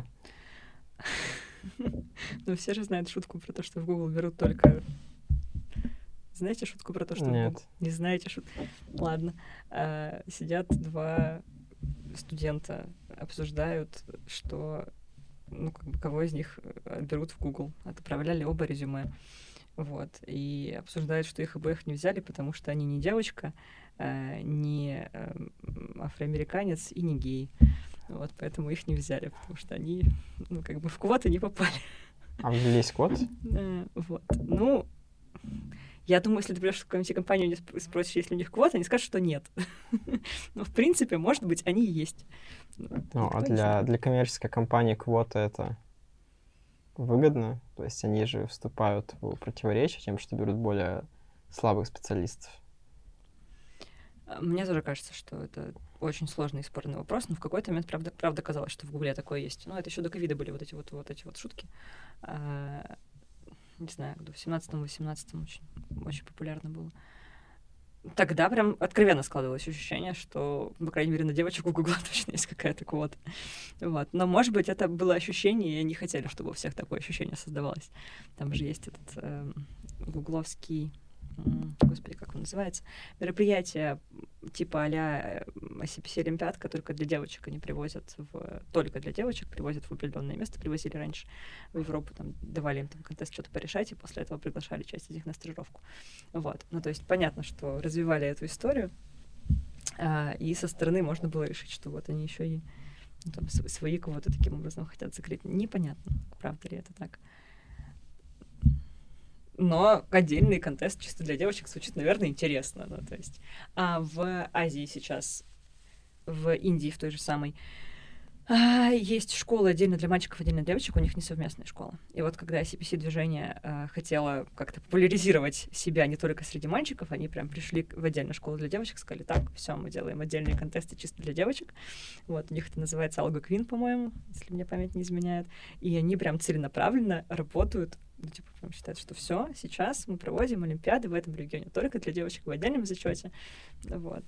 [SPEAKER 2] Все же знают шутку про то, что в Google берут только... Знаете шутку про то, что
[SPEAKER 1] Нет.
[SPEAKER 2] в Google... Не знаете шутку? Ладно. Сидят два студента, обсуждают, что... кого из них берут в Google. Отправляли оба резюме. Вот. И обсуждают, что их обоих не взяли, потому что они не девочка, не афроамериканец и не гей. Вот, поэтому их не взяли, потому что они, в квоты не попали.
[SPEAKER 1] А ввелись квоты?
[SPEAKER 2] Вот. Я думаю, если ты придешь в какую-нибудь компанию и спросишь, есть ли у них квоты, они скажут, что нет. Но, в принципе, может быть, они и есть.
[SPEAKER 1] А для коммерческой компании квоты это выгодно? То есть они же вступают в противоречие тем, что берут более слабых специалистов.
[SPEAKER 2] Мне тоже кажется, что это очень сложный и спорный вопрос, но в какой-то момент правда казалось, что в Гугле такое есть. Это еще до ковида были вот эти вот шутки. Не знаю, в 17-18 очень популярно было. Тогда прям откровенно складывалось ощущение, что, по крайней мере, на девочек у Гугла точно есть какая-то квота. Вот. Но, может быть, это было ощущение, и они хотели, чтобы у всех такое ощущение создавалось. Там же есть этот гугловский... Господи, как он называется? Мероприятие типа а-ля ICPC Олимпиадка, только для девочек они привозят только для девочек, привозят в определенное место, привозили раньше в Европу, там давали им контест что-то порешать, и после этого приглашали часть из них на стажировку. Вот. То есть понятно, что развивали эту историю, и со стороны можно было решить, что вот они еще и свои кого-то таким образом хотят закрыть. Непонятно, правда ли это так. Но отдельный контест чисто для девочек звучит, наверное, интересно. То есть. А в Азии сейчас, в Индии в той же самой, есть школы отдельно для мальчиков, отдельно для девочек, у них несовместная школа. И вот когда ICPC-движение хотело как-то популяризировать себя не только среди мальчиков, они прям пришли в отдельную школу для девочек, сказали, так, все, мы делаем отдельные контесты чисто для девочек. Вот, у них это называется Algo Queen, по-моему, если мне память не изменяет. И они прям целенаправленно работают, прям считают, что все, сейчас мы проводим олимпиады в этом регионе только для девочек в отдельном зачете. Вот.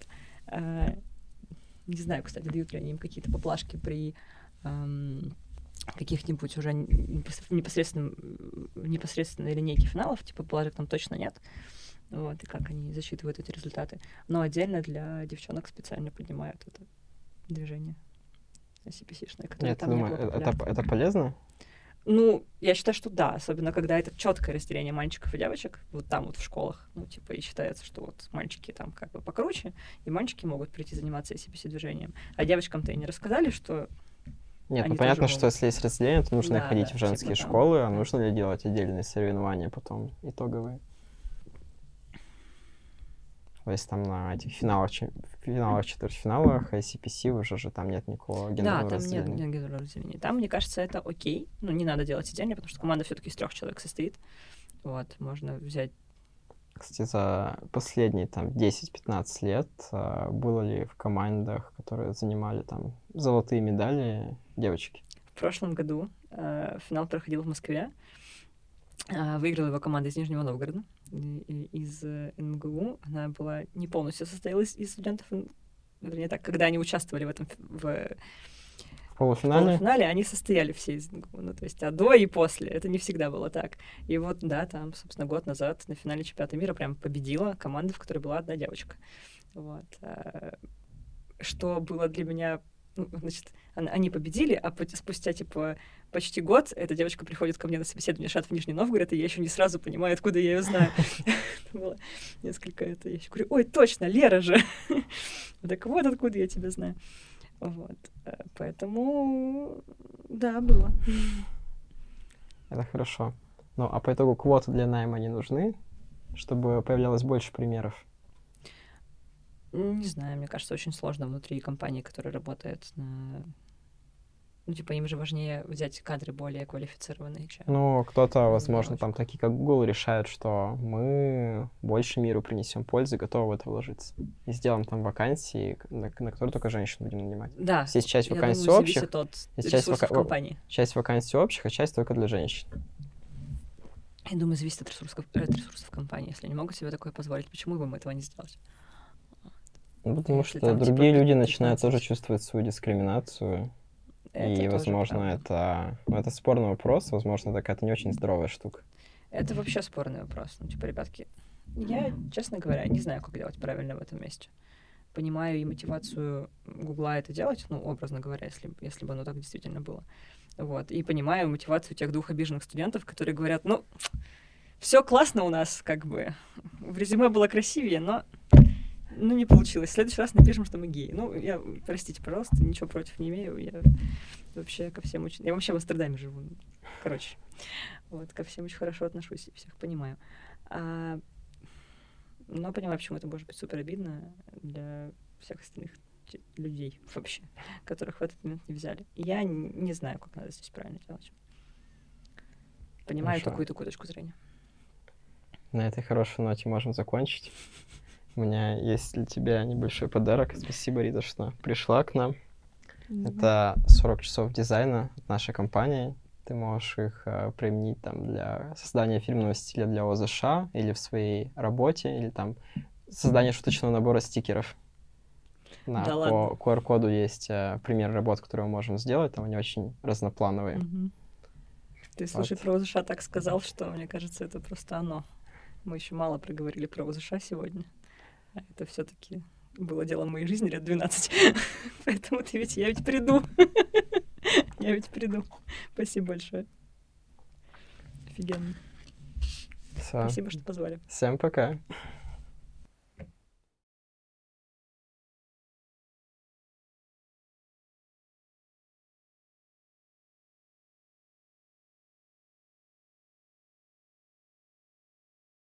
[SPEAKER 2] Не знаю, кстати, дают ли они им какие-то поблажки при каких-нибудь уже непосредственной линейке финалов, поблажек там точно нет. вот, и как они засчитывают эти результаты. Но отдельно для девчонок специально поднимают это движение ICPC-шное, которое там не было популярно.
[SPEAKER 1] Это полезно?
[SPEAKER 2] Ну, я считаю, что да, особенно когда это четкое разделение мальчиков и девочек, вот там вот в школах, ну, типа, и считается, что вот мальчики там как бы покруче, и мальчики могут прийти заниматься ICPC-движением. А девочкам-то и не рассказали, что
[SPEAKER 1] Нет, ну понятно, что если есть разделение, то нужно ходить в женские
[SPEAKER 2] типа
[SPEAKER 1] школы, а нужно ли делать отдельные соревнования потом, итоговые? То есть там на этих финалах, четвертьфиналах ICPC уже же там нет никакого гендерного разделения.
[SPEAKER 2] Да, там нет гендерного разделения. Там, мне кажется, это окей. Ну, не надо делать отдельно, потому что команда все-таки из 3 человек состоит. Вот, можно взять.
[SPEAKER 1] Кстати, за последние там 10-15 лет было ли в командах, которые занимали там золотые медали, девочки?
[SPEAKER 2] В прошлом году финал проходил в Москве. Выиграла его команда из Нижнего Новгорода, из НГУ. Она была не полностью состоялась из студентов, вернее так, когда они участвовали в этом в полуфинале, они состояли все из НГУ. Ну, то есть, до и после. Это не всегда было так. И вот, да, там, собственно, год назад на финале чемпионата мира прям победила команда, в которой была одна девочка. Вот. Что было для меня... Ну, значит, они победили, а спустя, типа, почти год эта девочка приходит ко мне на собеседование в Нижний Новгород, и я еще не сразу понимаю, откуда я ее знаю. Было несколько это. Я еще говорю, ой, точно, Лера же. Так вот, откуда я тебя знаю. Вот. Поэтому, да, было.
[SPEAKER 1] Это хорошо. Ну, а по итогу квоты для найма не нужны, чтобы появлялось больше примеров?
[SPEAKER 2] Не знаю, мне кажется, очень сложно внутри компании, которая работает на... Ну, типа, им же важнее взять кадры более квалифицированные, чем...
[SPEAKER 1] Ну, кто-то, возможно, там такие, как Google, решают, что мы больше миру принесем пользы, готовы в это вложиться. И сделаем там вакансии, на которые только женщин будем нанимать.
[SPEAKER 2] Да,
[SPEAKER 1] есть часть вакансий
[SPEAKER 2] думаю,
[SPEAKER 1] общих,
[SPEAKER 2] зависит от ресурсов компании.
[SPEAKER 1] Часть вакансий общих, а часть только для женщин.
[SPEAKER 2] Я думаю, зависит от ресурсов компании. Если они могут себе такое позволить, почему бы им этого не сделать?
[SPEAKER 1] Ну, потому что там, другие люди начинают тоже чувствовать свою дискриминацию. И, возможно, это спорный вопрос, возможно, это какая-то не очень здоровая штука.
[SPEAKER 2] Это вообще спорный вопрос. Ну, типа, ребятки, я, честно говоря, не знаю, как делать правильно в этом месте. Понимаю и мотивацию Гугла это делать, ну, образно говоря, если бы оно так действительно было. Вот. И понимаю мотивацию тех 2 обиженных студентов, которые говорят, ну, все классно у нас, как бы. В резюме было красивее, но... Ну, не получилось. В следующий раз напишем, что мы геи. Ну, простите, пожалуйста, ничего против не имею. Я вообще ко всем очень... Я вообще в Амстердаме живу. Короче, вот, ко всем очень хорошо отношусь и всех понимаю. Но понимаю, почему это может быть супер обидно для всех остальных людей вообще, которых в этот момент не взяли. И я не знаю, как надо здесь правильно делать. Понимаю такую точку зрения.
[SPEAKER 1] На этой хорошей ноте можем закончить. У меня есть для тебя небольшой подарок. Спасибо, Рита, что пришла к нам. Это 40 часов дизайна от нашей компании. Ты можешь их применить там для создания фирменного стиля для ОЗШ или в своей работе, или там создание шуточного набора стикеров. По QR-коду есть пример работ, которые мы можем сделать. Там они очень разноплановые.
[SPEAKER 2] Ты, слушай, про ОЗШ так сказал, что, мне кажется, это просто оно. Мы еще мало проговорили про ОЗШ сегодня. А это все-таки было делом моей жизни лет 12. Поэтому я ведь приду. Я ведь приду. Спасибо большое. Офигенно. Спасибо, что позвали.
[SPEAKER 1] Всем пока.